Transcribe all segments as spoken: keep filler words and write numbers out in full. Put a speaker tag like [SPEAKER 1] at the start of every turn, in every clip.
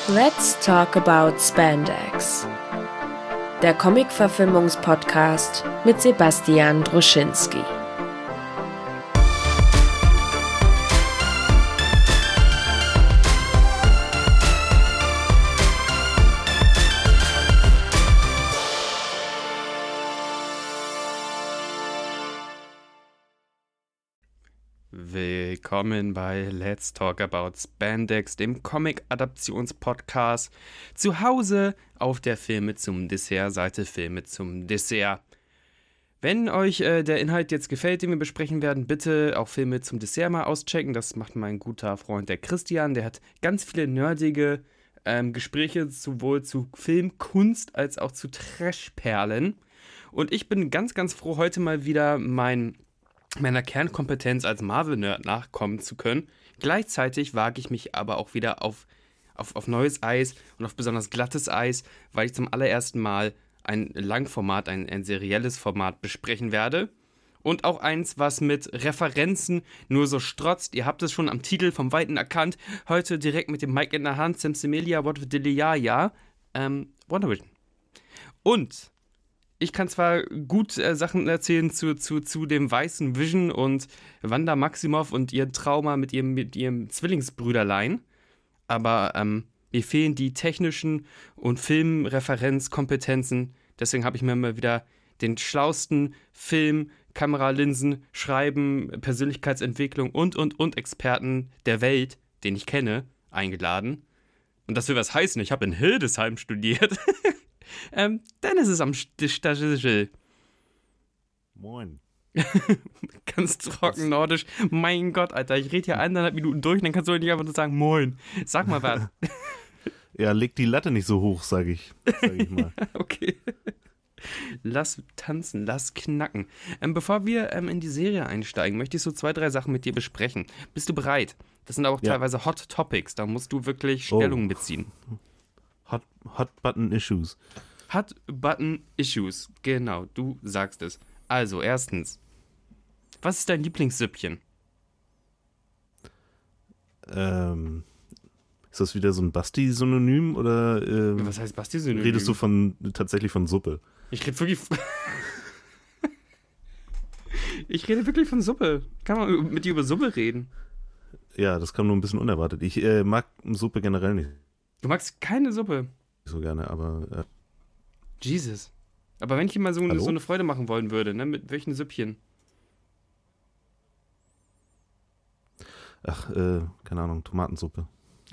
[SPEAKER 1] Let's talk about Spandex. Der Comic-Verfilmungs-Podcast mit Sebastian Druschinski.
[SPEAKER 2] Willkommen bei Let's Talk About Spandex, dem Comic-Adaptions-Podcast. Zu Hause auf der Filme zum Dessert-Seite Filme zum Dessert. Wenn euch äh, der Inhalt jetzt gefällt, den wir besprechen werden, bitte auch Filme zum Dessert mal auschecken. Das macht mein guter Freund, der Christian. Der hat ganz viele nerdige ähm, Gespräche, sowohl zu Filmkunst als auch zu Trashperlen. Und ich bin ganz, ganz froh, heute mal wieder mein... meiner Kernkompetenz als Marvel-Nerd nachkommen zu können. Gleichzeitig wage ich mich aber auch wieder auf, auf, auf neues Eis und auf besonders glattes Eis, weil ich zum allerersten Mal ein Langformat, ein, ein serielles Format besprechen werde. Und auch eins, was mit Referenzen nur so strotzt. Ihr habt es schon am Titel vom Weiten erkannt. Heute direkt mit dem Mic in der Hand, Simsimilia, Wodvdiliaya, ähm, Wonder Vision. Und... ich kann zwar gut äh, Sachen erzählen zu, zu, zu dem weißen Vision und Wanda Maximoff und ihr Trauma mit ihrem, mit ihrem Zwillingsbrüderlein, aber ähm, mir fehlen die technischen und Filmreferenzkompetenzen. Deswegen habe ich mir mal wieder den schlausten Film, Kameralinsen, Schreiben, Persönlichkeitsentwicklung und, und, und Experten der Welt, den ich kenne, eingeladen. Und das will was heißen, ich habe in Hildesheim studiert. Ähm, dann ist es am Stachel.
[SPEAKER 3] Moin.
[SPEAKER 2] Ganz trocken nordisch. Mein Gott, Alter, ich rede hier eineinhalb Minuten durch und dann kannst du nicht einfach nur sagen, moin. Sag mal was.
[SPEAKER 3] Ja, leg die Latte nicht so hoch, sag ich, sag ich mal.
[SPEAKER 2] Okay. Lass tanzen, lass knacken. Ähm, bevor wir ähm, in die Serie einsteigen, möchte ich so zwei, drei Sachen mit dir besprechen. Bist du bereit? Das sind auch
[SPEAKER 3] Ja.
[SPEAKER 2] teilweise Hot Topics, da musst du wirklich Stellung
[SPEAKER 3] Oh.
[SPEAKER 2] beziehen.
[SPEAKER 3] Hot, Hot Button Issues.
[SPEAKER 2] Hot Button Issues. Genau, du sagst es. Also, erstens. Was ist dein Lieblingssüppchen?
[SPEAKER 3] Ähm, ist das wieder so ein Basti-Synonym oder ähm,
[SPEAKER 2] Was heißt Basti-Synonym?
[SPEAKER 3] redest du von tatsächlich von Suppe?
[SPEAKER 2] Ich rede wirklich... ich rede wirklich von Suppe. Kann man mit dir über Suppe reden?
[SPEAKER 3] Ja, das kam nur ein bisschen unerwartet. Ich äh, mag Suppe generell nicht
[SPEAKER 2] Du magst keine Suppe.
[SPEAKER 3] so gerne, aber äh,
[SPEAKER 2] Jesus. Aber wenn ich ihm mal so, eine-
[SPEAKER 3] Hallo?
[SPEAKER 2] so eine Freude machen wollen würde, ne, mit welchen Süppchen?
[SPEAKER 3] ach, äh, keine Ahnung, Tomatensuppe.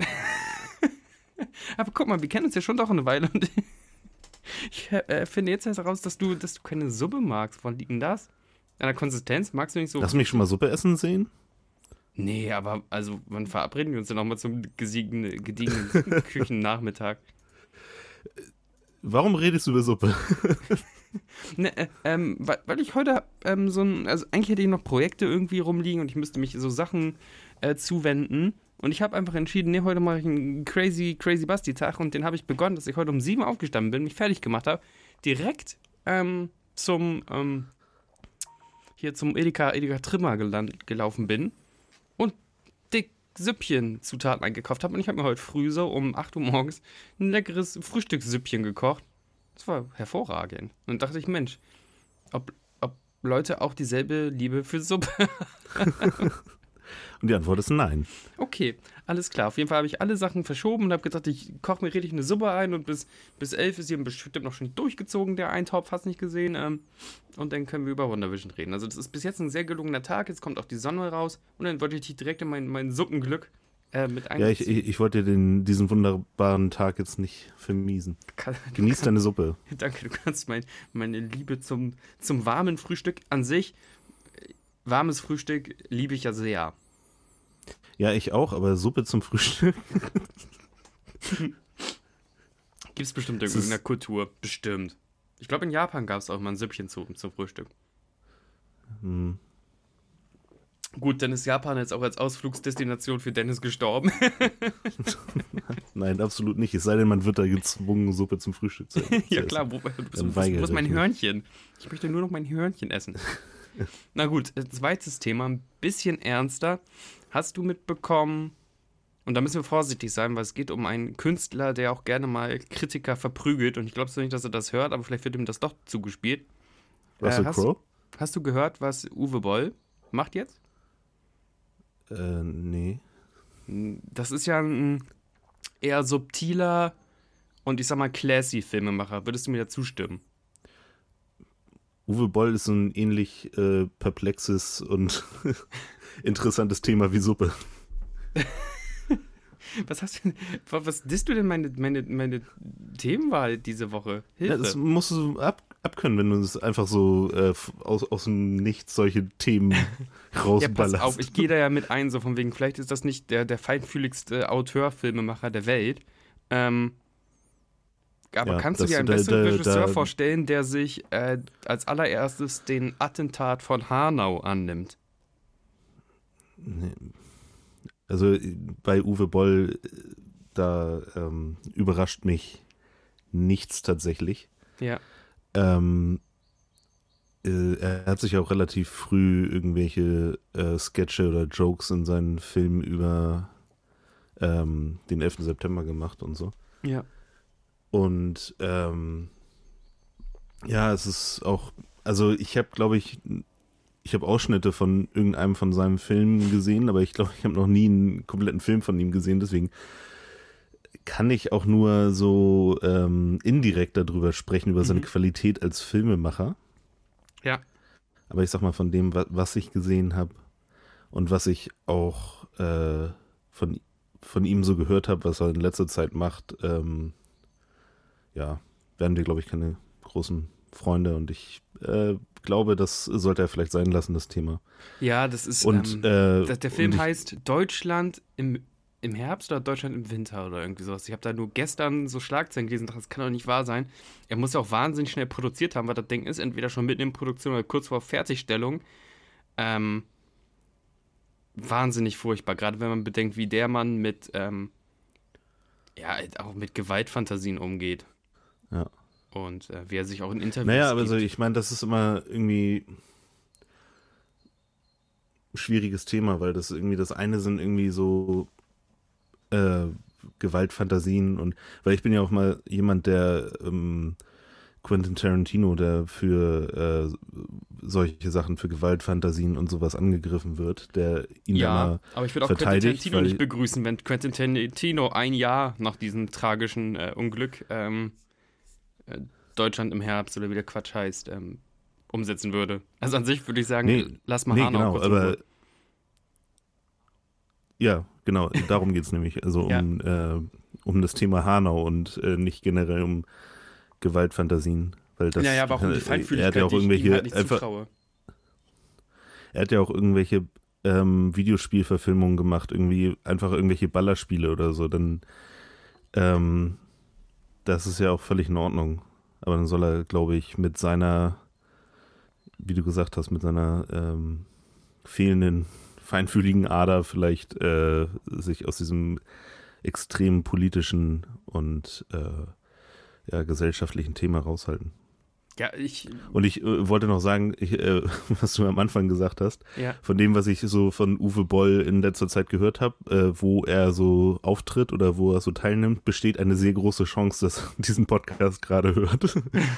[SPEAKER 2] Aber guck mal, wir kennen uns ja schon doch eine Weile und ich äh, finde jetzt erst heraus, dass du, dass du keine Suppe magst. Woran liegt denn das? An der Konsistenz? Magst du nicht so...
[SPEAKER 3] Hast du mich schon mal Suppe essen sehen?
[SPEAKER 2] Nee, aber also wann verabreden wir uns denn nochmal zum gesiegenen, gediegenen Küchennachmittag?
[SPEAKER 3] Warum redest du über Suppe?
[SPEAKER 2] Ne, äh, ähm, weil, weil ich heute ähm, so ein, also eigentlich hätte ich noch Projekte irgendwie rumliegen und ich müsste mich so Sachen äh, zuwenden und ich habe einfach entschieden, nee, heute mache ich einen crazy, crazy Basti-Tag und den habe ich begonnen, dass ich heute um sieben aufgestanden bin, mich fertig gemacht habe, direkt ähm, zum, ähm, hier zum Edeka, Edeka Trimmer geland, gelaufen bin und dick Süppchen-Zutaten eingekauft habe und ich habe mir heute früh so um acht Uhr morgens ein leckeres Frühstückssüppchen gekocht. Das war hervorragend. Und dann dachte ich, Mensch, ob, ob Leute auch dieselbe Liebe für Suppe.
[SPEAKER 3] Und die Antwort ist nein.
[SPEAKER 2] Okay, alles klar. Auf jeden Fall habe ich alle Sachen verschoben und habe gedacht, ich koche mir richtig eine Suppe ein und bis, bis elf ist hier bestimmt noch schon durchgezogen, der Eintopf, hast nicht gesehen. Ähm, und dann können wir über Wonder Vision reden. Also das ist bis jetzt ein sehr gelungener Tag, jetzt kommt auch die Sonne raus und dann wollte ich dich direkt in mein, mein Suppenglück äh, mit
[SPEAKER 3] Ja, ich, ich, ich wollte dir den, diesen wunderbaren Tag jetzt nicht vermiesen.
[SPEAKER 2] Kann,
[SPEAKER 3] Genieß deine Suppe.
[SPEAKER 2] Danke, du kannst mein, meine Liebe zum, zum warmen Frühstück an sich, warmes Frühstück liebe ich ja sehr.
[SPEAKER 3] Ja, ich auch, aber Suppe zum Frühstück?
[SPEAKER 2] Gibt es bestimmt in
[SPEAKER 3] Es ist-
[SPEAKER 2] irgendeiner Kultur, bestimmt. Ich glaube, in Japan gab es auch mal ein Süppchen zu, zum Frühstück.
[SPEAKER 3] Hm.
[SPEAKER 2] Gut, dann ist Japan jetzt auch als Ausflugsdestination für Dennis gestorben.
[SPEAKER 3] Nein, absolut nicht. Es sei denn, man wird da gezwungen, Suppe zum Frühstück zu essen.
[SPEAKER 2] Ja klar, wo, wo, wo,
[SPEAKER 3] Dann
[SPEAKER 2] wo,
[SPEAKER 3] weigere
[SPEAKER 2] wo ist mein
[SPEAKER 3] ich mich.
[SPEAKER 2] Hörnchen? Ich möchte nur noch mein Hörnchen essen. Na gut, äh, zweites Thema, ein bisschen ernster. Hast du mitbekommen, Und da müssen wir vorsichtig sein, weil es geht um einen Künstler, der auch gerne mal Kritiker verprügelt. Und ich glaube so nicht, dass er das hört, aber vielleicht wird ihm das doch zugespielt.
[SPEAKER 3] Russell
[SPEAKER 2] äh, hast,
[SPEAKER 3] Crowe?
[SPEAKER 2] Hast du gehört, was Uwe Boll macht jetzt?
[SPEAKER 3] Äh, nee.
[SPEAKER 2] Das ist ja ein eher subtiler und ich sag mal classy Filmemacher. Würdest du mir da zustimmen?
[SPEAKER 3] Uwe Boll ist so ein ähnlich äh, perplexes und interessantes Thema wie Suppe.
[SPEAKER 2] Was hast du denn, was disst du denn meine, meine, meine Themenwahl diese Woche? Hilfe.
[SPEAKER 3] Ja, das musst du ab, abkönnen, wenn du es einfach so äh, aus, aus dem Nichts solche Themen rausballerst.
[SPEAKER 2] Ja, pass auf, ich gehe da ja mit ein, so von wegen, vielleicht ist das nicht der, der feinfühligste Auteur-Filmemacher der Welt. Ähm, aber
[SPEAKER 3] Ja,
[SPEAKER 2] kannst du
[SPEAKER 3] das-
[SPEAKER 2] dir einen
[SPEAKER 3] da-
[SPEAKER 2] besseren
[SPEAKER 3] da-
[SPEAKER 2] Regisseur
[SPEAKER 3] da-
[SPEAKER 2] vorstellen, der sich äh, als allererstes den Attentat von Hanau annimmt?
[SPEAKER 3] Nee. Also äh, bei Uwe Boll, äh, da ähm, überrascht mich nichts tatsächlich.
[SPEAKER 2] Ja.
[SPEAKER 3] Ähm, äh, er hat sich auch relativ früh irgendwelche äh, Sketche oder Jokes in seinen Filmen über ähm, den elften September gemacht und so.
[SPEAKER 2] Ja.
[SPEAKER 3] Und ähm, ja, es ist auch, also ich habe, glaube ich, ich habe Ausschnitte von irgendeinem von seinen Filmen gesehen, aber ich glaube, ich habe noch nie einen kompletten Film von ihm gesehen, deswegen kann ich auch nur so ähm, indirekt darüber sprechen, über seine
[SPEAKER 2] Mhm.
[SPEAKER 3] Qualität als Filmemacher.
[SPEAKER 2] Ja.
[SPEAKER 3] Aber ich sag mal, von dem, wa- was ich gesehen habe und was ich auch äh, von, von ihm so gehört habe, was er in letzter Zeit macht, ähm, ja, werden wir, glaube ich, keine großen Freunde und ich äh, glaube, das sollte er vielleicht sein lassen, das Thema.
[SPEAKER 2] Ja, das ist.
[SPEAKER 3] Und
[SPEAKER 2] ähm,
[SPEAKER 3] äh,
[SPEAKER 2] das, der Film
[SPEAKER 3] und ich,
[SPEAKER 2] heißt Deutschland im, im Herbst oder Deutschland im Winter oder irgendwie sowas. Ich habe da nur gestern so Schlagzeilen gelesen, dachte, das kann doch nicht wahr sein. Er muss ja auch wahnsinnig schnell produziert haben, weil das Ding ist entweder schon mitten in Produktion oder kurz vor Fertigstellung. Ähm, wahnsinnig furchtbar, gerade wenn man bedenkt, wie der Mann mit, ähm, ja, halt auch mit Gewaltfantasien umgeht.
[SPEAKER 3] Ja.
[SPEAKER 2] Und äh, wie er sich auch in Interviews
[SPEAKER 3] Naja, aber
[SPEAKER 2] gibt.
[SPEAKER 3] so, ich meine, das ist immer irgendwie ein schwieriges Thema, weil das irgendwie, das eine sind irgendwie so äh, Gewaltfantasien und, weil ich bin ja auch mal jemand, der ähm, Quentin Tarantino, der für äh, solche Sachen, für Gewaltfantasien und sowas angegriffen wird, der ihn
[SPEAKER 2] Ja,
[SPEAKER 3] immer
[SPEAKER 2] aber ich würde auch Quentin
[SPEAKER 3] verteidigt,
[SPEAKER 2] Tarantino
[SPEAKER 3] weil-
[SPEAKER 2] nicht begrüßen, wenn Quentin Tarantino ein Jahr nach diesem tragischen äh, Unglück ähm, äh, Deutschland im Herbst oder wie der Quatsch heißt, ähm, umsetzen würde. Also an sich würde ich sagen,
[SPEAKER 3] Nee,
[SPEAKER 2] lass mal
[SPEAKER 3] nee,
[SPEAKER 2] Hanau
[SPEAKER 3] genau,
[SPEAKER 2] kurz in
[SPEAKER 3] aber
[SPEAKER 2] Ruhe.
[SPEAKER 3] ja, genau, darum geht es nämlich, also
[SPEAKER 2] Ja.
[SPEAKER 3] um, äh, um das Thema Hanau und äh, nicht generell um Gewaltfantasien, weil das,
[SPEAKER 2] Ja, ja, aber auch um die
[SPEAKER 3] äh,
[SPEAKER 2] Feinfühligkeit,
[SPEAKER 3] er hat ja auch
[SPEAKER 2] die ich ihm
[SPEAKER 3] irgendwelche,
[SPEAKER 2] halt nicht
[SPEAKER 3] einfach,
[SPEAKER 2] zutraue.
[SPEAKER 3] er hat ja auch irgendwelche ähm, Videospielverfilmungen gemacht, irgendwie einfach irgendwelche Ballerspiele oder so, dann ähm, das ist ja auch völlig in Ordnung, aber dann soll er, glaube ich, mit seiner, wie du gesagt hast, mit seiner ähm, fehlenden feinfühligen Ader vielleicht äh, sich aus diesem extrem politischen und äh, ja, gesellschaftlichen Thema raushalten.
[SPEAKER 2] Ja, ich,
[SPEAKER 3] Und ich äh, wollte noch sagen, ich, äh, was du am Anfang gesagt hast,
[SPEAKER 2] ja.
[SPEAKER 3] von dem, was ich so von Uwe Boll in letzter Zeit gehört habe, äh, wo er so auftritt oder wo er so teilnimmt, besteht eine sehr große Chance, dass er diesen Podcast gerade hört.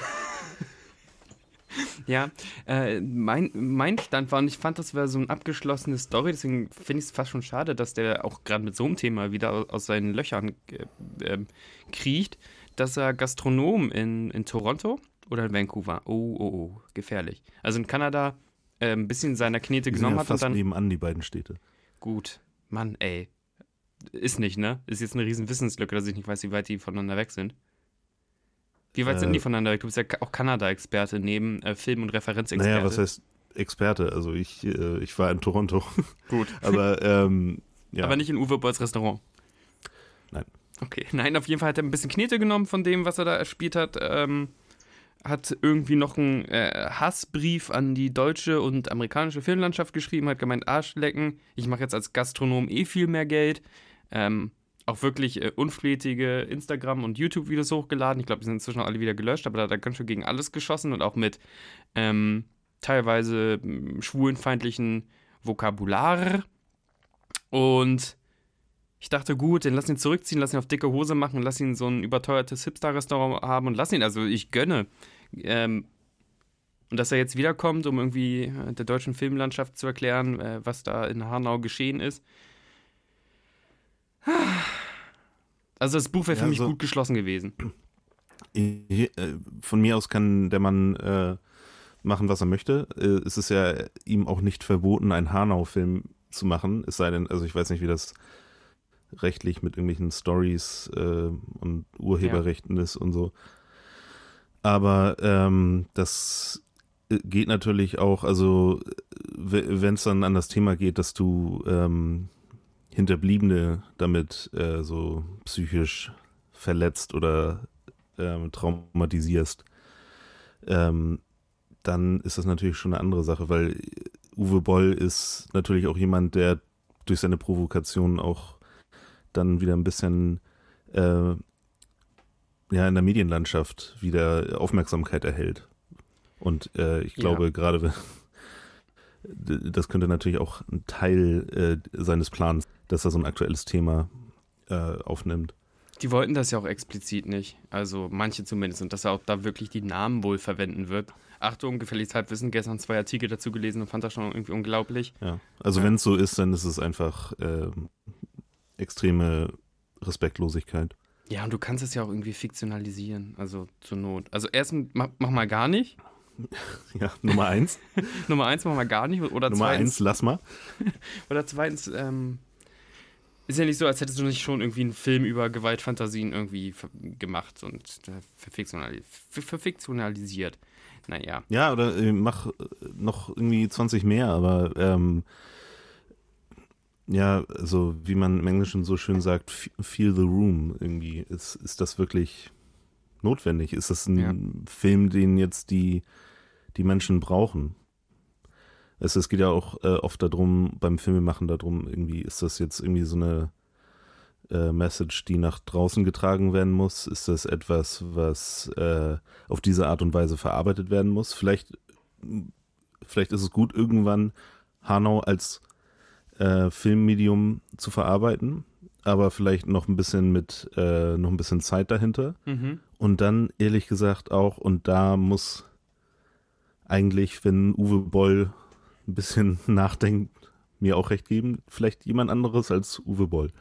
[SPEAKER 2] Ja, äh, mein, mein Stand war, und ich fand, das wäre so eine abgeschlossene Story, deswegen finde ich es fast schon schade, dass der auch gerade mit so einem Thema wieder aus seinen Löchern äh, ähm, kriecht, dass er Gastronom in, in Toronto oder in Vancouver, oh, oh, oh, gefährlich. Also in Kanada äh, ein bisschen seiner Knete
[SPEAKER 3] Die sind
[SPEAKER 2] genommen
[SPEAKER 3] ja
[SPEAKER 2] hat und
[SPEAKER 3] fast
[SPEAKER 2] dann,
[SPEAKER 3] nebenan, die beiden Städte.
[SPEAKER 2] gut, Mann, ey, ist nicht, ne? Ist jetzt eine riesen Wissenslücke, dass ich nicht weiß, wie weit die voneinander weg sind. Wie weit
[SPEAKER 3] Äh,
[SPEAKER 2] sind die voneinander weg? Du bist ja auch Kanada-Experte neben äh, Film- und Referenzexperte.
[SPEAKER 3] Naja, was heißt Experte? Also ich, äh, ich war in Toronto.
[SPEAKER 2] Gut.
[SPEAKER 3] Aber ähm, ja.
[SPEAKER 2] Aber nicht in Uwe Bolls Restaurant.
[SPEAKER 3] Nein.
[SPEAKER 2] Okay, nein, auf jeden Fall hat er ein bisschen Knete genommen von dem, was er da erspielt hat. Ähm, hat irgendwie noch einen äh, Hassbrief an die deutsche und amerikanische Filmlandschaft geschrieben, hat gemeint, Arschlecken, ich mache jetzt als Gastronom eh viel mehr Geld. Ähm, auch wirklich äh, unflätige Instagram- und YouTube-Videos hochgeladen. Ich glaube, die sind inzwischen alle wieder gelöscht, aber da hat er ganz schön gegen alles geschossen und auch mit ähm, teilweise ähm, schwulenfeindlichen Vokabular. Und Ich dachte, gut, dann lass ihn zurückziehen, lass ihn auf dicke Hose machen, lass ihn so ein überteuertes Hipster-Restaurant haben und lass ihn, also ich gönne. Ähm, und dass er jetzt wiederkommt, um irgendwie äh, der deutschen Filmlandschaft zu erklären, äh, was da in Hanau geschehen ist. Also das Buch wäre für
[SPEAKER 3] Ja,
[SPEAKER 2] mich
[SPEAKER 3] so-
[SPEAKER 2] gut geschlossen gewesen.
[SPEAKER 3] Ich- äh, Von mir aus kann der Mann äh, machen, was er möchte. Äh, es ist ja ihm auch nicht verboten, einen Hanau-Film zu machen. Es sei denn, also ich weiß nicht, wie das rechtlich mit irgendwelchen Stories äh, und Urheberrechten ist und so. Aber ähm, das äh, geht natürlich auch, also wenn es dann an das Thema geht, dass du ähm, Hinterbliebene damit äh, so psychisch verletzt oder ähm, traumatisierst, ähm, dann ist das natürlich schon eine andere Sache, weil Uwe Boll ist natürlich auch jemand, der durch seine Provokation auch dann wieder ein bisschen äh, ja, in der Medienlandschaft wieder Aufmerksamkeit erhält. Und äh, ich glaube,
[SPEAKER 2] Ja.
[SPEAKER 3] gerade wenn- das könnte natürlich auch ein Teil äh, seines Plans, dass er so ein aktuelles Thema äh, aufnimmt.
[SPEAKER 2] Die wollten das ja auch explizit nicht. Also manche zumindest. Und dass er auch da wirklich die Namen wohl verwenden wird. Achtung, gefälligst Halbwissen, gestern zwei Artikel dazu gelesen und fand das schon irgendwie unglaublich.
[SPEAKER 3] Ja. Also
[SPEAKER 2] Ja.
[SPEAKER 3] wenn es so ist, dann ist es einfach ähm, extreme Respektlosigkeit.
[SPEAKER 2] Ja, und du kannst es ja auch irgendwie fiktionalisieren. Also zur Not. Also erstens, mach, mach mal gar nicht.
[SPEAKER 3] Ja, Nummer eins.
[SPEAKER 2] Nummer eins, mach mal gar nicht. Oder
[SPEAKER 3] Nummer
[SPEAKER 2] zweitens,
[SPEAKER 3] eins, lass mal.
[SPEAKER 2] Oder zweitens, ähm, ist ja nicht so, als hättest du nicht schon irgendwie einen Film über Gewaltfantasien irgendwie ver- gemacht und äh, verfiktionali- ver- verfiktionalisiert. Naja.
[SPEAKER 3] Ja, oder äh, mach äh, noch irgendwie zwanzig mehr, aber ähm, ja, also wie man im Englischen so schön sagt, f- feel the room irgendwie. Ist, ist das wirklich notwendig? Ist das ein
[SPEAKER 2] Ja.
[SPEAKER 3] Film, den jetzt die, die Menschen brauchen? Es, es geht ja auch äh, oft darum, beim Filmemachen darum, irgendwie, ist das jetzt irgendwie so eine äh, Message, die nach draußen getragen werden muss? Ist das etwas, was äh, auf diese Art und Weise verarbeitet werden muss? Vielleicht, vielleicht ist es gut, irgendwann Hanau als äh, Filmmedium zu verarbeiten, aber vielleicht noch ein bisschen mit äh, noch ein bisschen Zeit dahinter.
[SPEAKER 2] Mhm.
[SPEAKER 3] Und dann, ehrlich gesagt, auch, und da muss eigentlich, wenn Uwe Boll ein bisschen nachdenkt, mir auch recht geben, vielleicht jemand anderes als Uwe Boll.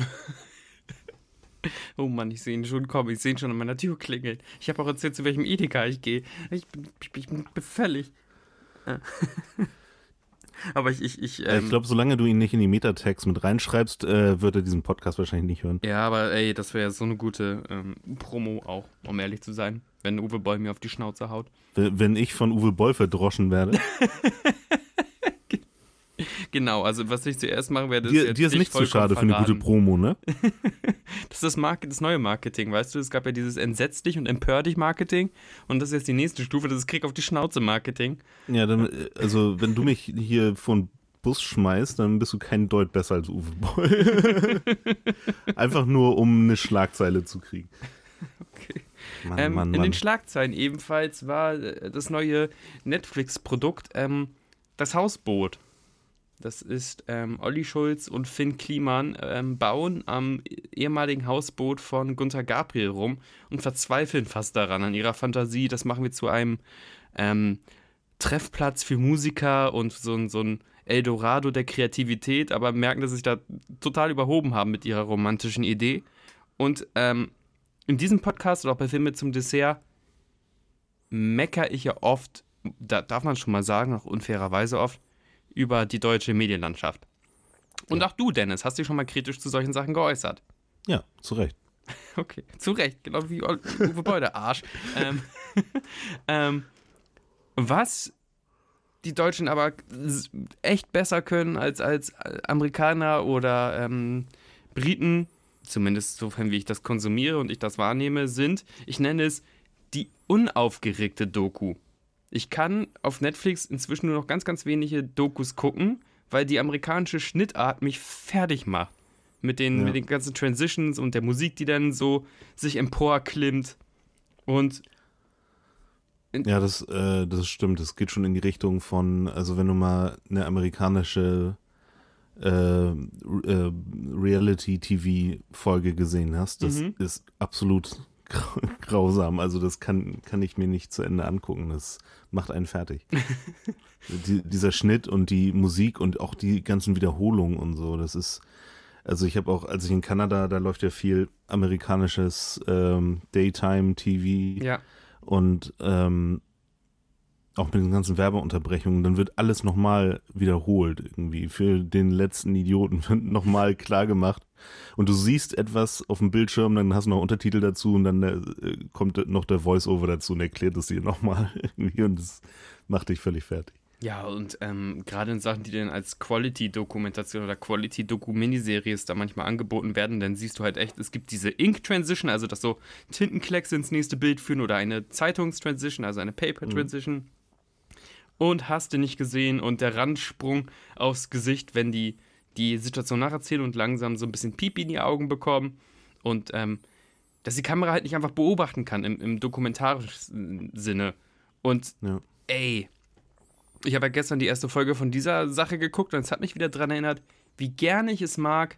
[SPEAKER 2] Oh Mann, ich sehe ihn schon kommen. Ich sehe ihn schon an meiner Tür klingeln. Ich habe auch erzählt, zu welchem Edeka ich gehe. Ich bin, ich bin, ich bin völlig. Äh. Aber ich, ich, ich,
[SPEAKER 3] Äh,
[SPEAKER 2] ähm,
[SPEAKER 3] ich glaube, solange du ihn nicht in die Metatext mit reinschreibst, äh, wird er diesen Podcast wahrscheinlich nicht hören.
[SPEAKER 2] ja, aber ey, das wäre so eine gute ähm, Promo auch, um ehrlich zu sein, wenn Uwe Boll mir auf die Schnauze haut.
[SPEAKER 3] W- Wenn ich von Uwe Boll verdroschen werde.
[SPEAKER 2] Genau, also was ich zuerst machen werde, ist
[SPEAKER 3] dir,
[SPEAKER 2] jetzt
[SPEAKER 3] dir ist
[SPEAKER 2] dich
[SPEAKER 3] nicht zu
[SPEAKER 2] vollkommen
[SPEAKER 3] schade für eine
[SPEAKER 2] verraten.
[SPEAKER 3] gute Promo, ne?
[SPEAKER 2] Das ist das, Market, das neue Marketing, weißt du? Es gab ja dieses Entsetz dich und empör dich Marketing und das ist jetzt die nächste Stufe, das ist Krieg auf die Schnauze Marketing.
[SPEAKER 3] Ja, dann, äh, also wenn du mich hier vor den Bus schmeißt, dann bist du kein Deut besser als Uwe Boll. Einfach nur, um eine Schlagzeile zu kriegen.
[SPEAKER 2] Okay.
[SPEAKER 3] Mann,
[SPEAKER 2] ähm,
[SPEAKER 3] Mann,
[SPEAKER 2] in
[SPEAKER 3] Mann.
[SPEAKER 2] den Schlagzeilen ebenfalls war äh, das neue Netflix-Produkt ähm, das Hausboot. Das ist ähm, Olli Schulz und Finn Kliman ähm, bauen am ehemaligen Hausboot von Gunther Gabriel rum und verzweifeln fast daran, an ihrer Fantasie. Das machen wir zu einem ähm, Treffplatz für Musiker und so, ein- so ein Eldorado der Kreativität, aber merken, dass sie sich da total überhoben haben mit ihrer romantischen Idee. Und ähm, in diesem Podcast oder auch bei Filme zum Dessert meckere ich ja oft, da darf man schon mal sagen, auch unfairerweise oft, über die deutsche Medienlandschaft. Und
[SPEAKER 3] Ja.
[SPEAKER 2] auch du, Dennis, hast dich schon mal kritisch zu solchen Sachen geäußert.
[SPEAKER 3] Ja, zu Recht.
[SPEAKER 2] Okay, zu Recht, genau wie Ol- Uwe Boll, der Arsch. ähm, ähm, was die Deutschen aber s- echt besser können als, als Amerikaner oder ähm, Briten, zumindest sofern wie ich das konsumiere und ich das wahrnehme, sind, ich nenne es die unaufgeregte Doku. Ich kann auf Netflix inzwischen nur noch ganz, ganz wenige Dokus gucken, weil die amerikanische Schnittart mich fertig macht. Mit den,
[SPEAKER 3] Ja.
[SPEAKER 2] mit den ganzen Transitions und der Musik, die dann so sich emporklimmt. Und
[SPEAKER 3] Ja, das, äh, das stimmt. Es geht schon in die Richtung von, also wenn du mal eine amerikanische äh, äh, Reality-T V-Folge gesehen hast. Das
[SPEAKER 2] Mhm.
[SPEAKER 3] ist absolut grau- grausam. Also das kann, kann ich mir nicht zu Ende angucken. Das macht einen fertig. die, dieser Schnitt und die Musik und auch die ganzen Wiederholungen und so, das ist, also ich habe auch, als ich in Kanada, da läuft ja viel amerikanisches ähm, Daytime-T V
[SPEAKER 2] Ja.
[SPEAKER 3] und ähm, auch mit den ganzen Werbeunterbrechungen, dann wird alles nochmal wiederholt irgendwie. Für den letzten Idioten wird nochmal klar gemacht. Und du siehst etwas auf dem Bildschirm, dann hast du noch Untertitel dazu und dann äh, kommt noch der Voice-Over dazu und erklärt es dir nochmal irgendwie und das macht dich völlig fertig.
[SPEAKER 2] Ja, und ähm, gerade in Sachen, die dann als Quality-Dokumentation oder Quality-Doku-Miniseries da manchmal angeboten werden, dann siehst du halt echt, es gibt diese Ink-Transition, also dass so Tintenklecks ins nächste Bild führen oder eine Zeitungs-Transition, also eine Paper-Transition. Mhm. Und hast du nicht gesehen und der Randsprung aufs Gesicht, wenn die die Situation nacherzählen und langsam so ein bisschen Pipi in die Augen bekommen und ähm, dass die Kamera halt nicht einfach beobachten kann im, im dokumentarischen Sinne. Und
[SPEAKER 3] Ja.
[SPEAKER 2] ey, ich habe ja gestern die erste Folge von dieser Sache geguckt und es hat mich wieder daran erinnert, wie gerne ich es mag,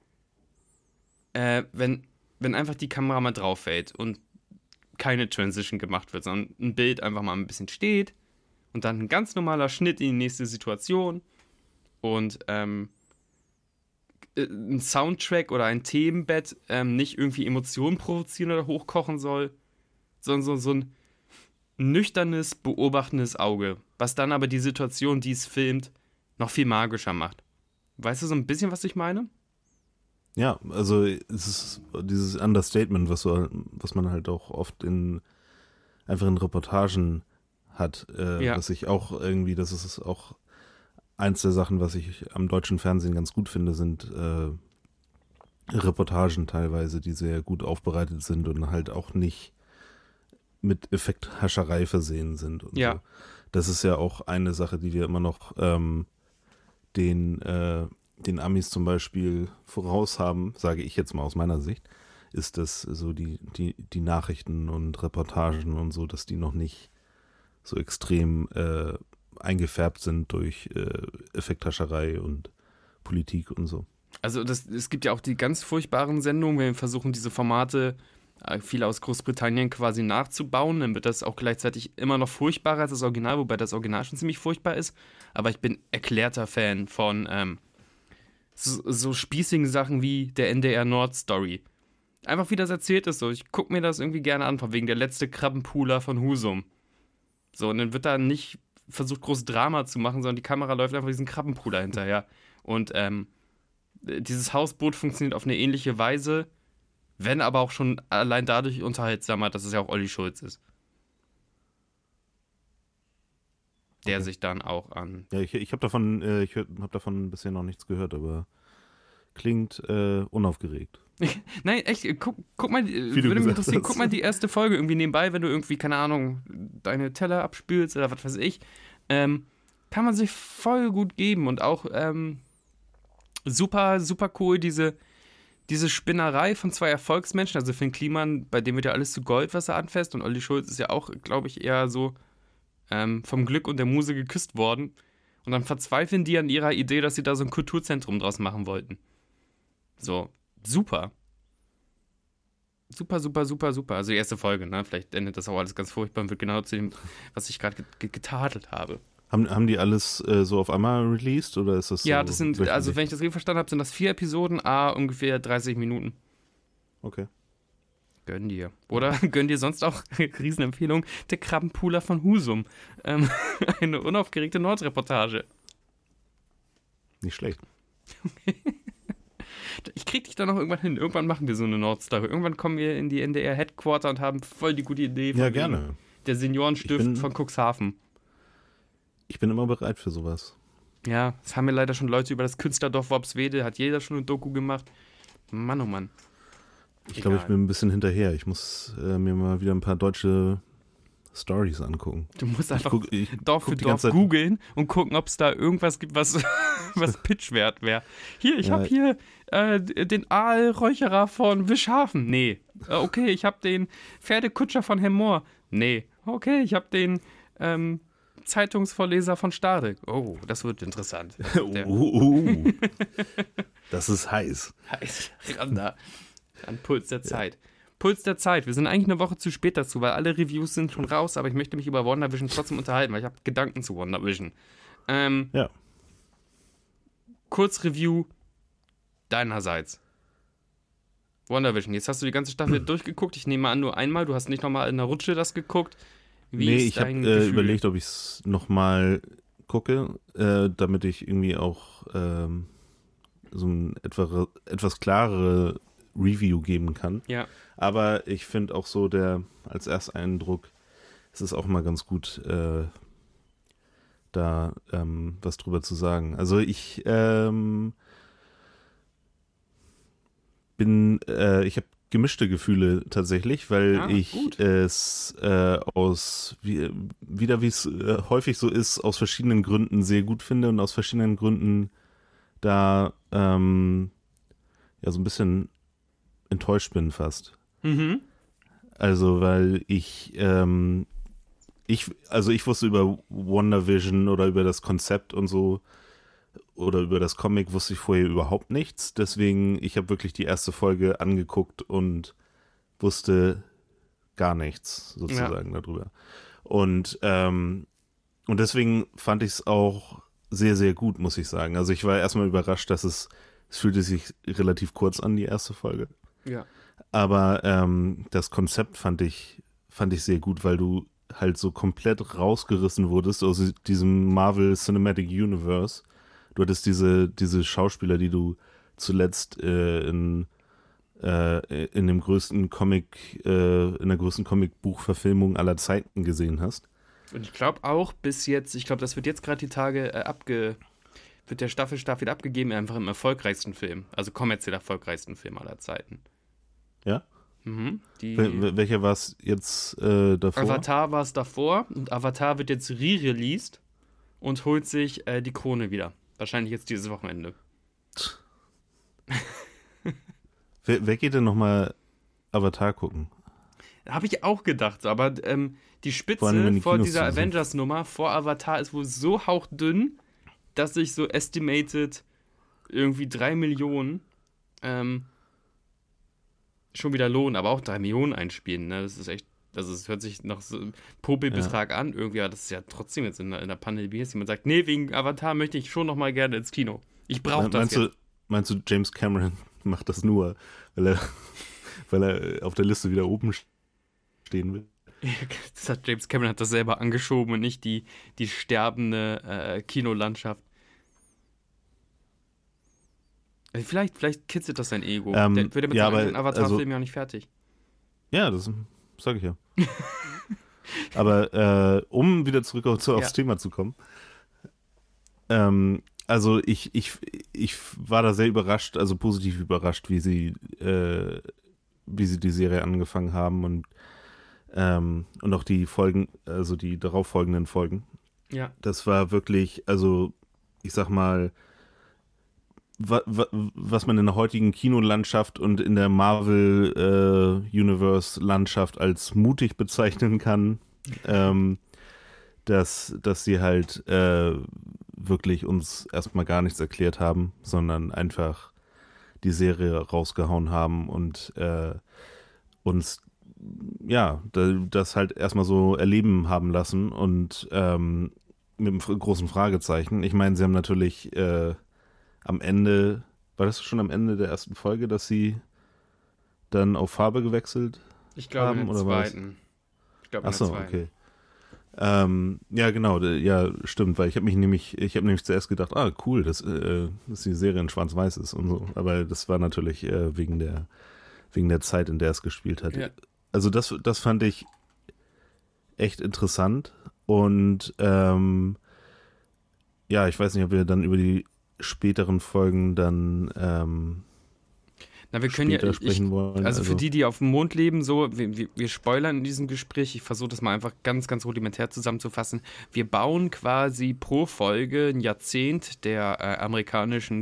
[SPEAKER 2] äh, wenn, wenn einfach die Kamera mal drauf fällt und keine Transition gemacht wird, sondern ein Bild einfach mal ein bisschen steht und dann ein ganz normaler Schnitt in die nächste Situation und ähm, ein Soundtrack oder ein Themenbett ähm, nicht irgendwie Emotionen provozieren oder hochkochen soll, sondern so, so ein nüchternes, beobachtendes Auge, was dann aber die Situation, die es filmt, noch viel magischer macht. Weißt du so ein bisschen, was ich meine?
[SPEAKER 3] Ja, also es ist dieses Understatement, was, so, was man halt auch oft in einfach in Reportagen hat, äh,
[SPEAKER 2] Ja.
[SPEAKER 3] was ich auch irgendwie, das ist auch eins der Sachen, was ich am deutschen Fernsehen ganz gut finde, sind äh, Reportagen teilweise, die sehr gut aufbereitet sind und halt auch nicht mit Effekthascherei versehen sind. Und
[SPEAKER 2] Ja.
[SPEAKER 3] so. Das ist ja auch eine Sache, die wir immer noch ähm, den, äh, den Amis zum Beispiel voraus haben, sage ich jetzt mal aus meiner Sicht, ist das so die, die, die Nachrichten und Reportagen und so, dass die noch nicht so extrem äh, eingefärbt sind durch äh, Effekthascherei und Politik und so.
[SPEAKER 2] Also das, es gibt ja auch die ganz furchtbaren Sendungen, wenn wir versuchen, diese Formate, äh, viele aus Großbritannien quasi nachzubauen, dann wird das auch gleichzeitig immer noch furchtbarer als das Original, wobei das Original schon ziemlich furchtbar ist. Aber ich bin erklärter Fan von ähm, so, so spießigen Sachen wie der N D R Nord Story. Einfach wie das erzählt ist, so. Ich gucke mir das irgendwie gerne an, von wegen der letzte Krabbenpuler von Husum. So, und dann wird da nicht versucht, groß Drama zu machen, sondern die Kamera läuft einfach diesen Krabbenpuder hinterher. Und ähm, dieses Hausboot funktioniert auf eine ähnliche Weise, wenn aber auch schon allein dadurch unterhaltsamer, dass es ja auch Olli Schulz ist. Der
[SPEAKER 3] Okay.
[SPEAKER 2] sich dann auch an...
[SPEAKER 3] Ja, ich, ich habe davon, äh, ich habe davon bisher noch nichts gehört, aber klingt äh, unaufgeregt.
[SPEAKER 2] Nein, echt, guck, guck mal,
[SPEAKER 3] Wie du
[SPEAKER 2] würde mich
[SPEAKER 3] gesagt
[SPEAKER 2] interessieren,
[SPEAKER 3] hast.
[SPEAKER 2] guck mal die erste Folge irgendwie nebenbei, wenn du irgendwie, keine Ahnung, deine Teller abspülst oder was weiß ich. Ähm, kann man sich voll gut geben und auch ähm, super, super cool, diese, diese Spinnerei von zwei Erfolgsmenschen, also Finn Kliman, bei dem wird ja alles zu Gold, was er anfasst, und Olli Schulz ist ja auch, glaube ich, eher so ähm, vom Glück und der Muse geküsst worden. Und dann verzweifeln die an ihrer Idee, dass sie da so ein Kulturzentrum draus machen wollten. So, super. Super, super, super, super. Also die erste Folge, ne? Vielleicht endet das auch alles ganz furchtbar und wird genau zu dem, was ich gerade get- getadelt habe.
[SPEAKER 3] Haben, haben die alles äh, so auf einmal released oder ist das so
[SPEAKER 2] Ja, das sind,
[SPEAKER 3] wöchentlich?
[SPEAKER 2] also wenn ich das richtig verstanden habe, sind das vier Episoden, a ungefähr dreißig Minuten.
[SPEAKER 3] Okay.
[SPEAKER 2] Gönn dir. Oder gönn dir sonst auch, Riesenempfehlung, der Krabbenpuler von Husum. Ähm, eine unaufgeregte Nordreportage.
[SPEAKER 3] Nicht schlecht.
[SPEAKER 2] Ich krieg dich da noch irgendwann hin. Irgendwann machen wir so eine Nordstory. Irgendwann kommen wir in die N D R-Headquarter und haben voll die gute Idee. von
[SPEAKER 3] Ja,
[SPEAKER 2] wegen
[SPEAKER 3] gerne.
[SPEAKER 2] Der Seniorenstift
[SPEAKER 3] Ich bin-
[SPEAKER 2] von Cuxhaven.
[SPEAKER 3] Ich bin immer bereit für sowas.
[SPEAKER 2] Ja, es haben ja leider schon Leute über das Künstlerdorf Worpswede, hat jeder schon eine Doku gemacht. Mann, oh Mann.
[SPEAKER 3] Ich glaube, ich
[SPEAKER 2] Egal.
[SPEAKER 3] bin ein bisschen hinterher. Ich muss äh, mir mal wieder ein paar deutsche Stories angucken.
[SPEAKER 2] Du musst
[SPEAKER 3] Ich
[SPEAKER 2] einfach
[SPEAKER 3] guck, ich
[SPEAKER 2] Dorf
[SPEAKER 3] guck
[SPEAKER 2] für
[SPEAKER 3] die
[SPEAKER 2] Dorf
[SPEAKER 3] ganze Zeit-
[SPEAKER 2] googeln und gucken, ob es da irgendwas gibt, was, was pitchwert wäre. Hier, ich
[SPEAKER 3] Ja.
[SPEAKER 2] habe hier äh, den Aalräucherer von Wischhafen. Nee. Äh, okay, ich habe den Pferdekutscher von Hemmoor. Nee. Okay, ich habe den ähm, Zeitungsvorleser von Stade. Oh, das wird interessant.
[SPEAKER 3] uh, uh. Das ist heiß.
[SPEAKER 2] Heiß. Ran da. An Puls der Zeit. Ja. Puls der Zeit. Wir sind eigentlich eine Woche zu spät dazu, weil alle Reviews sind schon raus, aber ich möchte mich über WandaVision trotzdem unterhalten, weil ich habe Gedanken zu WandaVision. Ähm,
[SPEAKER 3] ja.
[SPEAKER 2] Kurzreview deinerseits. WandaVision. Jetzt hast du die ganze Staffel durchgeguckt. Ich nehme an, nur einmal. Du hast nicht nochmal in der Rutsche das geguckt. Wie
[SPEAKER 3] nee,
[SPEAKER 2] ist
[SPEAKER 3] ich habe
[SPEAKER 2] dein
[SPEAKER 3] äh, überlegt, ob ich es nochmal gucke, äh, damit ich irgendwie auch ähm, so ein etwa, etwas klarere Review geben kann.
[SPEAKER 2] Ja.
[SPEAKER 3] Aber ich finde auch so, der als Ersteindruck, es ist auch mal ganz gut, äh, da ähm, was drüber zu sagen. Also ich ähm, bin, äh, ich habe gemischte Gefühle tatsächlich, weil
[SPEAKER 2] ja,
[SPEAKER 3] ich
[SPEAKER 2] gut.
[SPEAKER 3] es äh, aus, wie, wieder wie es äh, häufig so ist, aus verschiedenen Gründen sehr gut finde und aus verschiedenen Gründen da ähm, ja so ein bisschen enttäuscht bin fast.
[SPEAKER 2] Mhm.
[SPEAKER 3] Also, weil ich, ähm, ich, also ich wusste über WandaVision oder über das Konzept und so oder über das Comic wusste ich vorher überhaupt nichts. Deswegen, ich habe wirklich die erste Folge angeguckt und wusste gar nichts sozusagen ja. darüber. Und, ähm, und deswegen fand ich es auch sehr, sehr gut, muss ich sagen. Also ich war erstmal überrascht, dass es, es fühlte sich relativ kurz an, die erste Folge.
[SPEAKER 2] Ja.
[SPEAKER 3] Aber ähm, das Konzept fand ich, fand ich sehr gut, weil du halt so komplett rausgerissen wurdest aus diesem Marvel Cinematic Universe. Du hattest diese, diese Schauspieler, die du zuletzt äh, in, äh, in dem größten Comic, äh, in der größten Comicbuchverfilmung aller Zeiten gesehen hast.
[SPEAKER 2] Und ich glaube auch bis jetzt, ich glaube, das wird jetzt gerade die Tage äh, abge, wird der Staffelstab wieder abgegeben, einfach im erfolgreichsten Film, also kommerziell erfolgreichsten Film aller Zeiten.
[SPEAKER 3] Ja?
[SPEAKER 2] Mhm, die
[SPEAKER 3] Wel- welcher war es jetzt äh, davor?
[SPEAKER 2] Avatar war es davor und Avatar wird jetzt re-released und holt sich äh, die Krone wieder. Wahrscheinlich jetzt dieses Wochenende.
[SPEAKER 3] wer, wer geht denn nochmal Avatar gucken?
[SPEAKER 2] Habe ich auch gedacht, aber ähm, die Spitze
[SPEAKER 3] allem, wenn die
[SPEAKER 2] vor
[SPEAKER 3] Kinos
[SPEAKER 2] dieser
[SPEAKER 3] zu sind.
[SPEAKER 2] Avengers-Nummer vor Avatar ist wohl so hauchdünn, dass sich so estimated irgendwie drei Millionen ähm, schon wieder lohnen, aber auch drei Millionen einspielen, ne? Das ist echt, also es hört sich nach so einem Popelbetrag ja. an, irgendwie, aber das ist ja trotzdem jetzt in der, in der Pandemie, dass jemand sagt, nee, wegen Avatar möchte ich schon nochmal gerne ins Kino. Ich brauche das
[SPEAKER 3] meinst
[SPEAKER 2] jetzt.
[SPEAKER 3] Du, meinst du, James Cameron macht das nur, weil er, weil er auf der Liste wieder oben stehen will?
[SPEAKER 2] Das hat James Cameron hat das selber angeschoben und nicht die, die sterbende äh, Kinolandschaft. Vielleicht, vielleicht kitzelt das sein Ego.
[SPEAKER 3] Ähm,
[SPEAKER 2] Der wird ja mit
[SPEAKER 3] ja,
[SPEAKER 2] seinem
[SPEAKER 3] aber,
[SPEAKER 2] Avatar-Film
[SPEAKER 3] also,
[SPEAKER 2] ja nicht fertig.
[SPEAKER 3] Ja, das sage ich ja. Aber äh, um wieder zurück auf, zu, aufs
[SPEAKER 2] Ja.
[SPEAKER 3] Thema zu kommen. Ähm, also ich, ich, ich war da sehr überrascht, also positiv überrascht, wie sie, äh, wie sie die Serie angefangen haben und, ähm, und auch die Folgen, also die darauffolgenden Folgen.
[SPEAKER 2] Ja.
[SPEAKER 3] Das war wirklich, also ich sag mal, wa, wa, was man in der heutigen Kinolandschaft und in der Marvel-Universe-Landschaft als mutig bezeichnen kann, ähm, dass, dass sie halt äh, wirklich uns erstmal gar nichts erklärt haben, sondern einfach die Serie rausgehauen haben und äh, uns ja, das halt erstmal so erleben haben lassen und ähm, mit einem großen Fragezeichen. Ich meine, sie haben natürlich äh, am Ende, war das schon am Ende der ersten Folge, dass sie dann auf Farbe gewechselt
[SPEAKER 2] Ich glaube
[SPEAKER 3] haben?
[SPEAKER 2] in der
[SPEAKER 3] oder war das-
[SPEAKER 2] zweiten. Ich glaube in
[SPEAKER 3] Achso,
[SPEAKER 2] der zweiten.
[SPEAKER 3] okay. Ähm, ja, genau, d- ja, stimmt, weil ich habe mich nämlich, ich habe nämlich zuerst gedacht, ah, cool, dass, äh, dass die Serie in Schwarz-Weiß ist und so. Aber das war natürlich äh, wegen der, wegen der Zeit, in der es gespielt hat.
[SPEAKER 2] Ja.
[SPEAKER 3] Also das, das fand ich echt interessant und ähm, ja, ich weiß nicht, ob wir dann über die späteren Folgen dann ähm,
[SPEAKER 2] Na, wir können
[SPEAKER 3] später
[SPEAKER 2] ja, ich,
[SPEAKER 3] sprechen wollen.
[SPEAKER 2] also für die, die auf dem Mond leben, so, wir, wir, wir spoilern in diesem Gespräch, ich versuche das mal einfach ganz, ganz rudimentär zusammenzufassen. Wir bauen quasi pro Folge ein Jahrzehnt der äh, amerikanischen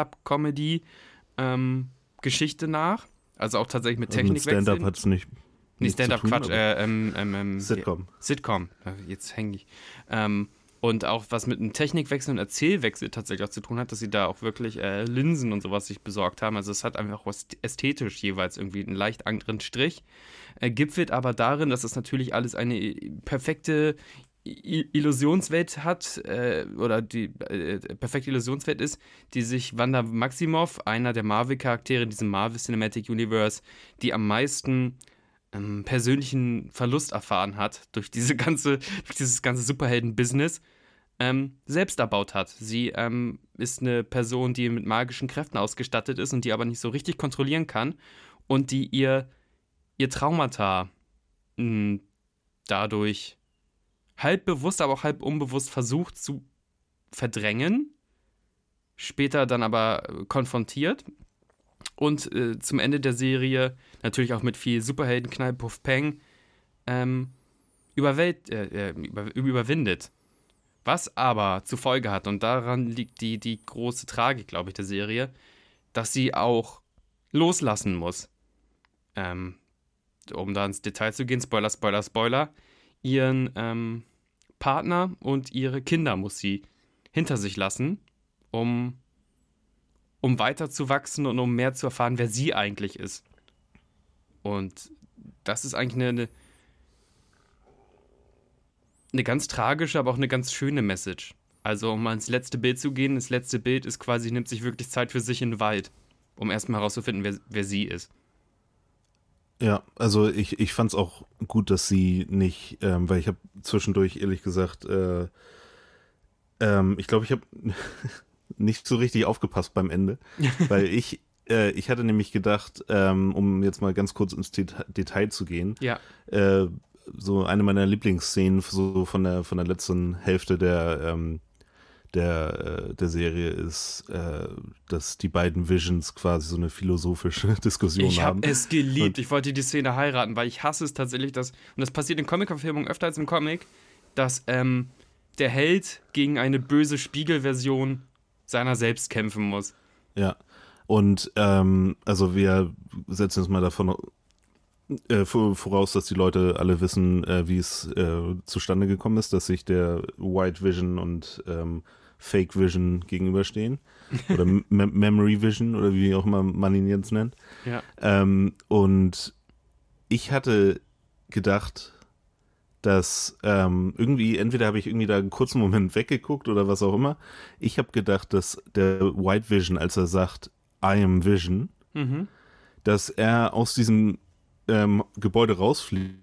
[SPEAKER 2] Stand-up-Comedy ähm, Geschichte nach, also auch tatsächlich mit
[SPEAKER 3] also mit
[SPEAKER 2] Technikwechseln.
[SPEAKER 3] Stand-Up hat es nicht,
[SPEAKER 2] Nee, Stand-up-Quatsch, äh, ähm, ähm, ähm,
[SPEAKER 3] Sitcom.
[SPEAKER 2] Sitcom, jetzt hänge ich. Ähm, und auch was mit einem Technikwechsel und Erzählwechsel tatsächlich auch zu tun hat, dass sie da auch wirklich äh, Linsen und sowas sich besorgt haben. Also es hat einfach was ästhetisch jeweils irgendwie einen leicht anderen Strich. Äh, gipfelt aber darin, dass es natürlich alles eine perfekte I- Illusionswelt hat, äh, oder die äh, perfekte Illusionswelt ist, die sich Wanda Maximoff, einer der Marvel-Charaktere in diesem Marvel Cinematic Universe, die am meisten ähm, persönlichen Verlust erfahren hat durch diese ganze, durch dieses ganze Superhelden-Business, ähm, selbst erbaut hat. Sie ähm, ist eine Person, die mit magischen Kräften ausgestattet ist und die aber nicht so richtig kontrollieren kann und die ihr, ihr Traumata mh, dadurch halb bewusst, aber auch halb unbewusst versucht zu verdrängen, später dann aber konfrontiert und äh, zum Ende der Serie natürlich auch mit viel Superheldenknall, Puff Peng, ähm, überwält, äh, über, überwindet. Was aber zur Folge hat, und daran liegt die, die große Tragik, glaube ich, der Serie, dass sie auch loslassen muss. Ähm, um da ins Detail zu gehen, Spoiler, Spoiler, Spoiler, ihren ähm, Partner und ihre Kinder muss sie hinter sich lassen, um, um weiterzuwachsen und um mehr zu erfahren, wer sie eigentlich ist. Und das ist eigentlich eine, eine, eine ganz tragische, aber auch eine ganz schöne Message. Also, um mal ins letzte Bild zu gehen, das letzte Bild ist quasi, nimmt sich wirklich Zeit für sich in den Wald, um erstmal herauszufinden, wer, wer sie ist.
[SPEAKER 3] Ja, also ich, ich fand es auch gut, dass sie nicht, ähm, weil ich habe zwischendurch ehrlich gesagt, äh, ähm, ich glaube, ich habe nicht so richtig aufgepasst beim Ende, weil ich, äh, ich hatte nämlich gedacht, ähm, um jetzt mal ganz kurz ins Det- Detail zu gehen,
[SPEAKER 2] Ja.
[SPEAKER 3] äh, so eine meiner Lieblingsszenen so von der von der letzten Hälfte der ähm, der, der Serie ist, äh, dass die beiden Visions quasi so eine philosophische Diskussion
[SPEAKER 2] ich
[SPEAKER 3] haben.
[SPEAKER 2] Ich habe es geliebt. Und ich wollte die Szene heiraten, weil ich hasse es tatsächlich, dass, und das passiert in Comic-Verfilmungen öfter als im Comic, dass ähm, der Held gegen eine böse Spiegelversion seiner selbst kämpfen muss.
[SPEAKER 3] Ja, und ähm, also wir setzen uns mal davon äh, voraus, dass die Leute alle wissen, äh, wie es äh, zustande gekommen ist, dass sich der White Vision und ähm, Fake Vision gegenüberstehen. Oder M- Memory Vision oder wie auch immer man ihn jetzt nennt.
[SPEAKER 2] Ja.
[SPEAKER 3] Ähm, und ich hatte gedacht, dass ähm, irgendwie, entweder habe ich irgendwie da einen kurzen Moment weggeguckt oder was auch immer. Ich habe gedacht, dass der White Vision, als er sagt, I am Vision,
[SPEAKER 2] Mhm.
[SPEAKER 3] dass er aus diesem ähm, Gebäude rausfliegt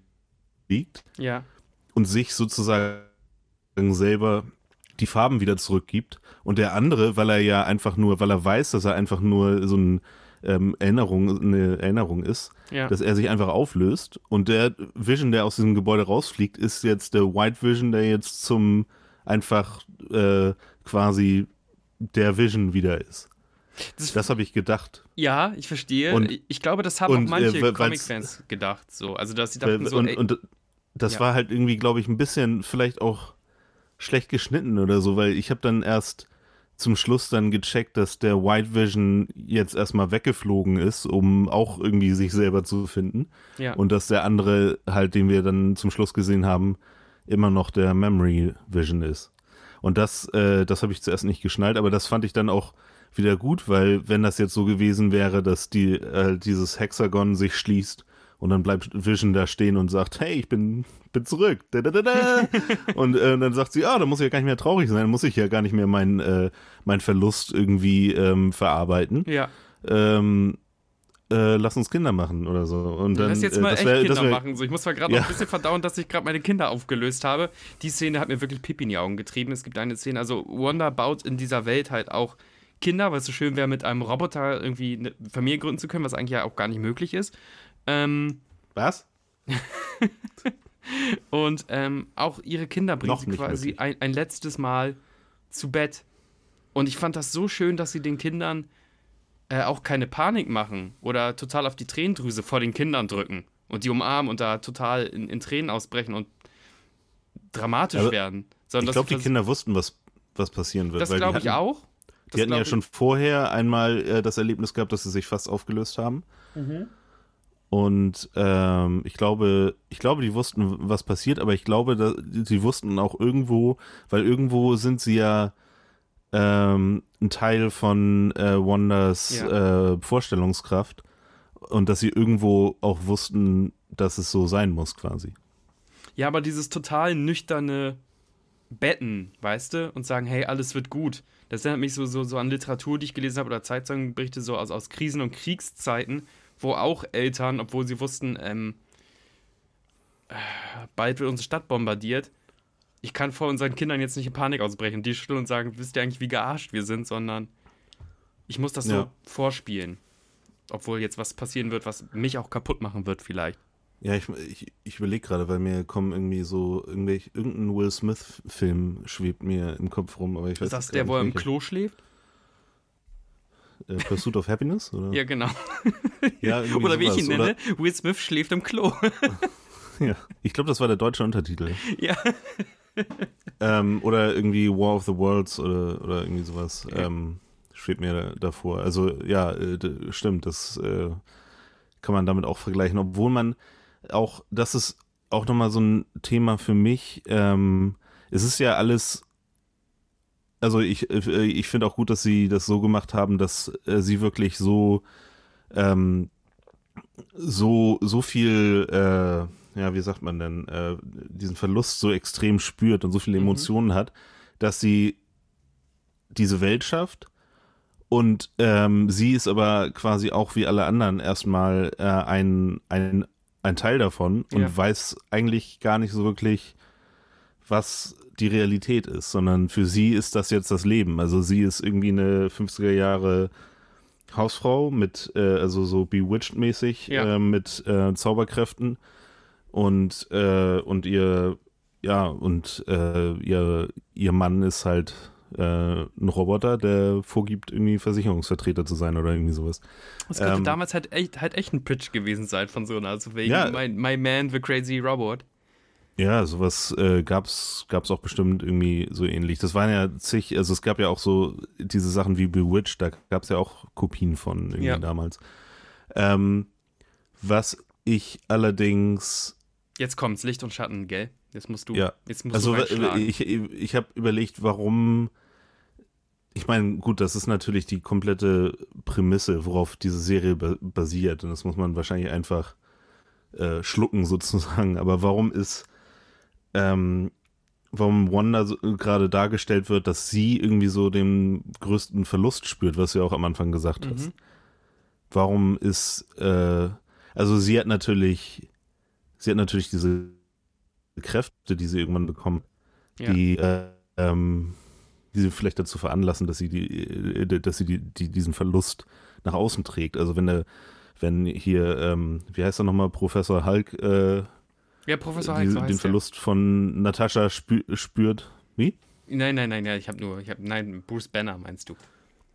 [SPEAKER 2] Ja.
[SPEAKER 3] und sich sozusagen selber die Farben wieder zurückgibt und der andere, weil er ja einfach nur, weil er weiß, dass er einfach nur so ein, ähm, Erinnerung, eine Erinnerung ist,
[SPEAKER 2] Ja.
[SPEAKER 3] dass er sich einfach auflöst und der Vision, der aus diesem Gebäude rausfliegt, ist jetzt der White Vision, der jetzt zum einfach äh, quasi der Vision wieder ist. Das, das habe ich gedacht.
[SPEAKER 2] Ja, ich verstehe.
[SPEAKER 3] Und,
[SPEAKER 2] ich glaube, das haben
[SPEAKER 3] und,
[SPEAKER 2] auch manche
[SPEAKER 3] äh,
[SPEAKER 2] Comic-Fans gedacht. So. Also, dass sie dachten so,
[SPEAKER 3] und,
[SPEAKER 2] ey,
[SPEAKER 3] und das
[SPEAKER 2] ja.
[SPEAKER 3] war halt irgendwie, glaube ich, ein bisschen vielleicht auch schlecht geschnitten oder so, weil ich habe dann erst zum Schluss dann gecheckt, dass der White Vision jetzt erstmal weggeflogen ist, um auch irgendwie sich selber zu finden.
[SPEAKER 2] Ja.
[SPEAKER 3] Und dass der andere halt, den wir dann zum Schluss gesehen haben, immer noch der Memory Vision ist. Und das, äh, das habe ich zuerst nicht geschnallt, aber das fand ich dann auch wieder gut, weil wenn das jetzt so gewesen wäre, dass die äh, dieses Hexagon sich schließt und dann bleibt Vision da stehen und sagt, hey, ich bin, bin zurück. Da, da, da, da. und äh, dann sagt sie, ah, da muss ich ja gar nicht mehr traurig sein, dann muss ich ja gar nicht mehr meinen äh, mein Verlust irgendwie ähm, verarbeiten.
[SPEAKER 2] Ja.
[SPEAKER 3] Ähm, äh, lass uns Kinder machen oder so. Und dann,
[SPEAKER 2] lass jetzt
[SPEAKER 3] äh,
[SPEAKER 2] mal
[SPEAKER 3] das
[SPEAKER 2] echt
[SPEAKER 3] wär,
[SPEAKER 2] Kinder
[SPEAKER 3] das wär,
[SPEAKER 2] machen. So, ich muss mal gerade
[SPEAKER 3] ja.
[SPEAKER 2] noch ein bisschen verdauen, dass ich gerade meine Kinder aufgelöst habe. Die Szene hat mir wirklich Pipi in die Augen getrieben. Es gibt eine Szene, also Wanda baut in dieser Welt halt auch Kinder, weil es so schön wäre, mit einem Roboter irgendwie eine Familie gründen zu können, was eigentlich ja auch gar nicht möglich ist. Ähm,
[SPEAKER 3] Was?
[SPEAKER 2] und ähm, auch ihre Kinder bringen
[SPEAKER 3] Noch
[SPEAKER 2] sie
[SPEAKER 3] nicht
[SPEAKER 2] quasi ein, ein letztes Mal zu Bett. Und ich fand das so schön, dass sie den Kindern äh, auch keine Panik machen oder total auf die Tränendrüse vor den Kindern drücken und die umarmen und da total in, in Tränen ausbrechen und dramatisch
[SPEAKER 3] Aber
[SPEAKER 2] werden. Sondern
[SPEAKER 3] ich glaube, die
[SPEAKER 2] das,
[SPEAKER 3] Kinder wussten, was, was passieren wird.
[SPEAKER 2] Das
[SPEAKER 3] weil
[SPEAKER 2] glaube
[SPEAKER 3] die
[SPEAKER 2] ich
[SPEAKER 3] hatten,
[SPEAKER 2] auch. Das
[SPEAKER 3] die hatten ja
[SPEAKER 2] ich.
[SPEAKER 3] schon vorher einmal äh, das Erlebnis gehabt, dass sie sich fast aufgelöst haben.
[SPEAKER 2] Mhm.
[SPEAKER 3] Und ähm, ich glaube, ich glaube, die wussten, was passiert, aber ich glaube, dass, sie wussten auch irgendwo, weil irgendwo sind sie ja ähm, ein Teil von äh, Wandas
[SPEAKER 2] Ja.
[SPEAKER 3] äh, Vorstellungskraft und dass sie irgendwo auch wussten, dass es so sein muss, quasi.
[SPEAKER 2] Ja, aber dieses total nüchterne Betten, weißt du, und sagen, hey, alles wird gut. Das erinnert mich so, so, so an Literatur, die ich gelesen habe, oder Zeitzeugenberichte so aus, aus Krisen- und Kriegszeiten, wo auch Eltern, obwohl sie wussten, ähm, äh, bald wird unsere Stadt bombardiert, ich kann vor unseren Kindern jetzt nicht in Panik ausbrechen, die schütteln und sagen, wisst ihr eigentlich, wie gearscht wir sind, sondern ich muss das so
[SPEAKER 3] Ja.
[SPEAKER 2] vorspielen. Obwohl jetzt was passieren wird, was mich auch kaputt machen wird vielleicht.
[SPEAKER 3] Ja, ich, ich, ich überlege gerade, weil mir kommen irgendwie so irgendwelche, irgendein Will Smith-Film schwebt mir im Kopf rum, aber ich weiß
[SPEAKER 2] Ist das
[SPEAKER 3] jetzt
[SPEAKER 2] der,
[SPEAKER 3] gar
[SPEAKER 2] wo er
[SPEAKER 3] nicht
[SPEAKER 2] im
[SPEAKER 3] welcher.
[SPEAKER 2] Klo schläft?
[SPEAKER 3] Äh, Pursuit of Happiness? Oder?
[SPEAKER 2] Ja, genau.
[SPEAKER 3] Ja, irgendwie
[SPEAKER 2] Oder wie ich
[SPEAKER 3] sowas.
[SPEAKER 2] ihn nenne, Will Smith schläft im Klo.
[SPEAKER 3] Oder, ja, ich glaube, das war der deutsche Untertitel.
[SPEAKER 2] Ja.
[SPEAKER 3] Ähm, oder irgendwie War of the Worlds oder, oder irgendwie sowas.
[SPEAKER 2] Ja.
[SPEAKER 3] Ähm, schwebt mir da, davor. Also ja, äh, d- stimmt, das äh, kann man damit auch vergleichen, obwohl man auch, das ist auch nochmal so ein Thema für mich. Ähm, es ist ja alles, also ich, äh, ich finde auch gut, dass sie das so gemacht haben, dass äh, sie wirklich so ähm, so so viel, äh, ja, wie sagt man denn, äh, diesen Verlust so extrem spürt und so viele
[SPEAKER 2] Mhm.
[SPEAKER 3] Emotionen hat, dass sie diese Welt schafft. Und ähm, sie ist aber quasi auch wie alle anderen erstmal äh, ein, ein, ein Teil davon und
[SPEAKER 2] Ja.
[SPEAKER 3] weiß eigentlich gar nicht so wirklich, was die Realität ist, sondern für sie ist das jetzt das Leben. Also sie ist irgendwie eine fünfziger Jahre Hausfrau mit, äh, also so Bewitched-mäßig,
[SPEAKER 2] Ja.
[SPEAKER 3] äh, mit äh, Zauberkräften und, äh, und ihr, ja, und äh, ihr, ihr Mann ist halt äh, ein Roboter, der vorgibt, irgendwie Versicherungsvertreter zu sein oder irgendwie sowas.
[SPEAKER 2] Das könnte
[SPEAKER 3] Ähm,
[SPEAKER 2] damals halt echt, halt echt ein Pitch gewesen sein von so einer, also wegen
[SPEAKER 3] Ja.
[SPEAKER 2] my, my Man, the Crazy Robot.
[SPEAKER 3] Ja, sowas äh, gab's gab's auch bestimmt irgendwie so ähnlich. Das waren ja zig, also es gab ja auch so diese Sachen wie Bewitched, da gab's ja auch Kopien von irgendwie
[SPEAKER 2] Ja.
[SPEAKER 3] damals. Ähm, was ich allerdings,
[SPEAKER 2] Jetzt kommt's, Licht und Schatten, gell? Jetzt musst du,
[SPEAKER 3] ja,
[SPEAKER 2] jetzt musst
[SPEAKER 3] also
[SPEAKER 2] du
[SPEAKER 3] wa-
[SPEAKER 2] reinschlagen.
[SPEAKER 3] ich, ich habe überlegt, warum, ich meine, gut, das ist natürlich die komplette Prämisse, worauf diese Serie ba- basiert und das muss man wahrscheinlich einfach äh, schlucken sozusagen, aber warum ist ähm, warum Wanda so, gerade dargestellt wird, dass sie irgendwie so den größten Verlust spürt, was du ja auch am Anfang gesagt hast.
[SPEAKER 2] Mhm.
[SPEAKER 3] Warum ist, äh, also sie hat natürlich, sie hat natürlich diese Kräfte, die sie irgendwann bekommt,
[SPEAKER 2] Ja.
[SPEAKER 3] die, äh, ähm, die sie vielleicht dazu veranlassen, dass sie die, äh, dass sie die, die, diesen Verlust nach außen trägt. Also wenn der, wenn hier, ähm, wie heißt er nochmal, Professor Hulk, äh,
[SPEAKER 2] Ja, Professor
[SPEAKER 3] die,
[SPEAKER 2] Hulk, so
[SPEAKER 3] den
[SPEAKER 2] heißt der.
[SPEAKER 3] Verlust von Natascha spü spürt. Wie?
[SPEAKER 2] Nein, nein, nein, ja, ich habe nur, ich habe, nein, Bruce Banner meinst du.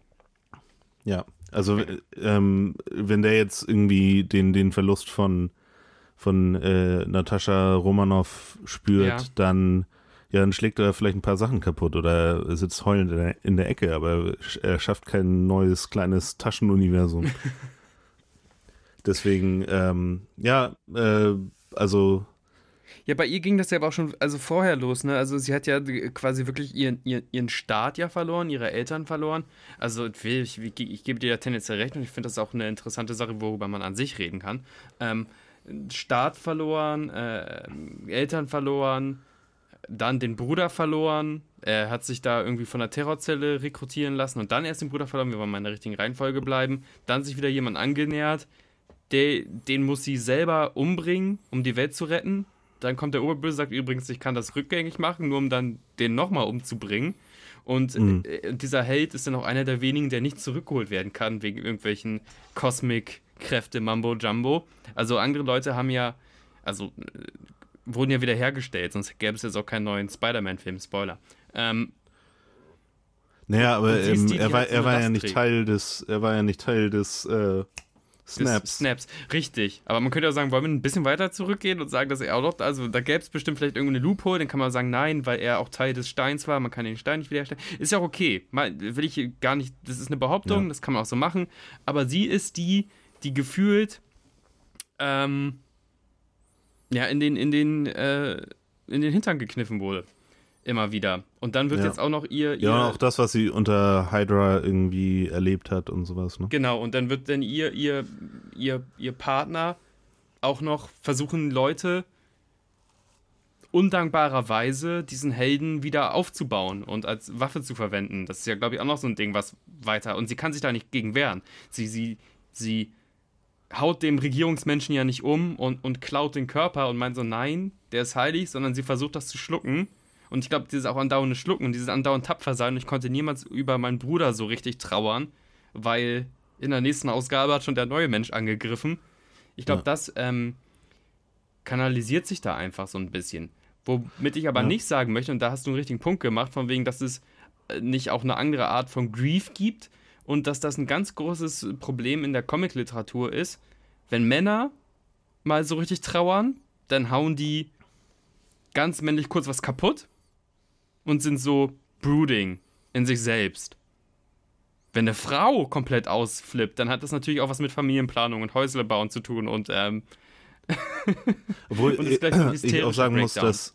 [SPEAKER 3] Ja, also
[SPEAKER 2] Okay.
[SPEAKER 3] ähm, wenn der jetzt irgendwie den, den Verlust von, von äh, Natascha Romanoff spürt,
[SPEAKER 2] Ja.
[SPEAKER 3] dann, ja, dann schlägt er vielleicht ein paar Sachen kaputt oder er sitzt heulend in der, in der Ecke, aber er schafft kein neues kleines Taschenuniversum. Deswegen, ähm, ja, äh, also
[SPEAKER 2] Ja, bei ihr ging das ja aber auch schon, also vorher los, ne? Also sie hat ja quasi wirklich ihren, ihren, ihren Staat ja verloren, ihre Eltern verloren. Also ich, ich, ich, ich gebe dir ja tendenziell recht und ich finde das auch eine interessante Sache, worüber man an sich reden kann. Ähm, Staat verloren, äh, Eltern verloren, dann den Bruder verloren. Er hat sich da irgendwie von der Terrorzelle rekrutieren lassen und dann erst den Bruder verloren. Wir wollen mal in der richtigen Reihenfolge bleiben. Dann sich wieder jemand angenähert. Der, den muss sie selber umbringen, um die Welt zu retten. Dann kommt der Oberböse, sagt übrigens, ich kann das rückgängig machen, nur um dann den nochmal umzubringen. Und
[SPEAKER 3] Mhm.
[SPEAKER 2] äh, dieser Held ist dann auch einer der wenigen, der nicht zurückgeholt werden kann, wegen irgendwelchen Cosmic-Kräfte, Mambo Jumbo. Also andere Leute haben ja, also äh, wurden ja wieder hergestellt, sonst gäbe es jetzt auch keinen neuen Spider-Man-Film, Spoiler. Ähm,
[SPEAKER 3] naja, aber
[SPEAKER 2] und sie ist
[SPEAKER 3] ähm,
[SPEAKER 2] die, die
[SPEAKER 3] er war,
[SPEAKER 2] halt so
[SPEAKER 3] er
[SPEAKER 2] eine
[SPEAKER 3] war ja
[SPEAKER 2] Last
[SPEAKER 3] nicht
[SPEAKER 2] trägt.
[SPEAKER 3] Teil des, er war ja nicht Teil des äh, Snaps.
[SPEAKER 2] Des Snaps, richtig. Aber man könnte auch sagen, wollen wir ein bisschen weiter zurückgehen und sagen, dass er auch noch, also da gäbe es bestimmt vielleicht irgendeine Loophole, dann kann man sagen, nein, weil er auch Teil des Steins war, man kann den Stein nicht wiederherstellen. Ist ja auch okay. Mal, will ich gar nicht, das ist eine Behauptung,
[SPEAKER 3] Ja.
[SPEAKER 2] das kann man auch so machen. Aber sie ist die, die gefühlt ähm, ja, in den, in den, äh, in den Hintern gekniffen wurde. Immer wieder. Und dann wird
[SPEAKER 3] Ja.
[SPEAKER 2] jetzt auch noch ihr, ihr...
[SPEAKER 3] Ja, auch das, was sie unter Hydra irgendwie erlebt hat und sowas, ne?
[SPEAKER 2] Genau, und dann wird dann ihr, ihr, ihr, ihr Partner auch noch versuchen, Leute undankbarerweise diesen Helden wieder aufzubauen und als Waffe zu verwenden. Das ist ja, glaube ich, auch noch so ein Ding, was weiter... Und sie kann sich da nicht gegen wehren. Sie, sie, sie haut dem Regierungsmenschen ja nicht um und, und klaut den Körper und meint so, nein, der ist heilig, sondern sie versucht, das zu schlucken. Und ich glaube, dieses auch andauernde Schlucken und dieses andauernd tapfer sein. Und ich konnte niemals über meinen Bruder so richtig trauern, weil in der nächsten Ausgabe hat schon der neue Mensch angegriffen. Ich glaube, ja. das ähm, kanalisiert sich da einfach so ein bisschen. Womit ich aber ja. nicht sagen möchte, und da hast du einen richtigen Punkt gemacht, von wegen, dass es nicht auch eine andere Art von Grief gibt und dass das ein ganz großes Problem in der Comic-Literatur ist. Wenn Männer mal so richtig trauern, dann hauen die ganz männlich kurz was kaputt und sind so brooding in sich selbst. Wenn eine Frau komplett ausflippt, dann hat das natürlich auch was mit Familienplanung und Häusle bauen zu tun und ähm
[SPEAKER 3] obwohl und ich, ich auch sagen Breakdown. muss, dass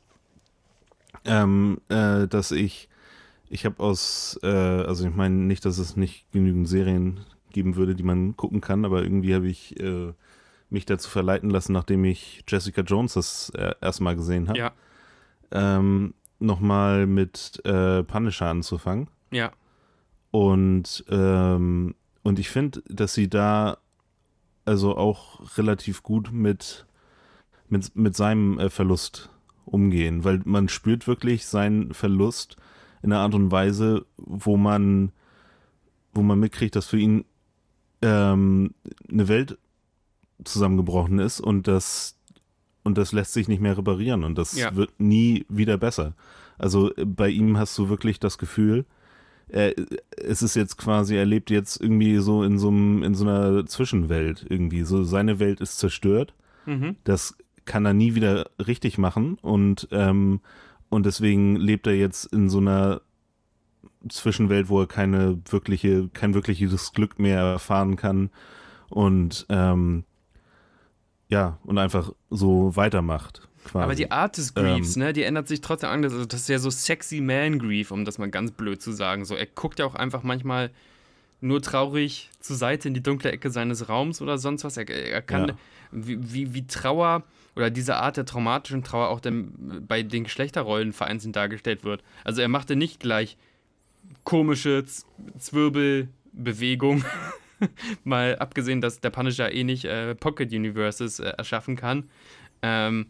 [SPEAKER 3] ähm, äh, dass ich ich habe aus äh, also ich meine nicht, dass es nicht genügend Serien geben würde, die man gucken kann, aber irgendwie habe ich äh, mich dazu verleiten lassen, nachdem ich Jessica Jones das äh, erstmal gesehen habe,
[SPEAKER 2] ja.
[SPEAKER 3] ähm, nochmal mit äh, Punisher anzufangen.
[SPEAKER 2] Ja.
[SPEAKER 3] Und, ähm, und ich finde, dass sie da also auch relativ gut mit, mit, mit seinem äh, Verlust umgehen, weil man spürt wirklich seinen Verlust in einer Art und Weise, wo man, wo man mitkriegt, dass für ihn ähm, eine Welt zusammengebrochen ist und das und das lässt sich nicht mehr reparieren und das
[SPEAKER 2] ja.
[SPEAKER 3] wird nie wieder besser. Also bei ihm hast du wirklich das Gefühl, er, es ist jetzt quasi, er lebt jetzt irgendwie so in so einem, in so einer Zwischenwelt irgendwie. So seine Welt ist zerstört.
[SPEAKER 2] Mhm.
[SPEAKER 3] Das kann er nie wieder richtig machen und ähm, und deswegen lebt er jetzt in so einer Zwischenwelt, wo er keine wirkliche, kein wirkliches Glück mehr erfahren kann und ähm, ja, und einfach so weitermacht. Quasi.
[SPEAKER 2] Aber die Art des Griefs, ähm, ne, die ändert sich trotzdem anders. Also das ist ja so sexy Man Grief, um das mal ganz blöd zu sagen. So, er guckt ja auch einfach manchmal nur traurig zur Seite in die dunkle Ecke seines Raums oder sonst was. Er, er kann, ja. wie, wie, wie Trauer oder diese Art der traumatischen Trauer auch dem, bei den Geschlechterrollen vereinzelt dargestellt wird. Also er machte nicht gleich komische Z- Zwirbelbewegungen. Mal abgesehen, dass der Punisher eh nicht äh, Pocket Universes äh, erschaffen kann. Ähm,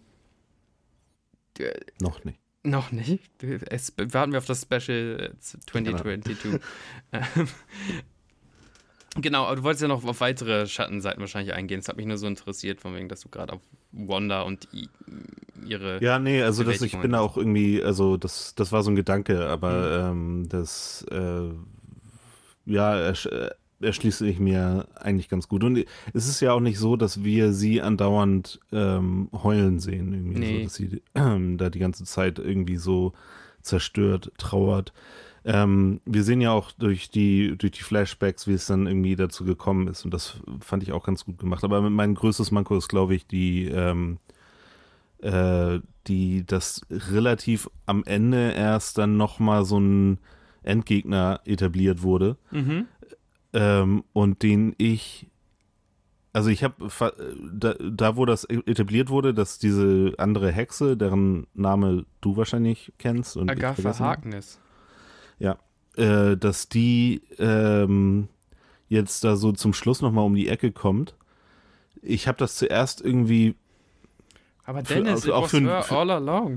[SPEAKER 2] äh,
[SPEAKER 3] noch nicht.
[SPEAKER 2] Noch nicht. Es, warten wir auf das Special zwanzig zweiundzwanzig. Ähm, genau, aber du wolltest ja noch auf weitere Schattenseiten wahrscheinlich eingehen. Das hat mich nur so interessiert, von wegen, dass du gerade auf Wanda und i- ihre...
[SPEAKER 3] Ja, nee, also das, ich bin da
[SPEAKER 2] hast.
[SPEAKER 3] auch irgendwie, also das, das war so ein Gedanke, aber mhm. ähm, das, äh, ja, er, erschließe ich mir eigentlich ganz gut. Und es ist ja auch nicht so, dass wir sie andauernd ähm, heulen sehen, irgendwie,
[SPEAKER 2] nee.
[SPEAKER 3] so, dass sie ähm, da die ganze Zeit irgendwie so zerstört, trauert. Ähm, wir sehen ja auch durch die, durch die Flashbacks, wie es dann irgendwie dazu gekommen ist. Und das fand ich auch ganz gut gemacht. Aber mein größtes Manko ist, glaube ich, die, ähm, äh, die, das relativ am Ende erst dann nochmal so ein Endgegner etabliert wurde.
[SPEAKER 2] Mhm.
[SPEAKER 3] Ähm, und den ich, also ich habe, da, da wo das etabliert wurde, dass diese andere Hexe, deren Name du wahrscheinlich kennst und
[SPEAKER 2] Agatha Harkness.
[SPEAKER 3] Ja, äh, dass die ähm, jetzt da so zum Schluss nochmal um die Ecke kommt. Ich habe das zuerst irgendwie
[SPEAKER 2] aber Dennis,
[SPEAKER 3] für, auch
[SPEAKER 2] it was
[SPEAKER 3] für,
[SPEAKER 2] her
[SPEAKER 3] für,
[SPEAKER 2] all along.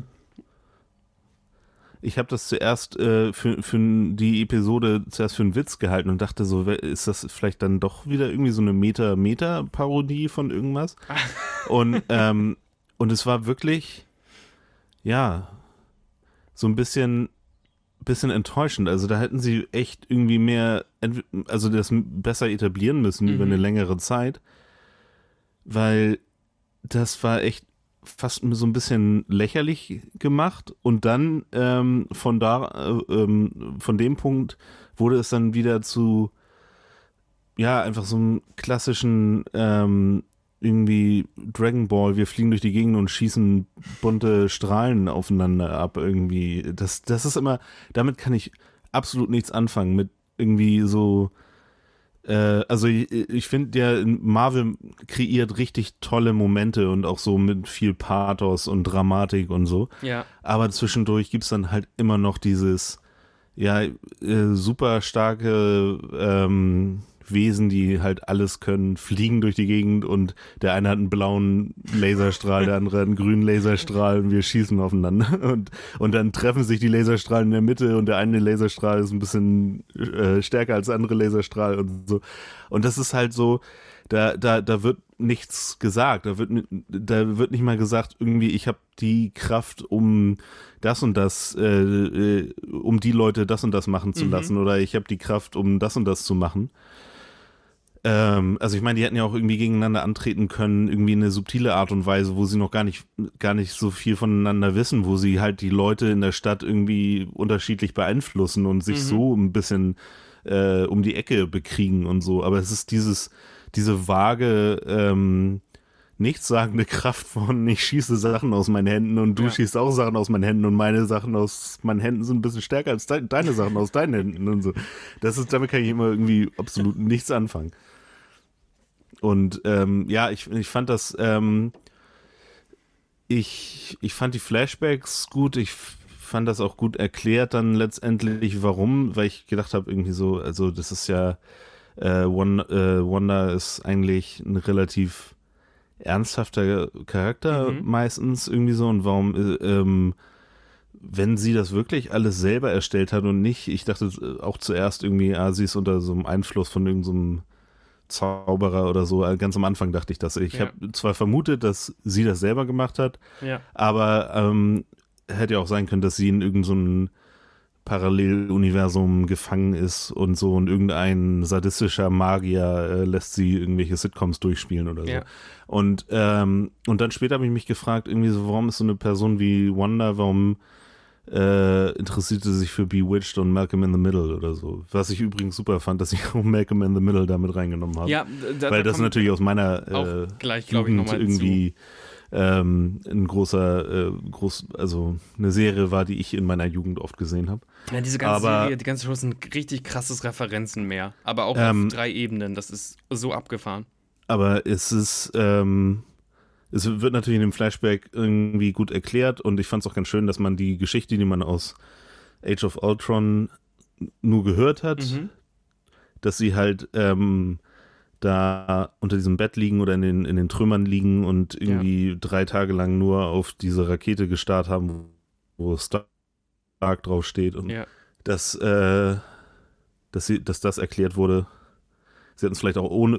[SPEAKER 3] Ich habe das zuerst äh, für, für die Episode zuerst für einen Witz gehalten und dachte so, ist das vielleicht dann doch wieder irgendwie so eine Meta-Meta-Parodie von irgendwas? und, ähm, und es war wirklich, ja, so ein bisschen, bisschen enttäuschend. Also da hätten sie echt irgendwie mehr, also das besser etablieren müssen mhm. über eine längere Zeit, weil das war echt fast so ein bisschen lächerlich gemacht und dann ähm, von da äh, ähm, von dem Punkt wurde es dann wieder zu ja einfach so einem klassischen ähm, irgendwie Dragon Ball, wir fliegen durch die Gegend und schießen bunte Strahlen aufeinander ab irgendwie. Das, das ist immer, damit kann ich absolut nichts anfangen mit irgendwie so, äh, also ich, ich finde, der Marvel kreiert richtig tolle Momente und auch so mit viel Pathos und Dramatik und so.
[SPEAKER 2] Ja.
[SPEAKER 3] Aber zwischendurch gibt's dann halt immer noch dieses, ja, äh, super starke ähm, Wesen, die halt alles können, fliegen durch die Gegend und der eine hat einen blauen Laserstrahl, der andere hat einen grünen Laserstrahl und wir schießen aufeinander und, und dann treffen sich die Laserstrahlen in der Mitte und der eine Laserstrahl ist ein bisschen äh, stärker als der andere Laserstrahl und so. Und das ist halt so, da, da, da wird nichts gesagt, da wird, da wird nicht mal gesagt, irgendwie, ich habe die Kraft, um das und das, äh, äh, um die Leute das und das machen zu mhm. lassen oder ich habe die Kraft, um das und das zu machen. Ähm, also ich meine, die hätten ja auch irgendwie gegeneinander antreten können, irgendwie in eine subtile Art und Weise, wo sie noch gar nicht, gar nicht so viel voneinander wissen, wo sie halt die Leute in der Stadt irgendwie unterschiedlich beeinflussen und sich mhm. so ein bisschen äh, um die Ecke bekriegen und so. Aber es ist dieses, diese vage, ähm, nichtssagende Kraft von, ich schieße Sachen aus meinen Händen und du ja. schießt auch Sachen aus meinen Händen und meine Sachen aus meinen Händen sind ein bisschen stärker als de- deine Sachen aus deinen Händen und so. Das ist, damit kann ich immer irgendwie absolut nichts anfangen. Und ähm, ja, ich, ich fand das, ähm, ich, ich fand die Flashbacks gut, ich fand das auch gut erklärt dann letztendlich, warum, weil ich gedacht habe, irgendwie so, also das ist ja, äh, Wanda, äh, Wanda ist eigentlich ein relativ ernsthafter Charakter mhm. meistens irgendwie so und warum, äh, ähm, wenn sie das wirklich alles selber erstellt hat und nicht, ich dachte auch zuerst irgendwie, ah, sie ist unter so einem Einfluss von irgendeinem so Zauberer oder so, ganz am Anfang dachte ich das. Ich ja. habe zwar vermutet, dass sie das selber gemacht hat,
[SPEAKER 2] ja.
[SPEAKER 3] aber ähm, hätte ja auch sein können, dass sie in irgendeinem so Paralleluniversum gefangen ist und so und irgendein sadistischer Magier äh, lässt sie irgendwelche Sitcoms durchspielen oder so.
[SPEAKER 2] Ja.
[SPEAKER 3] Und, ähm, und dann später habe ich mich gefragt, irgendwie so, warum ist so eine Person wie Wanda, warum äh, interessiert sie sich für Bewitched und Malcolm in the Middle oder so. Was ich übrigens super fand, dass ich auch Malcolm in the Middle damit reingenommen habe.
[SPEAKER 2] Ja, da,
[SPEAKER 3] weil
[SPEAKER 2] da
[SPEAKER 3] das natürlich aus meiner äh,
[SPEAKER 2] gleich, glaube ich, nochmal
[SPEAKER 3] irgendwie ähm, ein großer, äh, groß, also eine Serie war, die ich in meiner Jugend oft gesehen habe.
[SPEAKER 2] Ja, diese ganze
[SPEAKER 3] aber,
[SPEAKER 2] Serie, die ganze Show sind richtig krasses Referenzen mehr. Aber auch
[SPEAKER 3] ähm,
[SPEAKER 2] auf drei Ebenen. Das ist so abgefahren.
[SPEAKER 3] Aber es ist, ähm, es wird natürlich in dem Flashback irgendwie gut erklärt und ich fand es auch ganz schön, dass man die Geschichte, die man aus Age of Ultron nur gehört hat, mhm. dass sie halt ähm, da unter diesem Bett liegen oder in den, in den Trümmern liegen und irgendwie ja. drei Tage lang nur auf diese Rakete gestarrt haben, wo Stark drauf steht und
[SPEAKER 2] ja.
[SPEAKER 3] dass, äh, dass, sie, dass das erklärt wurde. Sie hätten es vielleicht auch ohne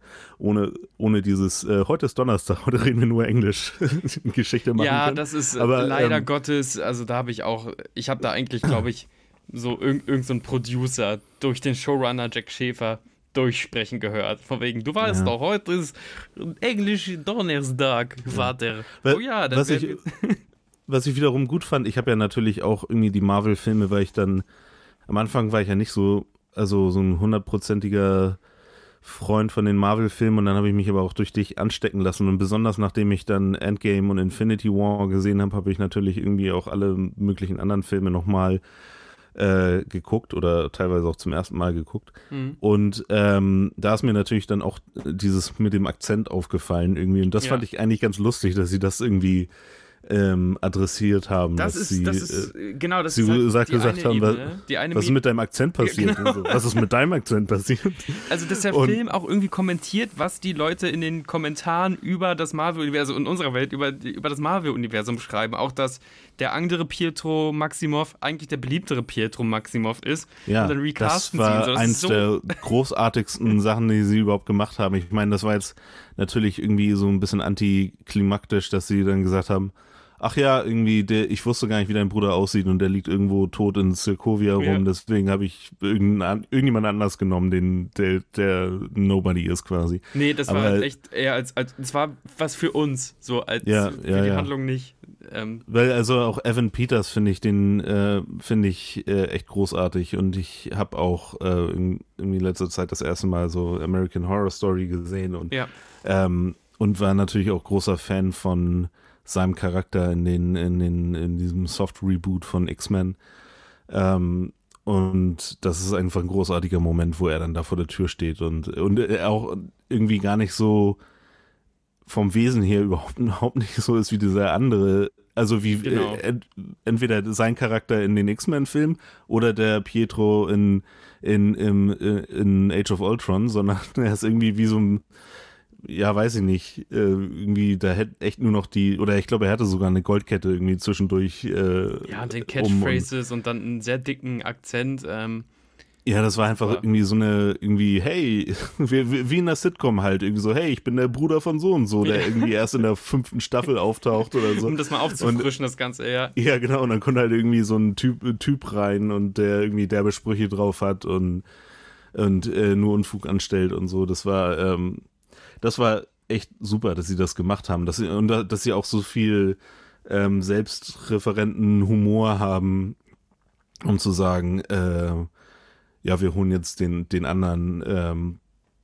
[SPEAKER 3] ohne, ohne dieses, äh, heute ist Donnerstag, heute reden wir nur Englisch, Geschichte machen
[SPEAKER 2] Ja,
[SPEAKER 3] können.
[SPEAKER 2] das ist
[SPEAKER 3] aber,
[SPEAKER 2] leider
[SPEAKER 3] ähm,
[SPEAKER 2] Gottes, also da habe ich auch, ich habe da eigentlich, glaube ich, so irg- irgend so ein Producer durch den Showrunner Jack Schäfer durchsprechen gehört. Von wegen, du weißt
[SPEAKER 3] ja.
[SPEAKER 2] doch, heute ist Englisch Donnerstag, Vater.
[SPEAKER 3] Ja.
[SPEAKER 2] Oh ja, dann
[SPEAKER 3] was ich, was ich wiederum gut fand, ich habe ja natürlich auch irgendwie die Marvel-Filme, weil ich dann, am Anfang war ich ja nicht so, also so ein hundertprozentiger Freund von den Marvel-Filmen und dann habe ich mich aber auch durch dich anstecken lassen und besonders nachdem ich dann Endgame und Infinity War gesehen habe, habe ich natürlich irgendwie auch alle möglichen anderen Filme nochmal äh, geguckt oder teilweise auch zum ersten Mal geguckt mhm. und ähm, da ist mir natürlich dann auch dieses mit dem Akzent aufgefallen irgendwie und das ja. fand ich eigentlich ganz lustig, dass sie das irgendwie Ähm, adressiert haben.
[SPEAKER 2] Das
[SPEAKER 3] dass
[SPEAKER 2] ist,
[SPEAKER 3] sie,
[SPEAKER 2] das ist,
[SPEAKER 3] äh,
[SPEAKER 2] genau, das
[SPEAKER 3] sie
[SPEAKER 2] ist halt
[SPEAKER 3] gesagt,
[SPEAKER 2] die
[SPEAKER 3] gesagt
[SPEAKER 2] eine
[SPEAKER 3] haben,
[SPEAKER 2] Ebene, die eine
[SPEAKER 3] was ist mit deinem Akzent passiert?
[SPEAKER 2] Genau.
[SPEAKER 3] Und so. Was ist mit deinem Akzent passiert?
[SPEAKER 2] Also, dass der
[SPEAKER 3] und,
[SPEAKER 2] Film auch irgendwie kommentiert, was die Leute in den Kommentaren über das Marvel-Universum, in unserer Welt, über, über das Marvel-Universum schreiben. Auch, dass der andere Pietro Maximoff eigentlich der beliebtere Pietro Maximoff ist.
[SPEAKER 3] Ja,
[SPEAKER 2] und dann recasten
[SPEAKER 3] das war
[SPEAKER 2] sie ihn. So, das
[SPEAKER 3] eins
[SPEAKER 2] so
[SPEAKER 3] der großartigsten Sachen, die sie überhaupt gemacht haben. Ich meine, das war jetzt natürlich irgendwie so ein bisschen antiklimaktisch, dass sie dann gesagt haben, ach ja, irgendwie, der, ich wusste gar nicht, wie dein Bruder aussieht und der liegt irgendwo tot in Sokovia rum, ja. deswegen habe ich irgendein, irgendjemand anders genommen, den, der, der Nobody ist quasi.
[SPEAKER 2] Nee, das
[SPEAKER 3] Aber,
[SPEAKER 2] war echt eher als, als, das war was für uns, so als
[SPEAKER 3] ja,
[SPEAKER 2] für
[SPEAKER 3] ja,
[SPEAKER 2] die
[SPEAKER 3] ja.
[SPEAKER 2] Handlung nicht. Ähm.
[SPEAKER 3] Weil also auch Evan Peters finde ich, den äh, finde ich äh, echt großartig und ich habe auch äh, in, in letzter Zeit das erste Mal so American Horror Story gesehen und
[SPEAKER 2] ja.
[SPEAKER 3] ähm, und war natürlich auch großer Fan von seinem Charakter in den, in den, in diesem Soft-Reboot von X-Men. Ähm, und das ist einfach ein großartiger Moment, wo er dann da vor der Tür steht und, und er auch irgendwie gar nicht so vom Wesen her überhaupt, überhaupt nicht so ist wie dieser andere. Also wie
[SPEAKER 2] Genau.
[SPEAKER 3] äh, ent, entweder sein Charakter in den X-Men-Filmen oder der Pietro in, in, in, in Age of Ultron, sondern er ist irgendwie wie so ein, ja, weiß ich nicht, äh, irgendwie, da hätte echt nur noch die, oder ich glaube, er hatte sogar eine Goldkette irgendwie zwischendurch. Äh,
[SPEAKER 2] Ja, und den
[SPEAKER 3] um,
[SPEAKER 2] Catchphrases und, und dann einen sehr dicken Akzent. Ähm,
[SPEAKER 3] ja, das war einfach
[SPEAKER 2] ja.
[SPEAKER 3] irgendwie so eine, irgendwie, hey, wie, wie in der Sitcom halt, irgendwie so, hey, ich bin der Bruder von so und so, der
[SPEAKER 2] Ja.
[SPEAKER 3] irgendwie erst in der fünften Staffel auftaucht oder so.
[SPEAKER 2] Um das mal aufzufrischen, und, das Ganze, ja.
[SPEAKER 3] Ja, genau, und dann kommt halt irgendwie so ein Typ, Typ rein und der irgendwie derbe Sprüche drauf hat und, und äh, nur Unfug anstellt und so. Das war, ähm, das war echt super, dass sie das gemacht haben, dass sie, und da, dass sie auch so viel ähm, selbstreferenten Humor haben, um zu sagen, äh, ja, wir holen jetzt den, den anderen, ähm,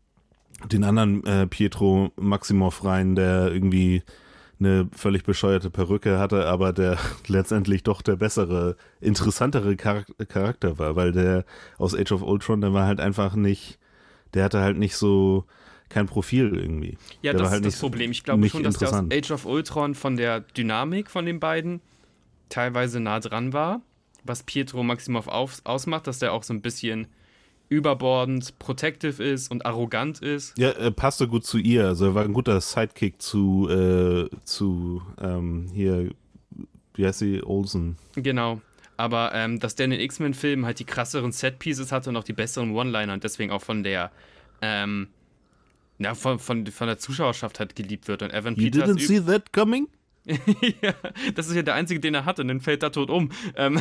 [SPEAKER 3] den anderen äh, Pietro Maximoff rein, der irgendwie eine völlig bescheuerte Perücke hatte, aber der letztendlich doch der bessere, interessantere Charak- Charakter war, weil der aus Age of Ultron, der war halt einfach nicht, der hatte halt nicht so kein Profil irgendwie.
[SPEAKER 2] Ja,
[SPEAKER 3] der
[SPEAKER 2] das
[SPEAKER 3] war halt
[SPEAKER 2] ist das
[SPEAKER 3] nicht,
[SPEAKER 2] Problem. Ich glaube
[SPEAKER 3] nicht
[SPEAKER 2] schon, dass der aus
[SPEAKER 3] interessant.
[SPEAKER 2] Age of Ultron von der Dynamik von den beiden teilweise nah dran war, was Pietro Maximoff auf, ausmacht, dass der auch so ein bisschen überbordend, protective ist und arrogant ist.
[SPEAKER 3] Ja, er passte gut zu ihr. Also er war ein guter Sidekick zu, äh, zu ähm, hier, wie heißt sie, Olsen.
[SPEAKER 2] Genau. Aber ähm, dass der in den X-Men-Filmen halt die krasseren Set-Pieces hatte und auch die besseren One-Liner und deswegen auch von der ähm, ja, von, von, von der Zuschauerschaft halt geliebt wird. Und Evan
[SPEAKER 3] You
[SPEAKER 2] Peters
[SPEAKER 3] didn't see that coming?
[SPEAKER 2] ja, das ist ja der einzige, den er hat und dann fällt er tot um. Ähm,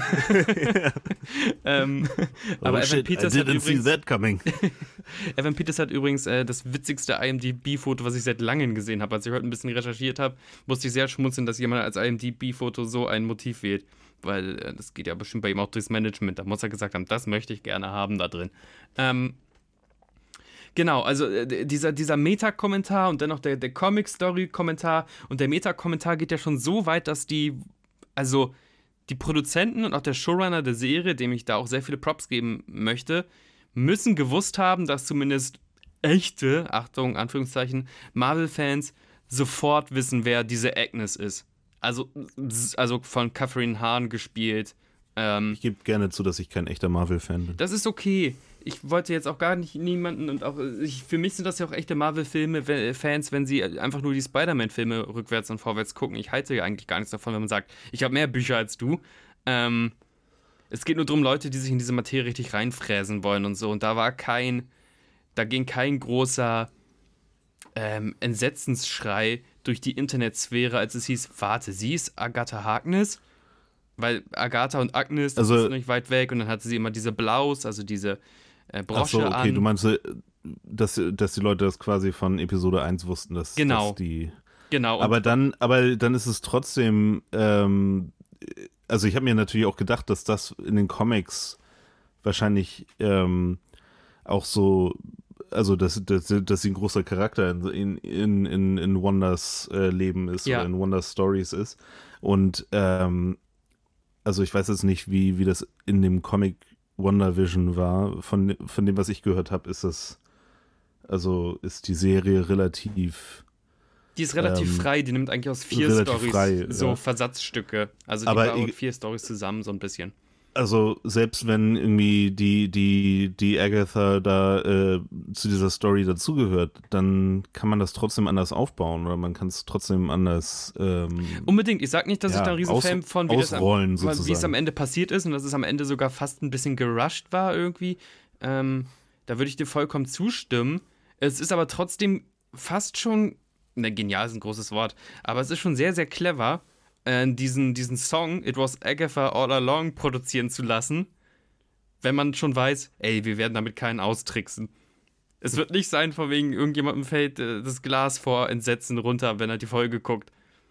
[SPEAKER 2] ähm,
[SPEAKER 3] Oh
[SPEAKER 2] aber Evan
[SPEAKER 3] shit, I
[SPEAKER 2] Peters hat
[SPEAKER 3] didn't see
[SPEAKER 2] übrigens,
[SPEAKER 3] that coming.
[SPEAKER 2] Evan Peters hat übrigens äh, das witzigste I M D B-Foto, was ich seit langem gesehen habe. Als ich heute ein bisschen recherchiert habe, musste ich sehr schmunzeln, dass jemand als I M D B-Foto so ein Motiv wählt. Weil äh, das geht ja bestimmt bei ihm auch durchs Management. Da muss er gesagt haben, das möchte ich gerne haben da drin. Ähm, Genau, also äh, dieser, dieser Meta-Kommentar und dennoch der, der Comic-Story-Kommentar und der Meta-Kommentar geht ja schon so weit, dass die, also die Produzenten und auch der Showrunner der Serie, dem ich da auch sehr viele Props geben möchte, müssen gewusst haben, dass zumindest echte, Achtung, Anführungszeichen, Marvel-Fans sofort wissen, wer diese Agnes ist. Also, also von Catherine Hahn gespielt. Ähm,
[SPEAKER 3] Ich gebe gerne zu, dass ich kein echter Marvel-Fan bin.
[SPEAKER 2] Das ist okay. Ich wollte jetzt auch gar nicht niemanden und auch ich, für mich sind das ja auch echte Marvel-Filme, Fans, wenn sie einfach nur die Spider-Man-Filme rückwärts und vorwärts gucken. Ich halte ja eigentlich gar nichts davon, wenn man sagt, ich habe mehr Bücher als du. Ähm, es geht nur darum, Leute, die sich in diese Materie richtig reinfräsen wollen und so. Und da war kein, da ging kein großer ähm, Entsetzensschrei durch die Internetsphäre, als es hieß, warte, sie ist Agatha Harkness? Weil Agatha und Agnes, das
[SPEAKER 3] Also-
[SPEAKER 2] ist nicht weit weg und dann hatte sie immer diese Blaus, also diese äh, Brosche
[SPEAKER 3] Ach so, okay,
[SPEAKER 2] an.
[SPEAKER 3] du meinst, äh, dass, dass die Leute das quasi von Episode eins wussten, dass,
[SPEAKER 2] Genau.
[SPEAKER 3] dass die...
[SPEAKER 2] Genau. und-
[SPEAKER 3] Aber dann, aber dann ist es trotzdem, ähm, also ich habe mir natürlich auch gedacht, dass das in den Comics wahrscheinlich ähm, auch so, also dass, dass, dass sie ein großer Charakter in, in, in, in Wanders äh, Leben ist
[SPEAKER 2] Ja.
[SPEAKER 3] oder in Wanders Stories ist. Und ähm, also ich weiß jetzt nicht, wie, wie das in dem Comic WandaVision war. Von, von dem, was ich gehört habe, ist das, also ist die Serie relativ...
[SPEAKER 2] Die ist relativ
[SPEAKER 3] ähm,
[SPEAKER 2] frei, die nimmt eigentlich aus vier
[SPEAKER 3] relativ
[SPEAKER 2] Stories
[SPEAKER 3] frei,
[SPEAKER 2] so
[SPEAKER 3] ja.
[SPEAKER 2] Versatzstücke. Also die
[SPEAKER 3] Aber
[SPEAKER 2] bauen
[SPEAKER 3] ich-
[SPEAKER 2] vier Stories zusammen, so ein bisschen.
[SPEAKER 3] Also selbst wenn irgendwie die, die, die Agatha da äh, zu dieser Story dazugehört, dann kann man das trotzdem anders aufbauen oder man kann es trotzdem anders ähm,
[SPEAKER 2] Unbedingt, ich sag nicht, dass
[SPEAKER 3] ja,
[SPEAKER 2] ich da ein Riesenfan
[SPEAKER 3] aus-
[SPEAKER 2] von wie das am,
[SPEAKER 3] ausrollen
[SPEAKER 2] wie es am
[SPEAKER 3] sozusagen.
[SPEAKER 2] Ende passiert ist und dass es am Ende sogar fast ein bisschen gerusht war irgendwie. Ähm, da würde ich dir vollkommen zustimmen. Es ist aber trotzdem fast schon, ne, genial ist ein großes Wort, aber es ist schon sehr, sehr clever, äh, diesen, diesen Song It Was Agatha All Along produzieren zu lassen, wenn man schon weiß, ey, wir werden damit keinen austricksen. Es wird nicht sein, von wegen irgendjemandem fällt äh, das Glas vor Entsetzen runter, wenn er die Folge guckt.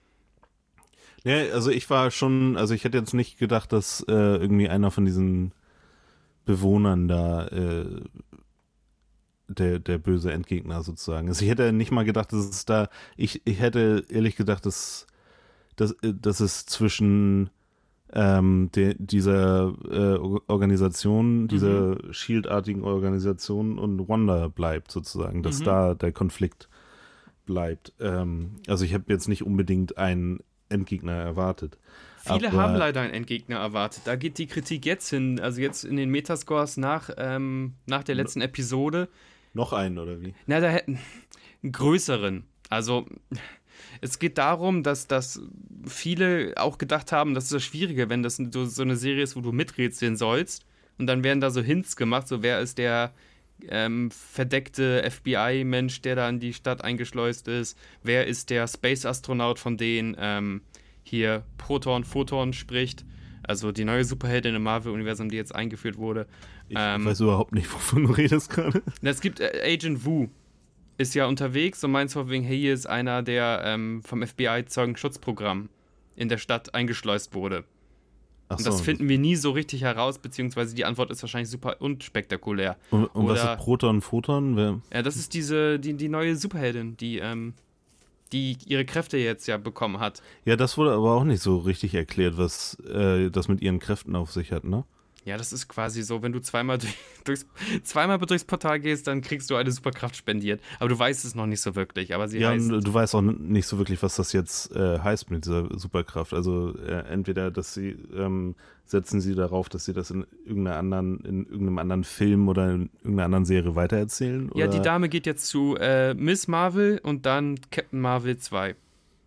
[SPEAKER 3] Ja, also ich war schon, also ich hätte jetzt nicht gedacht, dass äh, irgendwie einer von diesen Bewohnern da äh, der, der böse Endgegner sozusagen. Also ich hätte nicht mal gedacht, dass es da, ich, ich hätte ehrlich gedacht, dass, dass, dass es zwischen ähm, de, dieser äh, Organisation, dieser
[SPEAKER 2] Mhm.
[SPEAKER 3] Shield-artigen Organisation und Wanda bleibt sozusagen, dass
[SPEAKER 2] Mhm.
[SPEAKER 3] da der Konflikt bleibt. Ähm, also ich habe jetzt nicht unbedingt einen Endgegner erwartet.
[SPEAKER 2] Viele haben
[SPEAKER 3] Aber
[SPEAKER 2] leider einen Endgegner erwartet. Da geht die Kritik jetzt hin. Also jetzt in den Metascores nach, ähm, nach der
[SPEAKER 3] n-
[SPEAKER 2] letzten Episode.
[SPEAKER 3] noch einen oder wie?
[SPEAKER 2] Na, da hätten einen größeren. Also es geht darum, dass, dass viele auch gedacht haben, das ist das Schwierige, wenn das so, so eine Serie ist, wo du miträtseln sollst. Und dann werden da so Hints gemacht, so wer ist der ähm, verdeckte F B I-Mensch, der da in die Stadt eingeschleust ist. Wer ist der Space-Astronaut, von denen ähm, hier Proton, Photon spricht. Also die neue Superheldin im Marvel-Universum, die jetzt eingeführt wurde.
[SPEAKER 3] Ich, ich
[SPEAKER 2] Ähm,
[SPEAKER 3] weiß überhaupt nicht, wovon du redest gerade.
[SPEAKER 2] es gibt äh, Agent Wu, ist ja unterwegs und meint so wegen, hey, hier ist einer, der ähm, vom F B I-Zeugenschutzprogramm in der Stadt eingeschleust wurde.
[SPEAKER 3] Ach
[SPEAKER 2] Und das
[SPEAKER 3] so, das,
[SPEAKER 2] finden wir nie so richtig heraus, beziehungsweise die Antwort ist wahrscheinlich super unspektakulär.
[SPEAKER 3] und, und was ist
[SPEAKER 2] Oder,
[SPEAKER 3] Proton, Photon? Wer,
[SPEAKER 2] ja, das ist diese, die, die neue Superheldin, die, ähm, die ihre Kräfte jetzt ja bekommen hat.
[SPEAKER 3] ja, das wurde aber auch nicht so richtig erklärt, was äh, das mit ihren Kräften auf sich hat, ne?
[SPEAKER 2] Ja, das ist quasi so, wenn du zweimal, durch, durchs, zweimal durchs Portal gehst, dann kriegst du eine Superkraft spendiert. Aber du weißt es noch nicht so wirklich. Aber sie
[SPEAKER 3] Ja,
[SPEAKER 2] heißt.
[SPEAKER 3] und du weißt auch n- nicht so wirklich, was das jetzt äh, heißt mit dieser Superkraft. Also äh, entweder, dass sie ähm, setzen sie darauf, dass sie das in irgendeiner anderen, in irgendeinem anderen Film oder in irgendeiner anderen Serie weitererzählen?
[SPEAKER 2] Ja, die
[SPEAKER 3] Oder?
[SPEAKER 2] Dame geht jetzt zu äh, Miss Marvel und dann Captain Marvel zwei.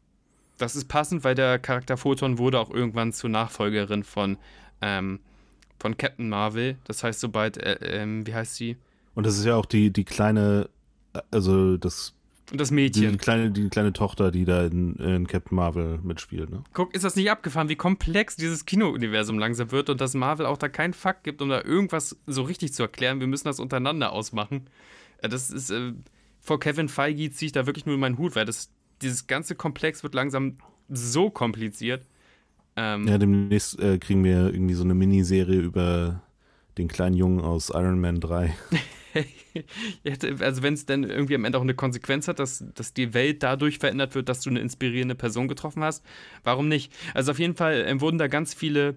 [SPEAKER 2] Das ist passend, weil der Charakter Photon wurde auch irgendwann zur Nachfolgerin von, ähm, von Captain Marvel. Das heißt, sobald, äh, ähm, wie heißt sie?
[SPEAKER 3] Und das ist ja auch die, die kleine, äh, also das,
[SPEAKER 2] Und das
[SPEAKER 3] die
[SPEAKER 2] Mädchen.
[SPEAKER 3] kleine, die kleine Tochter, die da in, in Captain Marvel mitspielt, ne?
[SPEAKER 2] Guck, ist das nicht abgefahren, wie komplex dieses Kino-Universum langsam wird und dass Marvel auch da keinen Fakt gibt, um da irgendwas so richtig zu erklären. Wir müssen das untereinander ausmachen. Äh, Das ist, äh, vor Kevin Feige ziehe ich da wirklich nur meinen Hut, weil das, dieses ganze Komplex wird langsam so kompliziert. Ähm,
[SPEAKER 3] Ja, demnächst äh, kriegen wir irgendwie so eine Miniserie über den kleinen Jungen aus Iron Man drei.
[SPEAKER 2] also wenn es dann irgendwie am Ende auch eine Konsequenz hat, dass, dass die Welt dadurch verändert wird, dass du eine inspirierende Person getroffen hast, warum nicht? Also auf jeden Fall äh, wurden da ganz viele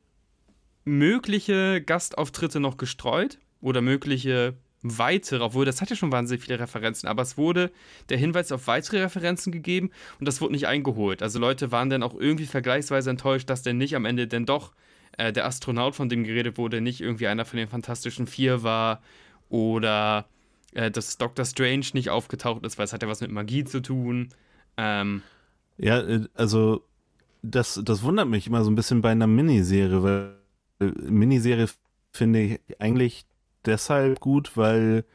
[SPEAKER 2] mögliche Gastauftritte noch gestreut oder mögliche weitere, obwohl das hat ja schon wahnsinnig viele Referenzen, aber es wurde der Hinweis auf weitere Referenzen gegeben und das wurde nicht eingeholt. Also Leute waren dann auch irgendwie vergleichsweise enttäuscht, dass denn nicht am Ende denn doch äh, der Astronaut, von dem geredet wurde, nicht irgendwie einer von den Fantastischen Vier war oder äh, dass Doctor Strange nicht aufgetaucht ist, weil es hat ja was mit Magie zu tun. Ähm,
[SPEAKER 3] Ja, äh, also das, das wundert mich immer so ein bisschen bei einer Miniserie, weil äh, Miniserie finde ich eigentlich deshalb gut, weil,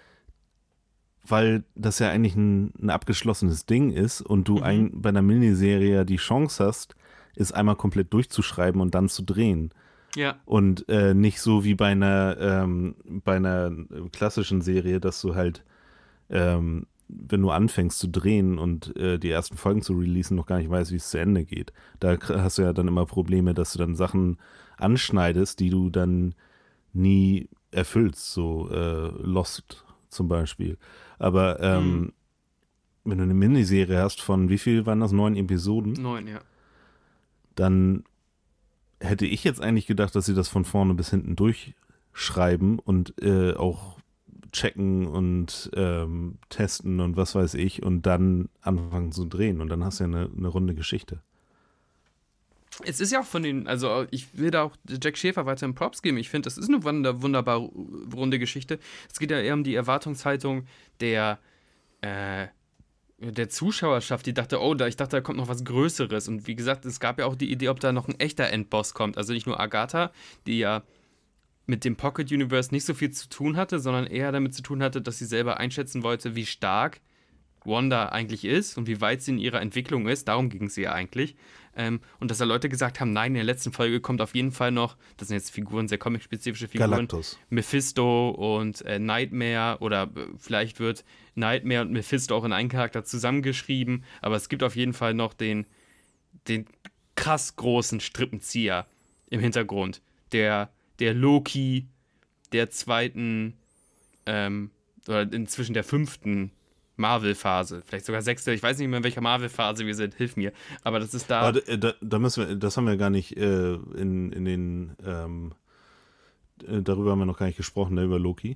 [SPEAKER 3] weil das ja eigentlich ein, ein abgeschlossenes Ding ist und du
[SPEAKER 2] mhm.
[SPEAKER 3] ein, bei einer Miniserie ja die Chance hast, es einmal komplett durchzuschreiben und dann zu drehen.
[SPEAKER 2] Ja.
[SPEAKER 3] Und äh, nicht so wie bei einer, ähm, bei einer klassischen Serie, dass du halt, ähm, wenn du anfängst zu drehen und äh, die ersten Folgen zu releasen, noch gar nicht weißt, wie es zu Ende geht. Da k- hast du ja dann immer Probleme, dass du dann Sachen anschneidest, die du dann nie erfüllst, so äh, Lost zum Beispiel. Aber ähm,
[SPEAKER 2] Mhm.
[SPEAKER 3] wenn du eine Miniserie hast von, wie viel waren das, neun Episoden,
[SPEAKER 2] Neun, ja.
[SPEAKER 3] dann hätte ich jetzt eigentlich gedacht, dass sie das von vorne bis hinten durchschreiben und äh, auch checken und ähm, testen und was weiß ich und dann anfangen zu drehen und dann hast du ja eine, eine runde Geschichte.
[SPEAKER 2] Es ist ja auch von den, also ich will da auch Jack Schäfer weiterhin Props geben. Ich finde, das ist eine wunder, wunderbar runde Geschichte. Es geht ja eher um die Erwartungshaltung der, äh, der Zuschauerschaft, die dachte, oh, da, ich dachte, da kommt noch was Größeres. Und wie gesagt, es gab ja auch die Idee, ob da noch ein echter Endboss kommt. Also nicht nur Agatha, die ja mit dem Pocket Universe nicht so viel zu tun hatte, sondern eher damit zu tun hatte, dass sie selber einschätzen wollte, wie stark Wanda eigentlich ist und wie weit sie in ihrer Entwicklung ist. Darum ging es ihr eigentlich. Ähm, und dass da Leute gesagt haben, nein, in der letzten Folge kommt auf jeden Fall noch, das sind jetzt Figuren, sehr comic-spezifische Figuren,
[SPEAKER 3] Galactus.
[SPEAKER 2] Mephisto und äh, Nightmare oder äh, vielleicht wird Nightmare und Mephisto auch in einen Charakter zusammengeschrieben, aber es gibt auf jeden Fall noch den, den krass großen Strippenzieher im Hintergrund, der, der Loki der zweiten ähm, oder inzwischen der fünften Marvel-Phase, vielleicht sogar sechste, ich weiß nicht mehr, in welcher Marvel-Phase wir sind, hilf mir, aber das ist da...
[SPEAKER 3] Aber da, da müssen wir, das haben wir gar nicht äh, in, in den, ähm, darüber haben wir noch gar nicht gesprochen, ne, über Loki.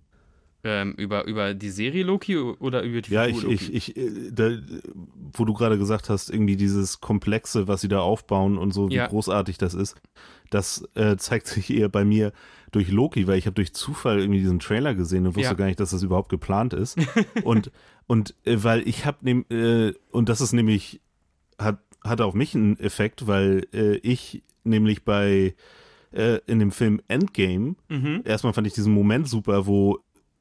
[SPEAKER 2] Ähm, über, über die Serie Loki oder über die
[SPEAKER 3] Ja,
[SPEAKER 2] Figur
[SPEAKER 3] ich,
[SPEAKER 2] Loki?
[SPEAKER 3] ich, ich, da, wo du gerade gesagt hast, irgendwie dieses Komplexe, was sie da aufbauen und so, wie
[SPEAKER 2] Ja.
[SPEAKER 3] großartig das ist, das äh, zeigt sich eher bei mir durch Loki, weil ich habe durch Zufall irgendwie diesen Trailer gesehen und wusste
[SPEAKER 2] Ja.
[SPEAKER 3] gar nicht, dass das überhaupt geplant ist. und und äh, weil ich habe, nehm, äh, und das ist nämlich, hat, hat auf mich einen Effekt, weil äh, ich nämlich bei, äh, in dem Film Endgame,
[SPEAKER 2] Mhm.
[SPEAKER 3] erstmal fand ich diesen Moment super, wo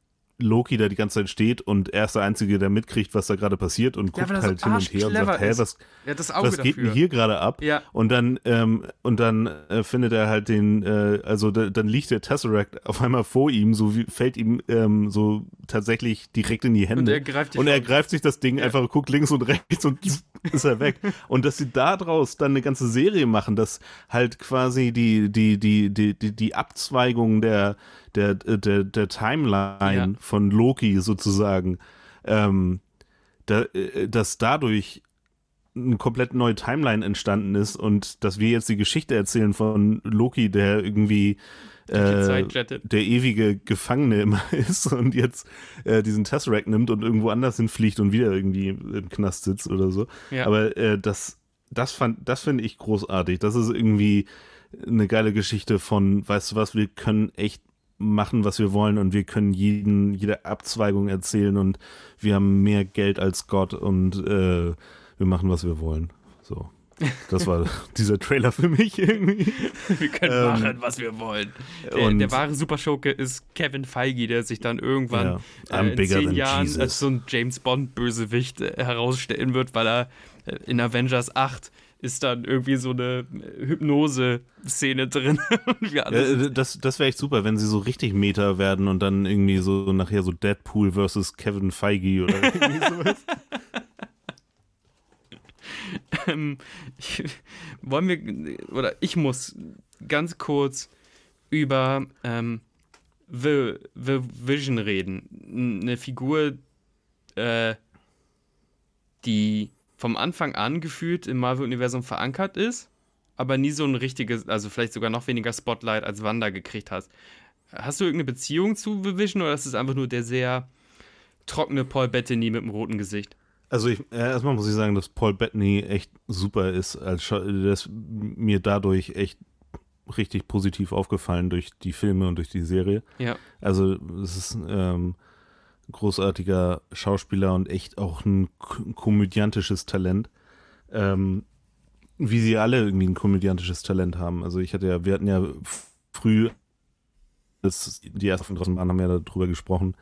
[SPEAKER 3] Loki da die ganze Zeit steht und er ist der Einzige, der mitkriegt, was da gerade passiert und
[SPEAKER 2] Ja,
[SPEAKER 3] guckt
[SPEAKER 2] weil er so
[SPEAKER 3] halt hin und her und sagt, hä,
[SPEAKER 2] arschclever
[SPEAKER 3] was,
[SPEAKER 2] Ja, das Auge
[SPEAKER 3] was geht
[SPEAKER 2] dafür.
[SPEAKER 3] denn hier gerade ab?
[SPEAKER 2] Ja.
[SPEAKER 3] Und dann, ähm, und dann äh, findet er halt den, äh, also da, dann liegt der Tesseract auf einmal vor ihm, so wie, fällt ihm ähm, so tatsächlich direkt in die Hände.
[SPEAKER 2] Und er greift die
[SPEAKER 3] Und er
[SPEAKER 2] Chance.
[SPEAKER 3] greift sich das Ding
[SPEAKER 2] Ja.
[SPEAKER 3] einfach, guckt links und rechts und ist er weg. Und dass sie daraus dann eine ganze Serie machen, dass halt quasi die, die, die, die, die, die Abzweigung der, der, der, der Timeline
[SPEAKER 2] Ja.
[SPEAKER 3] von Loki sozusagen, ähm, da, äh, dass dadurch eine komplett neue Timeline entstanden ist und dass wir jetzt die Geschichte erzählen von Loki, der irgendwie
[SPEAKER 2] Durch die
[SPEAKER 3] äh,
[SPEAKER 2] Zeit jettet.
[SPEAKER 3] der ewige Gefangene immer ist und jetzt äh, diesen Tesseract nimmt und irgendwo anders hinfliegt und wieder irgendwie im Knast sitzt oder so.
[SPEAKER 2] Ja.
[SPEAKER 3] Aber äh, das, das fand, das finde ich großartig. Das ist irgendwie eine geile Geschichte von, weißt du was, wir können echt machen, was wir wollen und wir können jeden, jede Abzweigung erzählen und wir haben mehr Geld als Gott und äh, wir machen, was wir wollen. So. Das war dieser Trailer für mich irgendwie.
[SPEAKER 2] Wir können
[SPEAKER 3] Ähm,
[SPEAKER 2] machen, was wir wollen. Der,
[SPEAKER 3] und-
[SPEAKER 2] der wahre Superschurke ist Kevin Feige, der sich dann irgendwann
[SPEAKER 3] Ja, I'm
[SPEAKER 2] äh, in
[SPEAKER 3] bigger
[SPEAKER 2] zehn
[SPEAKER 3] than
[SPEAKER 2] Jahren
[SPEAKER 3] Jesus.
[SPEAKER 2] als so ein James Bond-Bösewicht äh, herausstellen wird, weil er äh, in Avengers acht ist dann irgendwie so eine äh, Hypnose-Szene drin. Und wir alle
[SPEAKER 3] Ja, das das wäre echt super, wenn sie so richtig Meta werden und dann irgendwie so nachher so Deadpool versus Kevin Feige oder irgendwie sowas.
[SPEAKER 2] Ähm, ich, wollen wir, oder ich muss ganz kurz über ähm, The, The Vision reden. Eine Figur, äh, die vom Anfang an gefühlt im Marvel-Universum verankert ist, aber nie so ein richtiges, also vielleicht sogar noch weniger Spotlight als Wanda gekriegt hast. Hast du irgendeine Beziehung zu The Vision oder ist es einfach nur der sehr trockene Paul Bettany mit dem roten Gesicht?
[SPEAKER 3] Also ich, äh, erstmal muss ich sagen, dass Paul Bettany echt super ist. Als Schau- der ist mir dadurch echt richtig positiv aufgefallen durch die Filme und durch die Serie.
[SPEAKER 2] Ja.
[SPEAKER 3] Also es ist ähm, ein großartiger Schauspieler und echt auch ein k- komödiantisches Talent. Ähm, wie sie alle irgendwie ein komödiantisches Talent haben. Also ich hatte ja, wir hatten ja f- früh, das, die ersten von draußen waren, haben ja darüber gesprochen.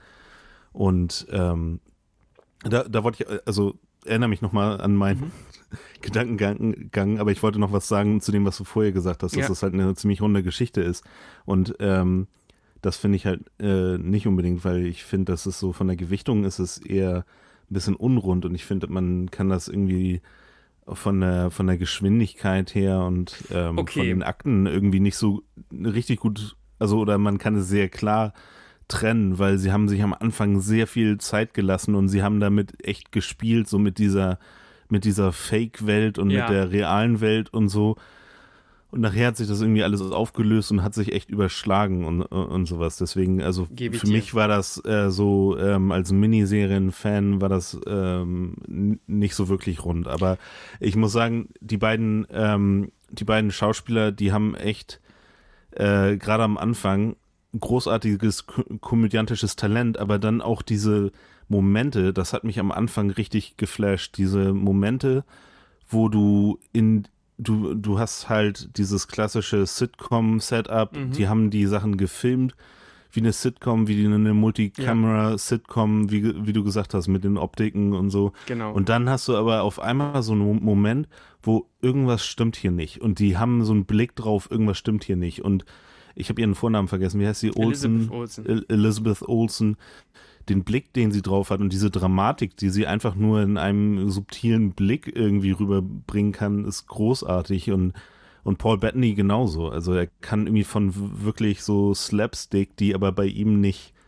[SPEAKER 3] Und ähm, da, da wollte ich, also erinnere mich nochmal an meinen
[SPEAKER 2] Mhm.
[SPEAKER 3] Gedankengang, Gang, aber ich wollte noch was sagen zu dem, was du vorher gesagt hast, dass
[SPEAKER 2] Ja.
[SPEAKER 3] das halt eine ziemlich runde Geschichte ist. Und ähm, das finde ich halt äh, nicht unbedingt, weil ich finde, dass es so von der Gewichtung ist es eher ein bisschen unrund und ich finde, man kann das irgendwie von der, von der Geschwindigkeit her und ähm,
[SPEAKER 2] Okay.
[SPEAKER 3] von den Akten irgendwie nicht so richtig gut, also oder man kann es sehr klar trennen, weil sie haben sich am Anfang sehr viel Zeit gelassen und sie haben damit echt gespielt, so mit dieser, mit dieser Fake-Welt und
[SPEAKER 2] Ja.
[SPEAKER 3] mit der realen Welt und so. Und nachher hat sich das irgendwie alles aufgelöst und hat sich echt überschlagen und, und sowas. Deswegen, also
[SPEAKER 2] Gebe ich
[SPEAKER 3] für
[SPEAKER 2] dir.
[SPEAKER 3] mich war das äh, so, ähm, als Miniserien-Fan war das ähm, n- nicht so wirklich rund. Aber ich muss sagen, die beiden, ähm, die beiden Schauspieler, die haben echt äh, gerade am Anfang großartiges ko- komödiantisches Talent, aber dann auch diese Momente, das hat mich am Anfang richtig geflasht, diese Momente, wo du in du du hast halt dieses klassische Sitcom-Setup,
[SPEAKER 2] Mhm.
[SPEAKER 3] die haben die Sachen gefilmt wie eine Sitcom, wie eine Multicamera-Sitcom, wie, ge- wie du gesagt hast, mit den Optiken und so.
[SPEAKER 2] Genau.
[SPEAKER 3] Und dann hast du aber auf einmal so einen Mo- Moment, wo irgendwas stimmt hier nicht. Und die haben so einen Blick drauf, irgendwas stimmt hier nicht. Und ich habe ihren Vornamen vergessen. Wie heißt sie? Olsen?
[SPEAKER 2] Elizabeth Olsen.
[SPEAKER 3] El- Elizabeth Olsen. Den Blick, den sie drauf hat und diese Dramatik, die sie einfach nur in einem subtilen Blick irgendwie rüberbringen kann, ist großartig. Und, und Paul Bettany genauso. Also er kann irgendwie von w- wirklich so Slapstick, die aber bei ihm nicht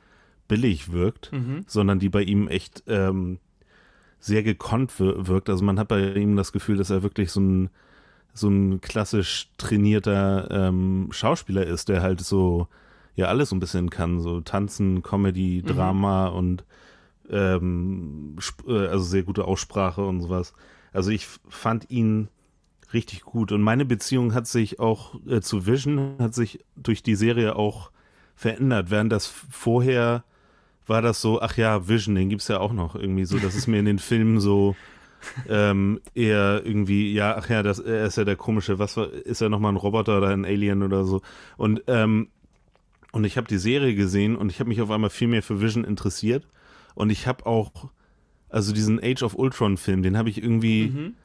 [SPEAKER 3] billig wirkt,
[SPEAKER 2] Mhm.
[SPEAKER 3] sondern die bei ihm echt ähm, sehr gekonnt wir- wirkt. Also man hat bei ihm das Gefühl, dass er wirklich so ein, so ein klassisch trainierter ähm, Schauspieler ist, der halt so ja alles so ein bisschen kann, so Tanzen, Comedy,
[SPEAKER 2] Mhm.
[SPEAKER 3] Drama und ähm, sp- äh, also sehr gute Aussprache und sowas. Also ich f- fand ihn richtig gut und meine Beziehung hat sich auch äh, zu Vision hat sich durch die Serie auch verändert, während das f- vorher war das so, ach ja, Vision, den gibt's ja auch noch irgendwie so, das ist mir in den Filmen so ähm, eher irgendwie, ja, ach ja, das, er ist ja der komische, was war, ist er nochmal ein Roboter oder ein Alien oder so und ähm, und ich habe die Serie gesehen und ich habe mich auf einmal viel mehr für Vision interessiert und ich habe auch, also diesen Age of Ultron Film, den habe ich irgendwie
[SPEAKER 2] Mhm.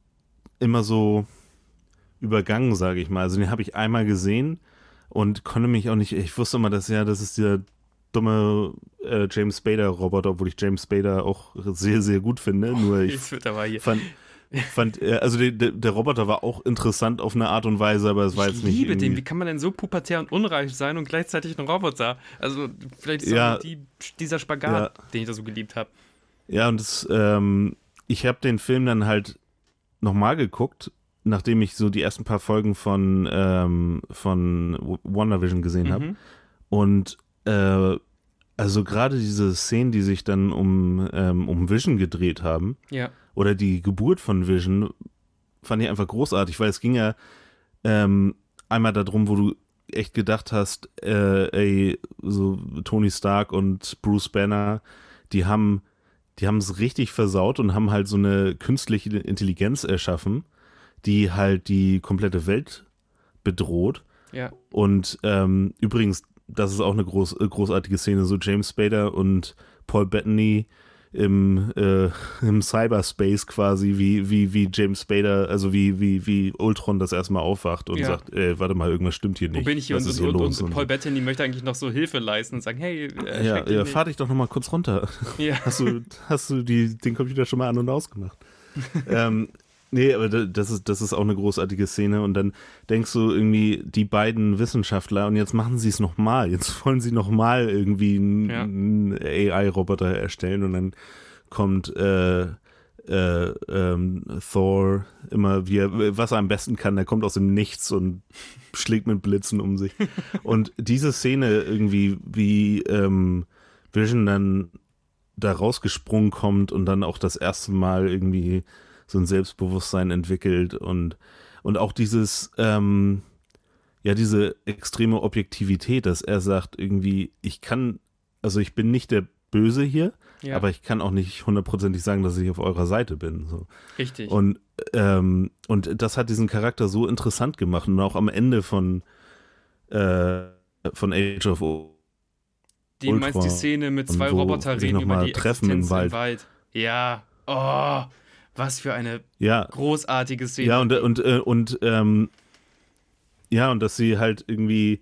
[SPEAKER 3] immer so übergangen, sage ich mal. Also den habe ich einmal gesehen und konnte mich auch nicht, ich wusste immer, dass ja, das ist dieser dumme äh, James Spader-Roboter, obwohl ich James Spader auch sehr, sehr gut finde. Nur ich
[SPEAKER 2] Jetzt wird aber hier.
[SPEAKER 3] fand, fand äh, also der, der, der Roboter war auch interessant auf eine Art und Weise, aber es war
[SPEAKER 2] Ich
[SPEAKER 3] jetzt nicht
[SPEAKER 2] liebe den.
[SPEAKER 3] irgendwie-
[SPEAKER 2] Wie kann man denn so pubertär und unreif sein und gleichzeitig ein Roboter? Also, vielleicht ist
[SPEAKER 3] Ja.
[SPEAKER 2] auch die, dieser Spagat,
[SPEAKER 3] Ja.
[SPEAKER 2] den ich da so geliebt habe.
[SPEAKER 3] Ja, und das, ähm, ich habe den Film dann halt nochmal geguckt, nachdem ich so die ersten paar Folgen von, ähm, von WandaVision gesehen habe.
[SPEAKER 2] Mhm.
[SPEAKER 3] Und äh, also gerade diese Szenen, die sich dann um, ähm, um Vision gedreht haben,
[SPEAKER 2] Ja.
[SPEAKER 3] oder die Geburt von Vision, fand ich einfach großartig, weil es ging ja ähm, einmal darum, wo du echt gedacht hast, äh, ey, so Tony Stark und Bruce Banner, die haben die haben es richtig versaut und haben halt so eine künstliche Intelligenz erschaffen, die halt die komplette Welt bedroht.
[SPEAKER 2] Ja.
[SPEAKER 3] Und ähm, übrigens, das ist auch eine groß, äh, großartige Szene, so James Spader und Paul Bettany im, äh, im Cyberspace quasi, wie, wie, wie James Spader, also wie, wie, wie Ultron das erstmal aufwacht und
[SPEAKER 2] Ja.
[SPEAKER 3] sagt, ey, warte mal, irgendwas stimmt hier nicht.
[SPEAKER 2] Wo bin ich hier?
[SPEAKER 3] Was
[SPEAKER 2] Und,
[SPEAKER 3] ist
[SPEAKER 2] und,
[SPEAKER 3] hier
[SPEAKER 2] und,
[SPEAKER 3] los?
[SPEAKER 2] und Paul Bettany möchte eigentlich noch so Hilfe leisten und sagen, hey, äh,
[SPEAKER 3] ja,
[SPEAKER 2] schreck dich
[SPEAKER 3] ja,
[SPEAKER 2] nicht.
[SPEAKER 3] fahr dich doch nochmal kurz runter.
[SPEAKER 2] Ja.
[SPEAKER 3] Hast du, hast du die, den Computer schon mal an- und ausgemacht? ähm, nee, aber da- das ist, das ist auch eine großartige Szene. Und dann denkst du irgendwie, die beiden Wissenschaftler, und jetzt machen sie es nochmal. Jetzt wollen sie nochmal irgendwie einen
[SPEAKER 2] Ja.
[SPEAKER 3] A I-Roboter erstellen. Und dann kommt äh, äh, ähm, Thor immer, wie er, was er am besten kann, der kommt aus dem Nichts und schlägt mit Blitzen um sich. Und diese Szene irgendwie, wie ähm, Vision dann da rausgesprungen kommt und dann auch das erste Mal irgendwie so ein Selbstbewusstsein entwickelt und, und auch dieses, ähm, ja, diese extreme Objektivität, dass er sagt irgendwie, ich kann, also ich bin nicht der Böse hier,
[SPEAKER 2] Ja.
[SPEAKER 3] aber ich kann auch nicht hundertprozentig sagen, dass ich auf eurer Seite bin. So.
[SPEAKER 2] Richtig.
[SPEAKER 3] Und, ähm, und das hat diesen Charakter so interessant gemacht und auch am Ende von, äh, von Age of
[SPEAKER 2] die meinst die
[SPEAKER 3] Ultron,
[SPEAKER 2] Szene mit zwei
[SPEAKER 3] wo
[SPEAKER 2] Roboter
[SPEAKER 3] sich
[SPEAKER 2] reden
[SPEAKER 3] noch
[SPEAKER 2] über
[SPEAKER 3] mal
[SPEAKER 2] die
[SPEAKER 3] treffen im
[SPEAKER 2] Existenz
[SPEAKER 3] Wald.
[SPEAKER 2] im Wald. Ja. Oh, was für eine
[SPEAKER 3] Ja,
[SPEAKER 2] großartige Szene.
[SPEAKER 3] ja und, und, äh, und ähm, ja, und dass sie halt irgendwie,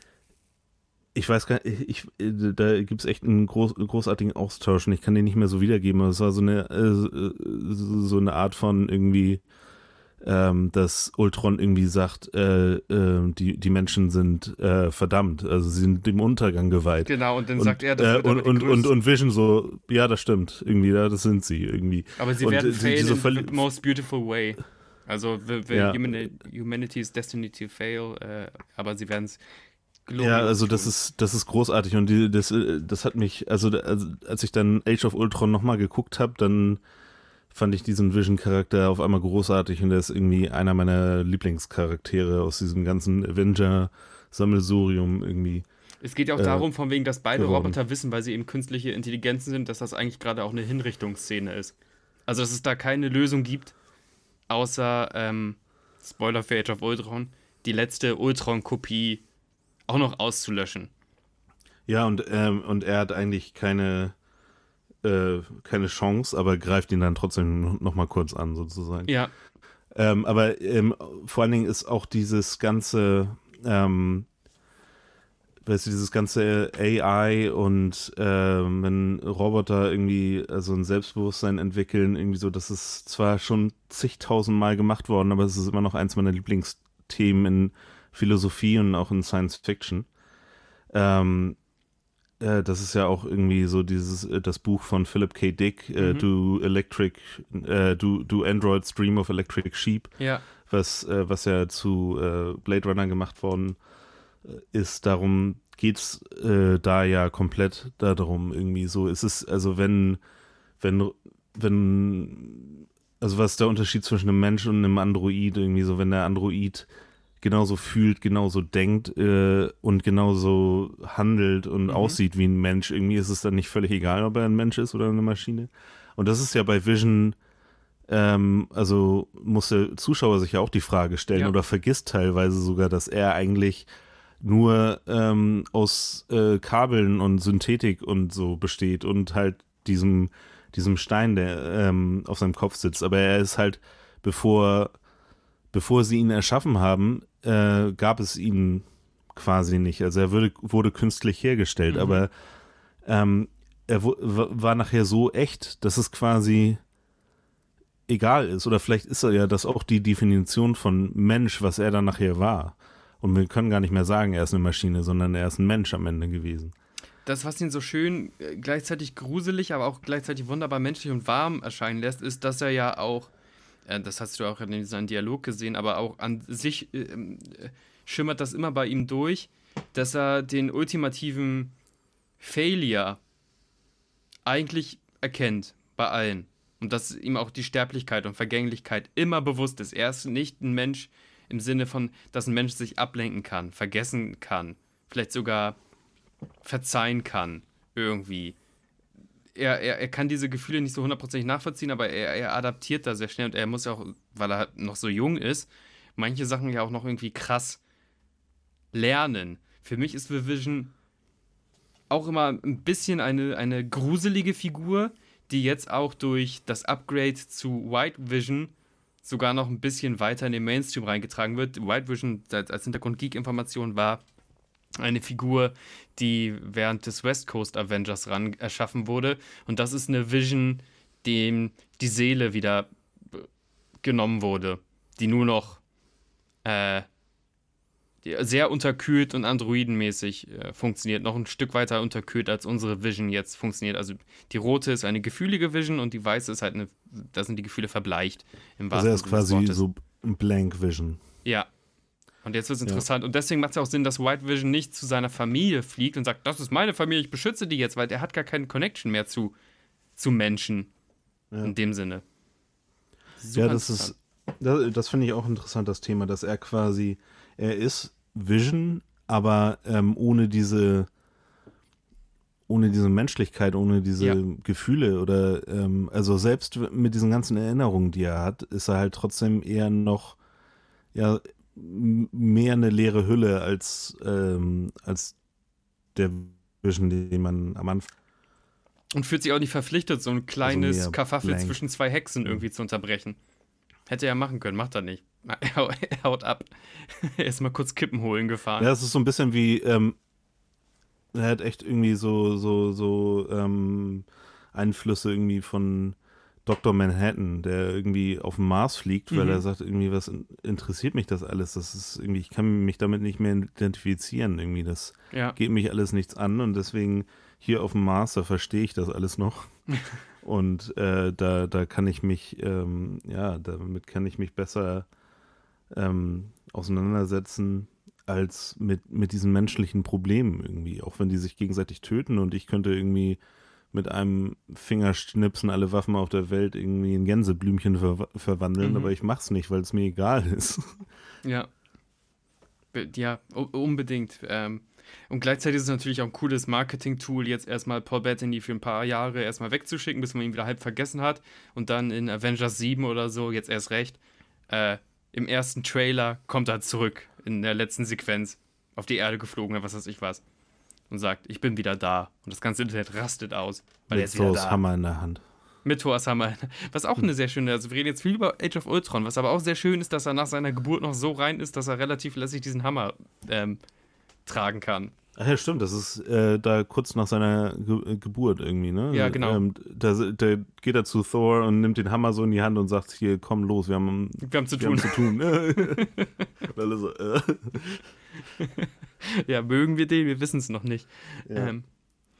[SPEAKER 3] ich weiß gar nicht, ich, äh, da gibt es echt einen groß, großartigen Austausch und ich kann den nicht mehr so wiedergeben, aber es war so eine, äh, so eine Art von irgendwie, ähm, dass Ultron irgendwie sagt, äh, äh, die, die Menschen sind äh, verdammt, also sie sind dem Untergang geweiht.
[SPEAKER 2] Genau, und dann
[SPEAKER 3] Und,
[SPEAKER 2] sagt er, das
[SPEAKER 3] äh,
[SPEAKER 2] wird
[SPEAKER 3] und,
[SPEAKER 2] aber die
[SPEAKER 3] und, und,
[SPEAKER 2] größte-
[SPEAKER 3] und Vision so, ja, das stimmt, irgendwie, ja, das sind sie, irgendwie.
[SPEAKER 2] aber sie
[SPEAKER 3] und,
[SPEAKER 2] werden
[SPEAKER 3] äh, die-
[SPEAKER 2] fail
[SPEAKER 3] diese
[SPEAKER 2] in
[SPEAKER 3] völlig-
[SPEAKER 2] the most beautiful way. Also the, the
[SPEAKER 3] Ja.
[SPEAKER 2] humani humanity is destined to fail, äh, aber sie werden es
[SPEAKER 3] Ja, also das ist, das ist großartig und die, das, äh, das hat mich, also, da- also als ich dann Age of Ultron nochmal geguckt habe, dann fand ich diesen Vision-Charakter auf einmal großartig und der ist irgendwie einer meiner Lieblingscharaktere aus diesem ganzen Avenger-Sammelsurium irgendwie.
[SPEAKER 2] Es geht ja auch
[SPEAKER 3] äh,
[SPEAKER 2] darum, von wegen, dass beide
[SPEAKER 3] geworden.
[SPEAKER 2] Roboter wissen, weil sie eben künstliche Intelligenzen sind, dass das eigentlich gerade auch eine Hinrichtungsszene ist. Also, dass es da keine Lösung gibt, außer, ähm, Spoiler für Age of Ultron, die letzte Ultron-Kopie auch noch auszulöschen.
[SPEAKER 3] Ja, und, ähm, und er hat eigentlich keine, äh, keine Chance, aber greift ihn dann trotzdem nochmal kurz an, sozusagen.
[SPEAKER 2] Ja,
[SPEAKER 3] Ähm, aber ähm, vor allen Dingen ist auch dieses ganze, ähm, weißt du, dieses ganze A I und ähm, wenn Roboter irgendwie also ein Selbstbewusstsein entwickeln, irgendwie so, das ist zwar schon zigtausend Mal gemacht worden, aber es ist immer noch eins meiner Lieblingsthemen in Philosophie und auch in Science Fiction. Ähm, äh, das ist ja auch irgendwie so dieses, äh, das Buch von Philip K. Dick, äh,
[SPEAKER 2] Mhm.
[SPEAKER 3] Do Electric, äh, Do, Do Androids Dream of Electric Sheep,
[SPEAKER 2] Ja.
[SPEAKER 3] was, äh, was ja zu äh, Blade Runner gemacht worden äh, ist. Darum geht's äh, da ja komplett darum, irgendwie so. Es ist, also wenn, wenn, wenn, also was ist der Unterschied zwischen einem Mensch und einem Android? Irgendwie so, wenn der Android genauso fühlt, genauso denkt äh, und genauso handelt und
[SPEAKER 2] Mhm.
[SPEAKER 3] aussieht wie ein Mensch, irgendwie ist es dann nicht völlig egal, ob er ein Mensch ist oder eine Maschine. Und das ist ja bei Vision, ähm, also muss der Zuschauer sich ja auch die Frage stellen
[SPEAKER 2] Ja.
[SPEAKER 3] oder vergisst teilweise sogar, dass er eigentlich nur ähm, aus äh, Kabeln und Synthetik und so besteht und halt diesem, diesem Stein, der ähm, auf seinem Kopf sitzt. Aber er ist halt, bevor, bevor sie ihn erschaffen haben, äh, gab es ihn quasi nicht. Also er wurde, wurde künstlich hergestellt,
[SPEAKER 2] Mhm.
[SPEAKER 3] aber ähm, er wo, war nachher so echt, dass es quasi egal ist. Oder vielleicht ist er ja das auch die Definition von Mensch, was er dann nachher war. Und wir können gar nicht mehr sagen, er ist eine Maschine, sondern er ist ein Mensch am Ende gewesen.
[SPEAKER 2] Das, was ihn so schön, äh, gleichzeitig gruselig, aber auch gleichzeitig wunderbar menschlich und warm erscheinen lässt, ist, dass er ja auch, äh, das hast du auch in seinem Dialog gesehen, aber auch an sich äh, äh, schimmert das immer bei ihm durch, dass er den ultimativen Failure eigentlich erkennt, bei allen. Und dass ihm auch die Sterblichkeit und Vergänglichkeit immer bewusst ist. Er ist nicht ein Mensch im Sinne von, dass ein Mensch sich ablenken kann, vergessen kann, vielleicht sogar verzeihen kann, irgendwie. Er, er, er kann diese Gefühle nicht so hundertprozentig nachvollziehen, aber er, er adaptiert da sehr schnell und er muss ja auch, weil er halt noch so jung ist, manche Sachen ja auch noch irgendwie krass lernen. Für mich ist The Vision auch immer ein bisschen eine, eine gruselige Figur, die jetzt auch durch das Upgrade zu White Vision sogar noch ein bisschen weiter in den Mainstream reingetragen wird. White Vision als Hintergrund-Geek-Information war eine Figur, die während des West Coast Avengers ran erschaffen wurde. Und das ist eine Vision, dem die Seele wieder genommen wurde, die nur noch äh, die sehr unterkühlt und androidenmäßig äh, funktioniert. Noch ein Stück weiter unterkühlt, als unsere Vision jetzt funktioniert. Also die rote ist eine gefühlige Vision und die weiße ist halt eine, da sind die Gefühle verbleicht. Im
[SPEAKER 3] Also er ist
[SPEAKER 2] wahrsten Sinne des
[SPEAKER 3] quasi
[SPEAKER 2] Wortes.
[SPEAKER 3] so ein Blank Vision.
[SPEAKER 2] Ja. Und jetzt wird es interessant. Und deswegen macht es auch Sinn, dass White Vision nicht zu seiner Familie fliegt und sagt, das ist meine Familie, ich beschütze die jetzt, weil der hat gar keine Connection mehr zu, zu Menschen.
[SPEAKER 3] Ja.
[SPEAKER 2] In dem Sinne. Super
[SPEAKER 3] Ja, das ist, das, das finde ich auch interessant, das Thema, dass er quasi, er ist Vision, aber ähm, ohne diese, ohne diese Menschlichkeit, ohne diese
[SPEAKER 2] Ja.
[SPEAKER 3] Gefühle oder, ähm, also selbst mit diesen ganzen Erinnerungen, die er hat, ist er halt trotzdem eher noch, ja, m- mehr eine leere Hülle als, ähm, als der Vision, den man am Anfang.
[SPEAKER 2] Und fühlt sich auch nicht verpflichtet, so ein kleines
[SPEAKER 3] mehr
[SPEAKER 2] Kafaffel
[SPEAKER 3] blank.
[SPEAKER 2] zwischen zwei Hexen irgendwie zu unterbrechen. Hätte er machen können, macht er nicht. Er hau- er haut ab. Er ist mal kurz Kippen holen gefahren.
[SPEAKER 3] Ja, es ist so ein bisschen wie, ähm, er hat echt irgendwie so, so, so ähm, Einflüsse irgendwie von Doktor Manhattan, der irgendwie auf den Mars fliegt, weil
[SPEAKER 2] Mhm.
[SPEAKER 3] er sagt, irgendwie, was in- interessiert mich das alles? Das ist irgendwie, ich kann mich damit nicht mehr identifizieren, irgendwie, das
[SPEAKER 2] Ja.
[SPEAKER 3] geht mich alles nichts an und deswegen hier auf dem Mars, da verstehe ich das alles noch. Und äh, da, da kann ich mich, ähm, ja, damit kann ich mich besser ähm, auseinandersetzen als mit, mit diesen menschlichen Problemen irgendwie, auch wenn die sich gegenseitig töten und ich könnte irgendwie mit einem Fingerschnipsen alle Waffen auf der Welt irgendwie in Gänseblümchen ver verwandeln,
[SPEAKER 2] Mhm.
[SPEAKER 3] aber ich mach's nicht, weil es mir egal ist.
[SPEAKER 2] Ja. Be- Ja, u- unbedingt. Ähm, und gleichzeitig ist es natürlich auch ein cooles Marketing-Tool, jetzt erstmal Paul Bettany für ein paar Jahre erstmal wegzuschicken, bis man ihn wieder halb vergessen hat. Und dann in Avengers sieben oder so, jetzt erst recht, äh, im ersten Trailer kommt er zurück in der letzten Sequenz auf die Erde geflogen, oder was weiß ich was. Und sagt, ich bin wieder da. Und das ganze Internet rastet aus, weil er
[SPEAKER 3] Mit
[SPEAKER 2] ist wieder
[SPEAKER 3] Thors
[SPEAKER 2] da.
[SPEAKER 3] Hammer in der Hand.
[SPEAKER 2] Mit Thors Hammer. Was auch eine sehr schöne, also wir reden jetzt viel über Age of Ultron, was aber auch sehr schön ist, dass er nach seiner Geburt noch so rein ist, dass er relativ lässig diesen Hammer ähm, tragen kann.
[SPEAKER 3] Ach ja, stimmt, das ist äh, da kurz nach seiner Ge Geburt irgendwie, ne?
[SPEAKER 2] Ja, genau.
[SPEAKER 3] Ähm, da, da geht er zu Thor und nimmt den Hammer so in die Hand und sagt, hier, komm los, wir haben,
[SPEAKER 2] Wir haben zu
[SPEAKER 3] wir
[SPEAKER 2] tun.
[SPEAKER 3] haben zu tun. Und alle so, äh.
[SPEAKER 2] Ja, mögen wir den? Wir wissen es noch nicht.
[SPEAKER 3] Ja.
[SPEAKER 2] Ähm,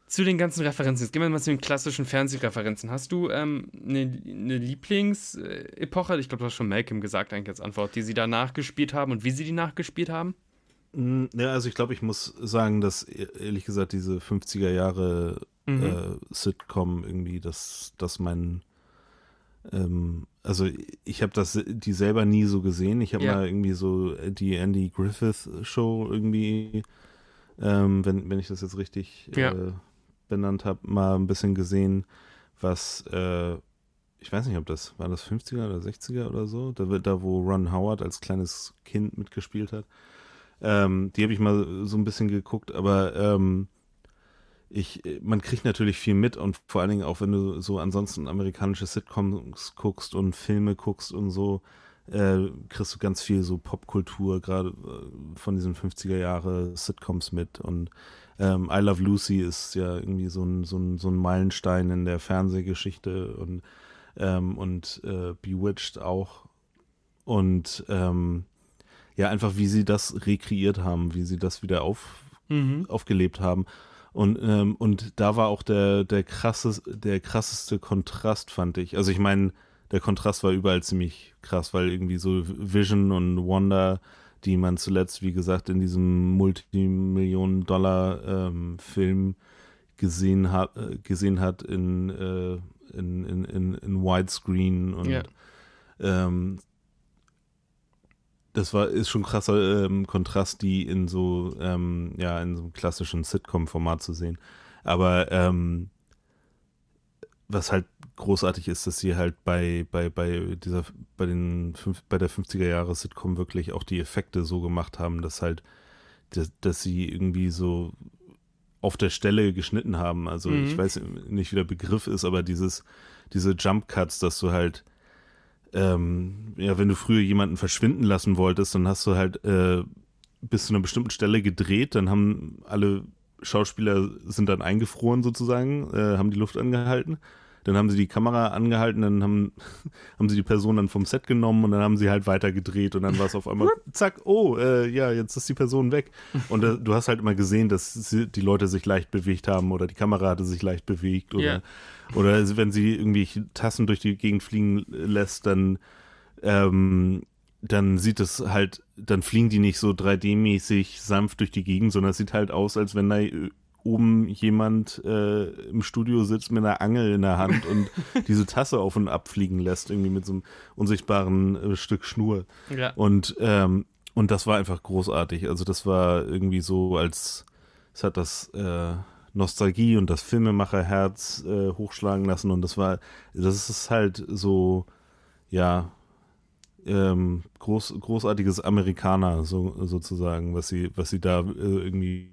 [SPEAKER 2] zu den ganzen Referenzen. Jetzt gehen wir mal zu den klassischen Fernsehreferenzen. Hast du ähm, eine, eine Lieblingsepoche? Ich glaube, du hast schon Malcolm gesagt eigentlich als Antwort, die sie da nachgespielt haben und wie sie die nachgespielt haben?
[SPEAKER 3] Ja, also ich glaube, ich muss sagen, dass ehrlich gesagt diese fünfziger Jahre mhm. äh, Sitcom irgendwie, dass das mein ähm, also ich habe das die selber nie so gesehen. Ich habe ja. mal irgendwie so die Andy Griffith Show irgendwie, ähm, wenn, wenn ich das jetzt richtig ja. äh, benannt habe, mal ein bisschen gesehen, was äh, ich weiß nicht, ob das, war das fünfziger oder sechziger oder so, da, da wo Ron Howard als kleines Kind mitgespielt hat. Ähm, die habe ich mal so ein bisschen geguckt, aber ähm, ich, man kriegt natürlich viel mit und vor allen Dingen auch, wenn du so ansonsten amerikanische Sitcoms guckst und Filme guckst und so, äh, kriegst du ganz viel so Popkultur, gerade äh, von diesen fünfziger Jahre Sitcoms mit und ähm, I Love Lucy ist ja irgendwie so ein, so ein, so ein Meilenstein in der Fernsehgeschichte und, ähm, und äh, Bewitched auch und ähm, ja, einfach wie sie das rekreiert haben, wie sie das wieder auf, mhm. aufgelebt haben. Und, ähm, und da war auch der, der, krasses, der krasseste Kontrast, fand ich. Also ich meine, der Kontrast war überall ziemlich krass, weil irgendwie so Vision und Wanda, die man zuletzt, wie gesagt, in diesem Multimillionen-Dollar-Film gesehen hat, gesehen hat in, äh, in, in, in, in Widescreen und ja. ähm, das war, ist schon ein krasser ähm, Kontrast, die in so, ähm, ja, in so einem klassischen Sitcom-Format zu sehen. Aber ähm, was halt großartig ist, dass sie halt bei, bei, bei dieser, bei den fünf, bei der fünfziger Jahre Sitcom wirklich auch die Effekte so gemacht haben, dass halt, dass, dass sie irgendwie so auf der Stelle geschnitten haben. Also mhm. ich weiß nicht, wie der Begriff ist, aber dieses, diese Jump Cuts, dass du halt Ähm, ja, wenn du früher jemanden verschwinden lassen wolltest, dann hast du halt äh, bis zu einer bestimmten Stelle gedreht, dann haben alle Schauspieler sind dann eingefroren sozusagen, äh, haben die Luft angehalten, dann haben sie die Kamera angehalten, dann haben, haben sie die Person dann vom Set genommen und dann haben sie halt weiter gedreht und dann war es auf einmal, zack, oh, äh, ja, jetzt ist die Person weg. Und äh, du hast halt immer gesehen, dass sie, die Leute sich leicht bewegt haben oder die Kamera hatte sich leicht bewegt oder yeah. Oder wenn sie irgendwie Tassen durch die Gegend fliegen lässt, dann, ähm, dann sieht es halt, dann fliegen die nicht so drei D-mäßig sanft durch die Gegend, sondern es sieht halt aus, als wenn da oben jemand äh, im Studio sitzt mit einer Angel in der Hand und diese Tasse auf und ab fliegen lässt, irgendwie mit so einem unsichtbaren äh, Stück Schnur. Ja. Und, ähm, und das war einfach großartig. Also das war irgendwie so, als es hat das äh, Nostalgie und das Filmemacherherz äh, hochschlagen lassen und das war, das ist halt so, ja, ähm, groß, großartiges Amerikaner so, sozusagen, was sie, was sie da äh, irgendwie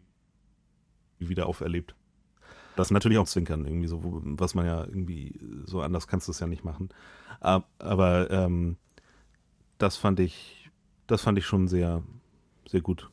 [SPEAKER 3] wieder auferlebt. Das natürlich auch zwinkern, irgendwie so, was man ja irgendwie, so anders kannst du es ja nicht machen. Aber ähm, das fand ich, das fand ich schon sehr, sehr gut.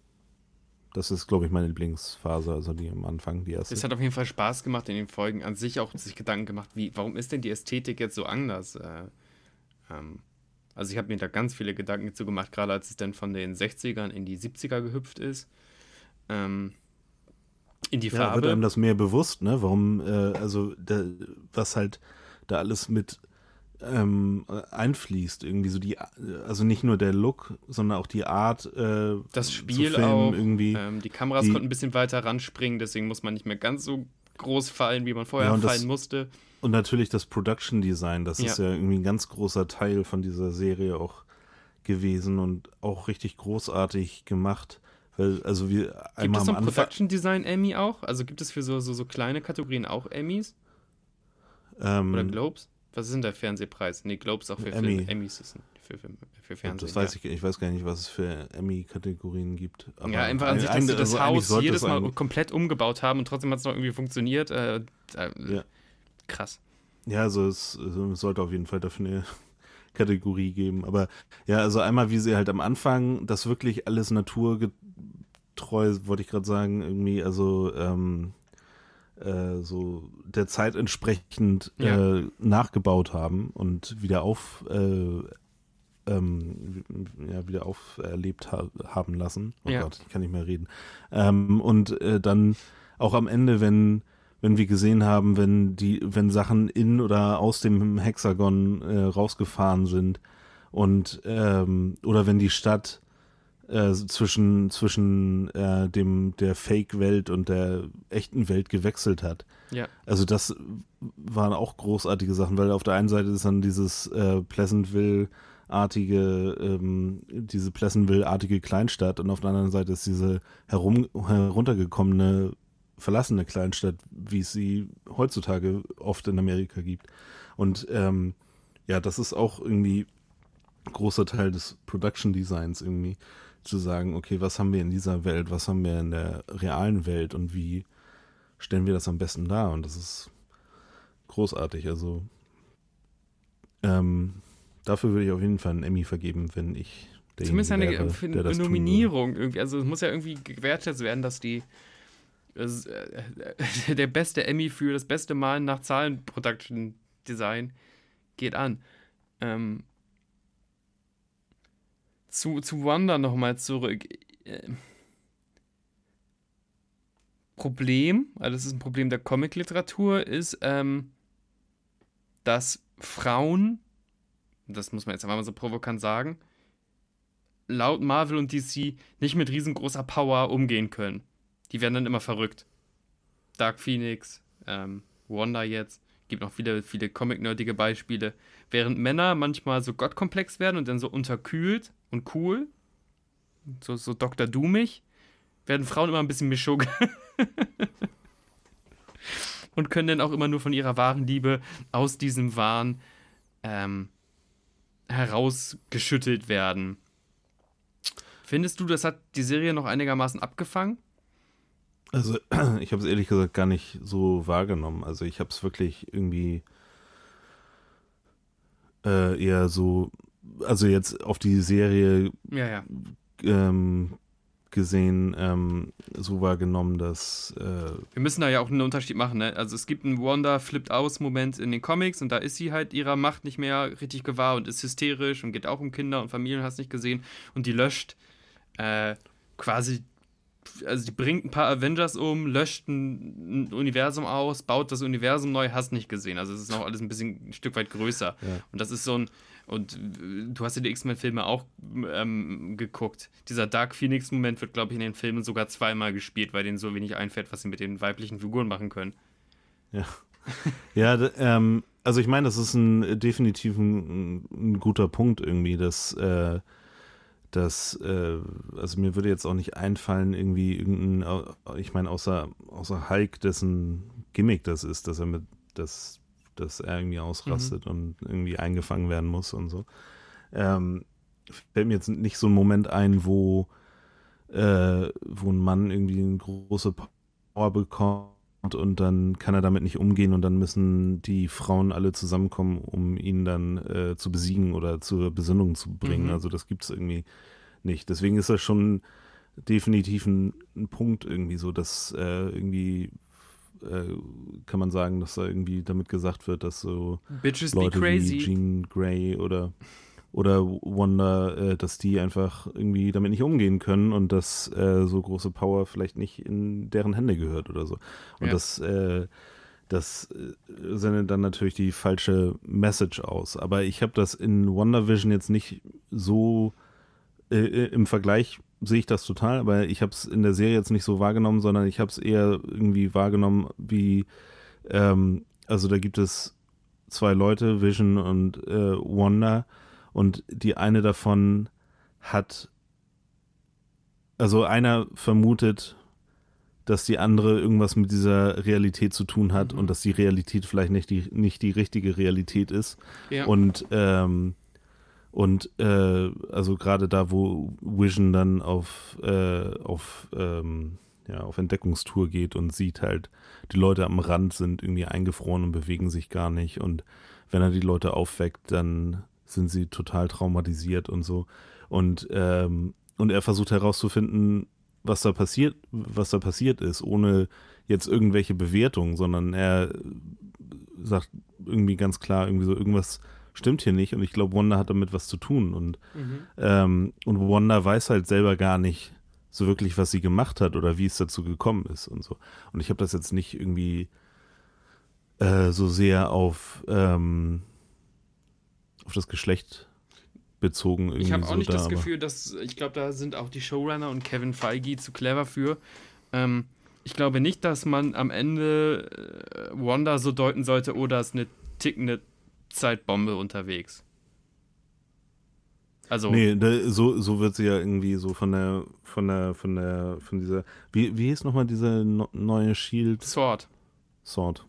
[SPEAKER 3] Das ist, glaube ich, meine Lieblingsphase, also die am Anfang, die erste.
[SPEAKER 2] Es hat auf jeden Fall Spaß gemacht in den Folgen, an sich auch sich Gedanken gemacht, wie, warum ist denn die Ästhetik jetzt so anders? Äh, ähm, also ich habe mir da ganz viele Gedanken dazu gemacht, gerade als es dann von den sechzigern in die siebziger gehüpft ist. Ähm, in die Farbe.
[SPEAKER 3] Ja, wird einem das mehr bewusst, ne? Warum, äh, also da, was halt da alles mit ähm, einfließt, irgendwie so die, also nicht nur der Look, sondern auch die Art, äh,
[SPEAKER 2] das Spiel
[SPEAKER 3] zu filmen,
[SPEAKER 2] auch,
[SPEAKER 3] irgendwie.
[SPEAKER 2] Ähm, die Kameras die, konnten ein bisschen weiter ranspringen, deswegen muss man nicht mehr ganz so groß fallen, wie man vorher
[SPEAKER 3] ja,
[SPEAKER 2] fallen
[SPEAKER 3] das,
[SPEAKER 2] musste.
[SPEAKER 3] Und natürlich das Production Design, das ja. ist ja irgendwie ein ganz großer Teil von dieser Serie auch gewesen und auch richtig großartig gemacht. Weil, also wir einmal
[SPEAKER 2] gibt es so
[SPEAKER 3] am
[SPEAKER 2] ein
[SPEAKER 3] Anfang,
[SPEAKER 2] Production Design Emmy auch? Also gibt es für so, so, so kleine Kategorien auch Emmys?
[SPEAKER 3] Ähm,
[SPEAKER 2] Oder Globes? Was ist denn der Fernsehpreis? Nee, Globes auch für
[SPEAKER 3] Emmy.
[SPEAKER 2] Filme. Emmys ist für, für, für Fernsehen.
[SPEAKER 3] Das weiß
[SPEAKER 2] ja.
[SPEAKER 3] ich, ich weiß gar nicht, was es für Emmy-Kategorien gibt.
[SPEAKER 2] Aber ja, einfach an sich, dass sie das also Haus jedes Mal komplett umgebaut haben und trotzdem hat es noch irgendwie funktioniert. Äh, äh, ja. Krass.
[SPEAKER 3] Ja, also es, es sollte auf jeden Fall dafür eine Kategorie geben. Aber ja, also einmal, wie sie halt am Anfang das wirklich alles naturgetreu, wollte ich gerade sagen, irgendwie, also ähm, äh, so der Zeit entsprechend ja. äh, nachgebaut haben und wieder auf äh, ähm, ja, wieder auferlebt ha- haben lassen. Oh ja. Gott, ich kann nicht mehr reden. Ähm, und äh, dann auch am Ende, wenn, wenn wir gesehen haben, wenn die, wenn Sachen in oder aus dem Hexagon äh, rausgefahren sind und ähm, oder wenn die Stadt äh, zwischen, zwischen äh, dem der Fake-Welt und der echten Welt gewechselt hat.
[SPEAKER 2] Ja.
[SPEAKER 3] Also das waren auch großartige Sachen, weil auf der einen Seite ist dann dieses äh, Pleasantville-artige, ähm, diese Pleasantville-artige Kleinstadt und auf der anderen Seite ist diese herum, heruntergekommene, verlassene Kleinstadt, wie es sie heutzutage oft in Amerika gibt. Und ähm, ja, das ist auch irgendwie ein großer Teil des Production Designs irgendwie, zu sagen, okay, was haben wir in dieser Welt, was haben wir in der realen Welt und wie stellen wir das am besten dar? Und das ist großartig. Also ähm, dafür würde ich auf jeden Fall einen Emmy vergeben, wenn ich
[SPEAKER 2] zumindest eine,
[SPEAKER 3] wäre,
[SPEAKER 2] für
[SPEAKER 3] der das
[SPEAKER 2] eine
[SPEAKER 3] tun
[SPEAKER 2] Nominierung irgendwie. Also es muss ja irgendwie gewertet werden, dass die das, äh, der beste Emmy für das beste Malen nach Zahlen Production Design geht an. Ähm, Zu, zu Wanda nochmal zurück. Problem, also das ist ein Problem der Comic-Literatur, ist, ähm, dass Frauen, das muss man jetzt einfach mal so provokant sagen, laut Marvel und D C nicht mit riesengroßer Power umgehen können. Die werden dann immer verrückt. Dark Phoenix, ähm, Wanda jetzt, gibt noch viele, viele Comic-nerdige Beispiele. Während Männer manchmal so gottkomplex werden und dann so unterkühlt und cool, so, so Doktor Doomig, werden Frauen immer ein bisschen mischug. Und können dann auch immer nur von ihrer wahren Liebe aus diesem Wahn ähm, herausgeschüttelt werden. Findest du, das hat die Serie noch einigermaßen abgefangen?
[SPEAKER 3] Also ich habe es ehrlich gesagt gar nicht so wahrgenommen. Also ich habe es wirklich irgendwie äh, eher so, also jetzt auf die Serie
[SPEAKER 2] Ja, ja.
[SPEAKER 3] ähm, gesehen, ähm, so wahrgenommen, dass äh,
[SPEAKER 2] wir müssen da ja auch einen Unterschied machen, ne? Also es gibt einen Wanda-Flippt-aus-Moment in den Comics und da ist sie halt ihrer Macht nicht mehr richtig gewahr und ist hysterisch und geht auch um Kinder und Familien, hast nicht gesehen, und die löscht äh, quasi, also die bringt ein paar Avengers um, löscht ein, ein Universum aus, baut das Universum neu, hast nicht gesehen. Also es ist noch alles ein bisschen ein Stück weit größer.
[SPEAKER 3] Ja.
[SPEAKER 2] Und das ist so ein, und du hast ja die X-Men-Filme auch ähm, geguckt. Dieser Dark Phoenix-Moment wird, glaube ich, in den Filmen sogar zweimal gespielt, weil denen so wenig einfällt, was sie mit den weiblichen Figuren machen können.
[SPEAKER 3] Ja, ja d- ähm, also ich meine, das ist ein definitiv ein, ein guter Punkt irgendwie, dass äh, dass, äh, also mir würde jetzt auch nicht einfallen, irgendwie irgendein, ich meine, außer, außer Hulk, dessen Gimmick das ist, dass er mit, dass, dass er irgendwie ausrastet mhm. und irgendwie eingefangen werden muss und so. Ähm, fällt mir jetzt nicht so ein Moment ein, wo, äh, wo ein Mann irgendwie eine große Power bekommt und dann kann er damit nicht umgehen und dann müssen die Frauen alle zusammenkommen, um ihn dann äh, zu besiegen oder zur Besinnung zu bringen. Mhm. Also das gibt es irgendwie nicht. Deswegen ist das schon definitiv ein, ein Punkt irgendwie so, dass äh, irgendwie äh, kann man sagen, dass da irgendwie damit gesagt wird, dass so
[SPEAKER 2] Bitches
[SPEAKER 3] Leute
[SPEAKER 2] be crazy.
[SPEAKER 3] wie Jean Grey oder oder Wanda, äh, dass die einfach irgendwie damit nicht umgehen können und dass äh, so große Power vielleicht nicht in deren Hände gehört oder so. Und
[SPEAKER 2] ja.
[SPEAKER 3] das, äh, das sendet dann natürlich die falsche Message aus. Aber ich habe das in WandaVision jetzt nicht so, äh, im Vergleich sehe ich das total, aber ich habe es in der Serie jetzt nicht so wahrgenommen, sondern ich habe es eher irgendwie wahrgenommen wie, ähm, also da gibt es zwei Leute, Vision und äh, Wanda, und die eine davon hat, also einer vermutet, dass die andere irgendwas mit dieser Realität zu tun hat mhm. und dass die Realität vielleicht nicht die, nicht die richtige Realität ist.
[SPEAKER 2] Ja.
[SPEAKER 3] Und, ähm, und äh, also gerade da, wo Vision dann auf, äh, auf, ähm, ja, auf Entdeckungstour geht und sieht halt, die Leute am Rand sind irgendwie eingefroren und bewegen sich gar nicht. Und wenn er die Leute aufweckt, dann sind sie total traumatisiert und so. Und, ähm, und er versucht herauszufinden, was da passiert, was da passiert ist, ohne jetzt irgendwelche Bewertungen, sondern er sagt irgendwie ganz klar, irgendwie so, irgendwas stimmt hier nicht und ich glaube, Wanda hat damit was zu tun. Und,
[SPEAKER 2] mhm.
[SPEAKER 3] ähm, und Wanda weiß halt selber gar nicht, so wirklich, was sie gemacht hat oder wie es dazu gekommen ist und so. Und ich habe das jetzt nicht irgendwie äh, so sehr auf, ähm, auf das Geschlecht bezogen. Irgendwie
[SPEAKER 2] Ich habe auch
[SPEAKER 3] so
[SPEAKER 2] nicht
[SPEAKER 3] da,
[SPEAKER 2] das
[SPEAKER 3] aber-
[SPEAKER 2] Gefühl, dass, ich glaube, da sind auch die Showrunner und Kevin Feige zu clever für. Ähm, ich glaube nicht, dass man am Ende äh, Wanda so deuten sollte, oder ist eine tickende Zeitbombe unterwegs. Also,
[SPEAKER 3] Nee, da, so, so wird sie ja irgendwie so von der, von der, von der, von dieser, wie, wie hieß nochmal diese no, neue Shield?
[SPEAKER 2] Sword.
[SPEAKER 3] Sword.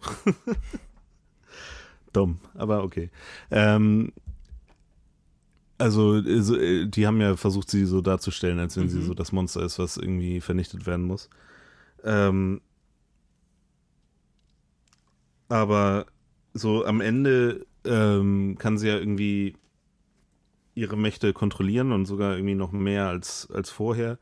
[SPEAKER 3] Dumm, aber okay. Ähm, also, äh, so, äh, die haben ja versucht, sie so darzustellen, als wenn
[SPEAKER 2] Mhm.
[SPEAKER 3] sie so das Monster ist, was irgendwie vernichtet werden muss. Ähm, aber so am Ende ähm, kann sie ja irgendwie ihre Mächte kontrollieren und sogar irgendwie noch mehr als, als vorher.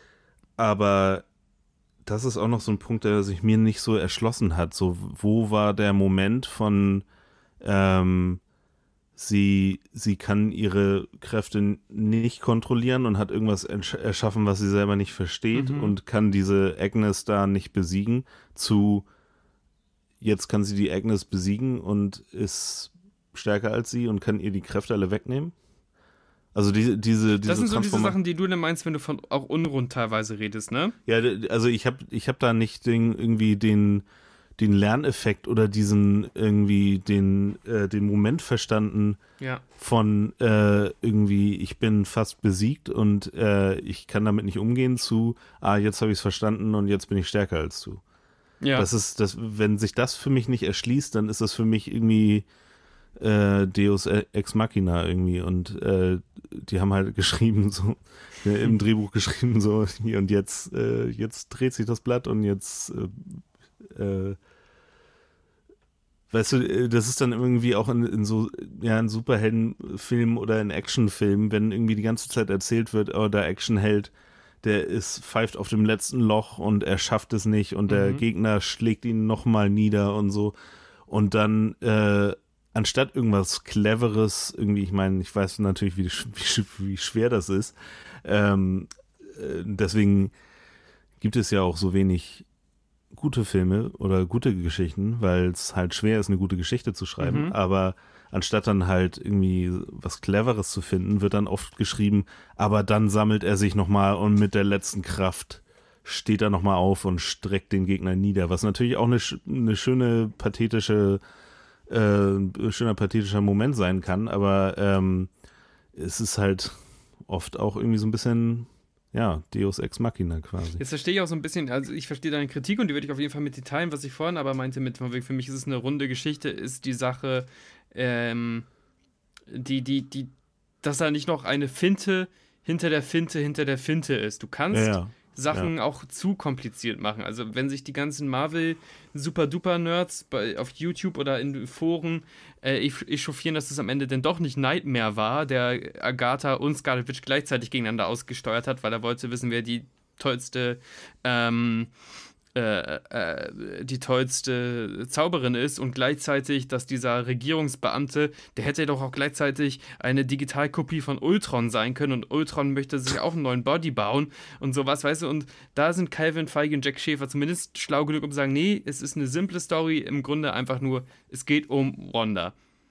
[SPEAKER 3] Aber das ist auch noch so ein Punkt, der sich mir nicht so erschlossen hat. So, wo war der Moment von ähm, sie, sie kann ihre Kräfte nicht kontrollieren und hat irgendwas entsch- erschaffen, was sie selber nicht versteht
[SPEAKER 2] Mhm.
[SPEAKER 3] und kann diese Agnes da nicht besiegen, zu jetzt kann sie die Agnes besiegen und ist stärker als sie und kann ihr die Kräfte alle wegnehmen? Also diese, diese, diese
[SPEAKER 2] Das sind so diese
[SPEAKER 3] Transforma-
[SPEAKER 2] Sachen, die du dann meinst, wenn du von auch unrund teilweise redest, ne?
[SPEAKER 3] Ja, d- also ich habe ich hab da nicht den, irgendwie den, den Lerneffekt oder diesen irgendwie den, äh, den Moment verstanden
[SPEAKER 2] Ja.
[SPEAKER 3] von äh, irgendwie, ich bin fast besiegt und äh, ich kann damit nicht umgehen zu, ah, jetzt habe ich es verstanden und jetzt bin ich stärker als du.
[SPEAKER 2] Ja.
[SPEAKER 3] Das ist, das, wenn sich das für mich nicht erschließt, dann ist das für mich irgendwie äh, Deus Ex Machina irgendwie und äh, die haben halt geschrieben so äh, im Drehbuch geschrieben so hier und jetzt äh, jetzt dreht sich das Blatt und jetzt äh, äh, weißt du, äh, das ist dann irgendwie auch in, in so ja in Superheldenfilmen oder in Actionfilmen, wenn irgendwie die ganze Zeit erzählt wird, oh, der Actionheld, der ist pfeift auf dem letzten Loch und er schafft es nicht und der
[SPEAKER 2] Mhm.
[SPEAKER 3] Gegner schlägt ihn nochmal nieder und so und dann äh, anstatt irgendwas Cleveres, irgendwie, ich meine, ich weiß natürlich, wie, wie, wie schwer das ist. Ähm, äh, deswegen gibt es ja auch so wenig gute Filme oder gute Geschichten, weil es halt schwer ist, eine gute Geschichte zu schreiben.
[SPEAKER 2] Mhm.
[SPEAKER 3] Aber anstatt dann halt irgendwie was Cleveres zu finden, wird dann oft geschrieben, aber dann sammelt er sich nochmal und mit der letzten Kraft steht er nochmal auf und streckt den Gegner nieder. Was natürlich auch eine, eine schöne, pathetische Äh, schöner pathetischer Moment sein kann, aber ähm, es ist halt oft auch irgendwie so ein bisschen, ja, Deus Ex Machina quasi.
[SPEAKER 2] Jetzt verstehe ich auch so ein bisschen, also ich verstehe deine Kritik und die würde ich auf jeden Fall mit dir teilen, was ich vorhin aber meinte mit, von wegen, für mich ist es eine runde Geschichte, ist die Sache, ähm, die, die, die, dass da nicht noch eine Finte hinter der Finte hinter der Finte ist. Du kannst
[SPEAKER 3] Ja, ja.
[SPEAKER 2] Sachen auch zu kompliziert machen. Also wenn sich die ganzen Marvel-Super-Duper-Nerds bei- auf YouTube oder in Foren äh, echauffieren, dass es am Ende denn doch nicht Nightmare war, der Agatha und Scarlet Witch gleichzeitig gegeneinander ausgesteuert hat, weil er wollte wissen, wer die tollste ähm, äh, äh, die tollste Zauberin ist und gleichzeitig, dass dieser Regierungsbeamte, der hätte doch auch gleichzeitig eine Digitalkopie von Ultron sein können und Ultron möchte sich auch einen neuen Body bauen und sowas, weißt du, und da sind Calvin Feige und Jack Schäfer zumindest schlau genug, um zu sagen, nee, es ist eine simple Story, im Grunde einfach nur, es geht um Wanda.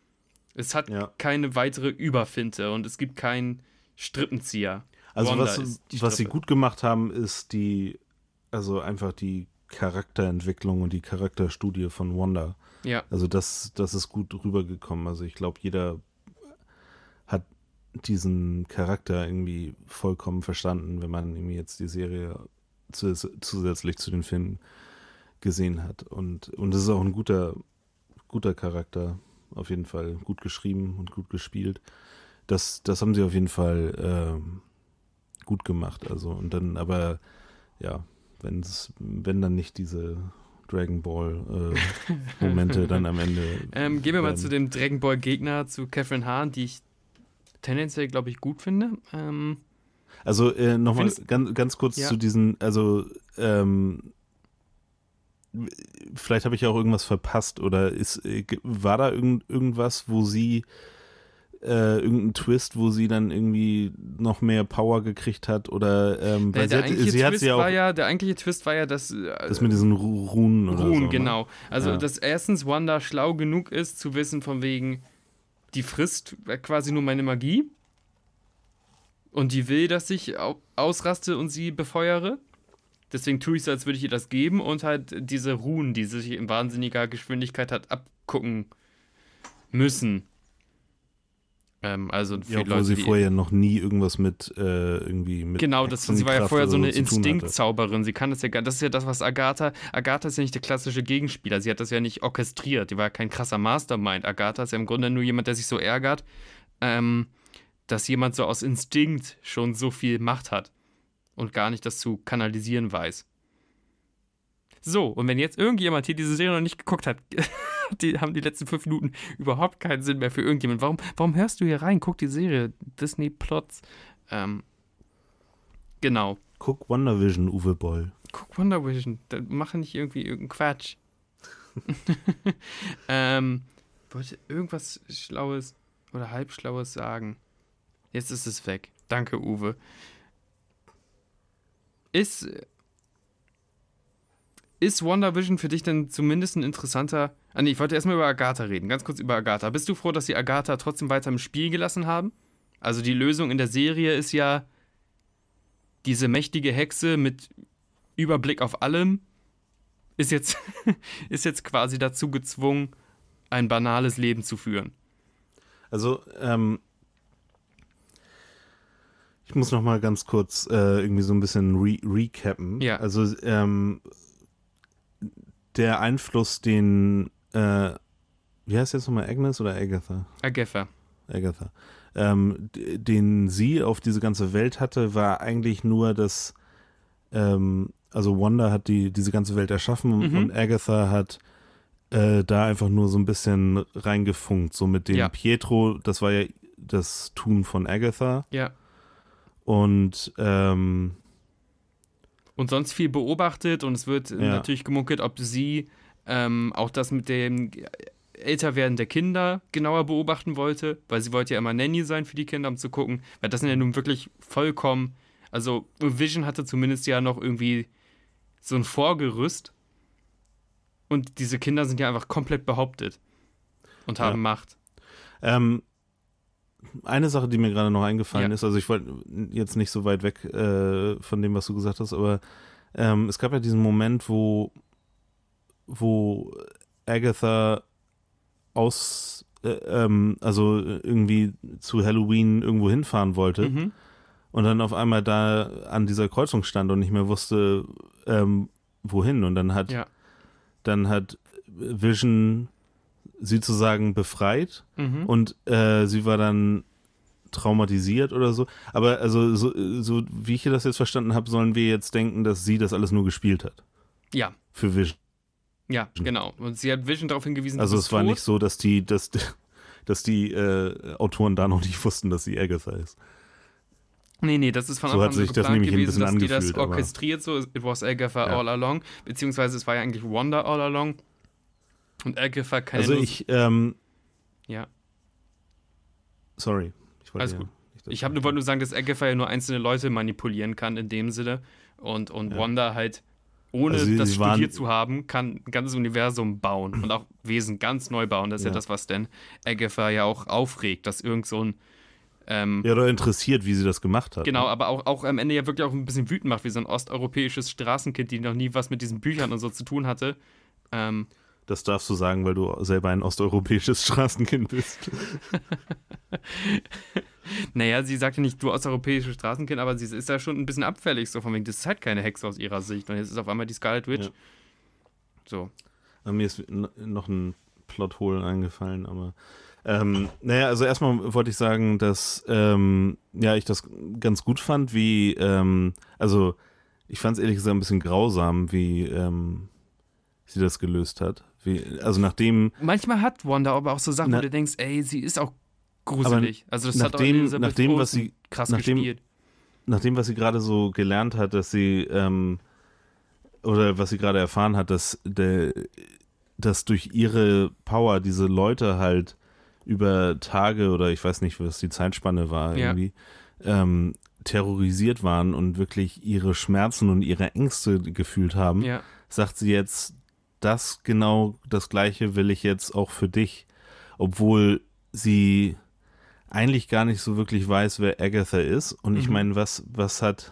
[SPEAKER 2] Es hat
[SPEAKER 3] Ja.
[SPEAKER 2] keine weitere Überfinte und es gibt keinen Strippenzieher.
[SPEAKER 3] Also
[SPEAKER 2] Wanda
[SPEAKER 3] was,
[SPEAKER 2] ist die
[SPEAKER 3] was sie
[SPEAKER 2] Strippe.
[SPEAKER 3] gut gemacht haben, ist die, also einfach die Charakterentwicklung und die Charakterstudie von Wanda.
[SPEAKER 2] Ja.
[SPEAKER 3] Also das, das ist gut rübergekommen. Also ich glaube, jeder hat diesen Charakter irgendwie vollkommen verstanden, wenn man irgendwie jetzt die Serie zus zusätzlich zu den Filmen gesehen hat. Und, und es ist auch ein guter, guter Charakter, auf jeden Fall. Gut geschrieben und gut gespielt. Das, das haben sie auf jeden Fall ähm, gut gemacht. Also, und dann, aber ja, wenn's, wenn dann nicht diese Dragon Ball äh, Momente dann am Ende.
[SPEAKER 2] Ähm, gehen wir mal
[SPEAKER 3] werden.
[SPEAKER 2] zu dem Dragon Ball Gegner, zu Catherine Hahn, die ich tendenziell, glaube ich, gut finde. Ähm,
[SPEAKER 3] Also äh, nochmal
[SPEAKER 2] Findest-
[SPEAKER 3] ganz, ganz kurz
[SPEAKER 2] Ja.
[SPEAKER 3] zu diesen, also ähm, vielleicht habe ich auch irgendwas verpasst oder ist, äh, ge- war da irgend, irgendwas, wo sie äh, irgendeinen Twist, wo sie dann irgendwie noch mehr Power gekriegt hat oder ähm,
[SPEAKER 2] Der,
[SPEAKER 3] weil
[SPEAKER 2] der,
[SPEAKER 3] sie hat,
[SPEAKER 2] eigentliche
[SPEAKER 3] sie hat
[SPEAKER 2] Twist
[SPEAKER 3] sie ja auch
[SPEAKER 2] war ja, der eigentliche Twist war ja, dass äh,
[SPEAKER 3] das mit diesen Ru- Runen oder
[SPEAKER 2] Ruhen,
[SPEAKER 3] so.
[SPEAKER 2] genau.
[SPEAKER 3] Ne?
[SPEAKER 2] Also,
[SPEAKER 3] Ja.
[SPEAKER 2] dass erstens Wanda schlau genug ist, zu wissen, von wegen, die frisst quasi nur meine Magie und die will, dass ich au- ausraste und sie befeuere. Deswegen tue ich so, als würde ich ihr das geben und halt diese Runen, die sie sich in wahnsinniger Geschwindigkeit hat abgucken müssen. Ähm, also für
[SPEAKER 3] Ja, obwohl
[SPEAKER 2] Leute,
[SPEAKER 3] sie
[SPEAKER 2] die
[SPEAKER 3] vorher noch nie irgendwas mit äh, irgendwie mit
[SPEAKER 2] Genau, das, sie war ja
[SPEAKER 3] Hexenkraft
[SPEAKER 2] vorher so
[SPEAKER 3] oder
[SPEAKER 2] eine
[SPEAKER 3] zu tun hatte.
[SPEAKER 2] Instinktzauberin. Sie kann das ja gar, das ist ja das, was Agatha, Agatha ist ja nicht der klassische Gegenspieler. Sie hat das ja nicht orchestriert. Die war ja kein krasser Mastermind. Agatha ist ja im Grunde nur jemand, der sich so ärgert, ähm, dass jemand so aus Instinkt schon so viel Macht hat und gar nicht das zu kanalisieren weiß. So, und wenn jetzt irgendjemand hier diese Serie noch nicht geguckt hat, die haben die letzten fünf Minuten überhaupt keinen Sinn mehr für irgendjemand. Warum, warum hörst du hier rein? Guck die Serie. Disney Plots. Ähm, genau.
[SPEAKER 3] Guck WandaVision, Uwe Boll.
[SPEAKER 2] Guck Wonder Vision. Da mache nicht irgendwie irgendeinen Quatsch. ähm, wollte irgendwas Schlaues oder Halbschlaues sagen. Jetzt ist es weg. Danke, Uwe. Ist, ist WandaVision für dich denn zumindest ein interessanter... Ah nee, ich wollte erstmal über Agatha reden. Ganz kurz über Agatha. Bist du froh, dass sie Agatha trotzdem weiter im Spiel gelassen haben? Also die Lösung in der Serie ist ja diese mächtige Hexe mit Überblick auf allem ist jetzt, ist jetzt quasi dazu gezwungen, ein banales Leben zu führen.
[SPEAKER 3] Also, ähm, ich muss noch mal ganz kurz äh, irgendwie so ein bisschen re- recappen.
[SPEAKER 2] Ja.
[SPEAKER 3] Also, ähm, der Einfluss, den, äh, wie heißt jetzt nochmal, Agnes oder Agatha?
[SPEAKER 2] Agatha.
[SPEAKER 3] Agatha. Ähm, d- den sie auf diese ganze Welt hatte, war eigentlich nur das, ähm, also Wanda hat die, diese ganze Welt erschaffen
[SPEAKER 2] Mhm.
[SPEAKER 3] und Agatha hat äh, da einfach nur so ein bisschen reingefunkt. So mit dem
[SPEAKER 2] Ja.
[SPEAKER 3] Pietro, das war ja das Tun von Agatha.
[SPEAKER 2] Ja.
[SPEAKER 3] Und ähm,
[SPEAKER 2] Und sonst viel beobachtet und es wird
[SPEAKER 3] Ja.
[SPEAKER 2] natürlich gemunkelt, ob sie ähm, auch das mit dem Älterwerden der Kinder genauer beobachten wollte, weil sie wollte ja immer Nanny sein für die Kinder, um zu gucken, weil das sind ja nun wirklich vollkommen, also Vision hatte zumindest ja noch irgendwie so ein Vorgerüst und diese Kinder sind ja einfach komplett behauptet und haben
[SPEAKER 3] Ja.
[SPEAKER 2] Macht.
[SPEAKER 3] ähm, eine Sache, die mir gerade noch eingefallen
[SPEAKER 2] Ja.
[SPEAKER 3] ist, also ich wollte jetzt nicht so weit weg äh, von dem, was du gesagt hast, aber ähm, es gab ja diesen Moment, wo, wo Agatha aus, äh, ähm, also irgendwie zu Halloween irgendwo hinfahren wollte
[SPEAKER 2] Mhm.
[SPEAKER 3] und dann auf einmal da an dieser Kreuzung stand und nicht mehr wusste, ähm, wohin. Und dann hat,
[SPEAKER 2] Ja.
[SPEAKER 3] dann hat Vision sie sozusagen befreit
[SPEAKER 2] Mhm.
[SPEAKER 3] und äh, sie war dann traumatisiert oder so. Aber also so, so wie ich das jetzt verstanden habe, sollen wir jetzt denken, dass sie das alles nur gespielt hat.
[SPEAKER 2] Ja,
[SPEAKER 3] Für Vision.
[SPEAKER 2] ja, genau. Und sie hat Vision darauf hingewiesen,
[SPEAKER 3] Also
[SPEAKER 2] du
[SPEAKER 3] es
[SPEAKER 2] bist
[SPEAKER 3] war
[SPEAKER 2] tot.
[SPEAKER 3] nicht so, dass die, dass, dass die äh, Autoren da noch nicht wussten, dass sie Agatha ist.
[SPEAKER 2] Nee, nee, das ist von
[SPEAKER 3] So
[SPEAKER 2] Anfang
[SPEAKER 3] hat
[SPEAKER 2] an
[SPEAKER 3] sich
[SPEAKER 2] so
[SPEAKER 3] das
[SPEAKER 2] geplant
[SPEAKER 3] nämlich ein
[SPEAKER 2] gewesen,
[SPEAKER 3] bisschen
[SPEAKER 2] dass die das
[SPEAKER 3] angefühlt, aber-
[SPEAKER 2] orchestriert so, it was Agatha
[SPEAKER 3] Ja.
[SPEAKER 2] all along, beziehungsweise es war ja eigentlich Wanda all along und Agatha keine
[SPEAKER 3] Also
[SPEAKER 2] Lust-
[SPEAKER 3] ich, ähm,
[SPEAKER 2] ja,
[SPEAKER 3] sorry. Ich wollte
[SPEAKER 2] Alles
[SPEAKER 3] ja
[SPEAKER 2] gut.
[SPEAKER 3] nicht, dass-
[SPEAKER 2] ich hab, wollte nur sagen, dass Agatha ja nur einzelne Leute manipulieren kann in dem Sinne und, und
[SPEAKER 3] Ja.
[SPEAKER 2] Wanda halt, ohne
[SPEAKER 3] Also sie-
[SPEAKER 2] das
[SPEAKER 3] sie waren-
[SPEAKER 2] studiert zu haben, kann ein ganzes Universum bauen und auch Wesen ganz neu bauen. Das ist ja,
[SPEAKER 3] Ja.
[SPEAKER 2] das, was denn Agatha ja auch aufregt, dass irgend so ein ähm,
[SPEAKER 3] Ja, oder interessiert, wie sie das gemacht hat.
[SPEAKER 2] Genau, aber auch, auch am Ende ja wirklich auch ein bisschen wütend macht, wie so ein osteuropäisches Straßenkind, die noch nie was mit diesen Büchern und so zu tun hatte. Ähm,
[SPEAKER 3] Das darfst du sagen, weil du selber ein osteuropäisches Straßenkind bist.
[SPEAKER 2] naja, sie sagte nicht, du osteuropäisches Straßenkind, aber sie ist ja schon ein bisschen abfällig, so von wegen, das ist halt keine Hexe aus ihrer Sicht. Und jetzt ist auf einmal die Scarlet Witch.
[SPEAKER 3] Ja.
[SPEAKER 2] So.
[SPEAKER 3] Aber mir ist n- noch ein Plothole eingefallen, aber ähm, naja, also erstmal wollte ich sagen, dass ähm, ja, ich das ganz gut fand, wie ähm, also ich fand es ehrlich gesagt ein bisschen grausam, wie ähm, sie das gelöst hat. Wie, also nachdem
[SPEAKER 2] Manchmal hat Wanda aber auch so Sachen,
[SPEAKER 3] Na-
[SPEAKER 2] wo du denkst, ey, sie ist auch gruselig. Also das hat auch
[SPEAKER 3] nachdem-
[SPEAKER 2] Elizabeth
[SPEAKER 3] nachdem, was
[SPEAKER 2] Olsen
[SPEAKER 3] sie-
[SPEAKER 2] krass
[SPEAKER 3] nachdem-
[SPEAKER 2] gespielt.
[SPEAKER 3] nachdem, was sie gerade so gelernt hat, dass sie, ähm, oder was sie gerade erfahren hat, dass, der, dass durch ihre Power diese Leute halt über Tage oder ich weiß nicht, was die Zeitspanne war
[SPEAKER 2] Ja.
[SPEAKER 3] irgendwie, ähm, terrorisiert waren und wirklich ihre Schmerzen und ihre Ängste gefühlt haben,
[SPEAKER 2] Ja.
[SPEAKER 3] sagt sie jetzt, das genau das Gleiche will ich jetzt auch für dich, obwohl sie eigentlich gar nicht so wirklich weiß, wer Agatha ist. Und ich
[SPEAKER 2] Mhm.
[SPEAKER 3] meine, was, was hat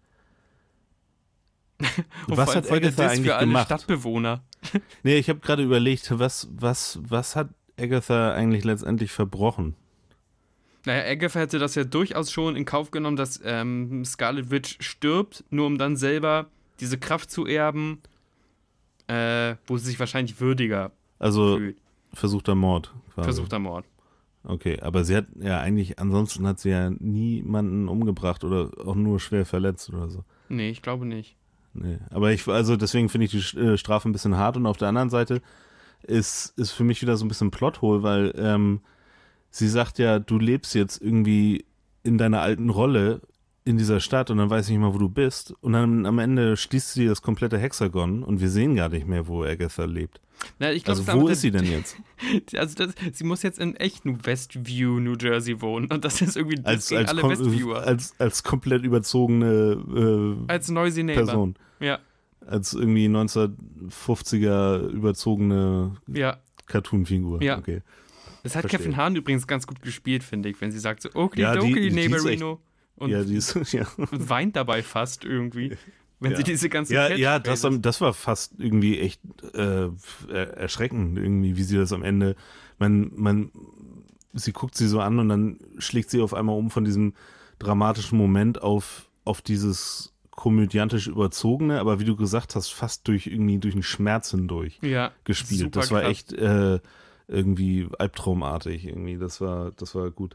[SPEAKER 2] Und
[SPEAKER 3] was
[SPEAKER 2] vor
[SPEAKER 3] hat
[SPEAKER 2] allem
[SPEAKER 3] Agatha
[SPEAKER 2] ist
[SPEAKER 3] eigentlich
[SPEAKER 2] für alle
[SPEAKER 3] gemacht?
[SPEAKER 2] Stadtbewohner.
[SPEAKER 3] Nee, ich habe gerade überlegt, was, was, was hat Agatha eigentlich letztendlich verbrochen?
[SPEAKER 2] Naja, Agatha hätte das ja durchaus schon in Kauf genommen, dass ähm, Scarlet Witch stirbt, nur um dann selber diese Kraft zu erben, äh, wo sie sich wahrscheinlich würdiger
[SPEAKER 3] Also
[SPEAKER 2] fühlt.
[SPEAKER 3] versuchter Mord. Quasi.
[SPEAKER 2] Versuchter Mord.
[SPEAKER 3] Okay, aber sie hat ja eigentlich, ansonsten hat sie ja niemanden umgebracht oder auch nur schwer verletzt oder so.
[SPEAKER 2] Nee, ich glaube nicht.
[SPEAKER 3] Nee, aber ich, also deswegen finde ich die äh, Strafe ein bisschen hart und auf der anderen Seite ist, ist für mich wieder so ein bisschen Plothole, weil ähm, sie sagt ja, du lebst jetzt irgendwie in deiner alten Rolle in dieser Stadt und dann weiß ich nicht mal, wo du bist und dann am Ende schließt sie das komplette Hexagon und wir sehen gar nicht mehr, wo Agatha lebt.
[SPEAKER 2] Na, ich glaub,
[SPEAKER 3] Also
[SPEAKER 2] es
[SPEAKER 3] wo
[SPEAKER 2] einfach
[SPEAKER 3] ist sie
[SPEAKER 2] der-
[SPEAKER 3] denn jetzt?
[SPEAKER 2] Also das, sie muss jetzt in echten Westview, New Jersey wohnen und das ist irgendwie das
[SPEAKER 3] Als,
[SPEAKER 2] gegen
[SPEAKER 3] als,
[SPEAKER 2] alle
[SPEAKER 3] kom-
[SPEAKER 2] Westviewer.
[SPEAKER 3] als, als komplett überzogene äh,
[SPEAKER 2] Als noisy neighbor.
[SPEAKER 3] Person.
[SPEAKER 2] Ja,
[SPEAKER 3] Als irgendwie neunzehnhundertfünfziger überzogene
[SPEAKER 2] ja.
[SPEAKER 3] Cartoon-Figur.
[SPEAKER 2] Ja.
[SPEAKER 3] Okay.
[SPEAKER 2] Das hat
[SPEAKER 3] Verstehe.
[SPEAKER 2] Kevin Hahn übrigens ganz gut gespielt, finde ich, wenn sie sagt so, Oakley
[SPEAKER 3] Ja, die-
[SPEAKER 2] Dokley,
[SPEAKER 3] die ist
[SPEAKER 2] Neighborino und,
[SPEAKER 3] ja, die ist, ja.
[SPEAKER 2] und weint dabei fast irgendwie, wenn
[SPEAKER 3] Ja.
[SPEAKER 2] sie diese ganze
[SPEAKER 3] Ja, ja, das,
[SPEAKER 2] Catchphrases-
[SPEAKER 3] das war fast irgendwie echt äh, er- erschreckend, irgendwie, wie sie das am Ende, man, man, sie guckt sie so an und dann schlägt sie auf einmal um von diesem dramatischen Moment auf, auf dieses komödiantisch überzogene, aber wie du gesagt hast, fast durch irgendwie durch den Schmerz hindurch
[SPEAKER 2] ja,
[SPEAKER 3] gespielt.
[SPEAKER 2] super
[SPEAKER 3] Das war
[SPEAKER 2] krass.
[SPEAKER 3] echt äh, irgendwie albtraumartig, irgendwie. Das war, das war gut.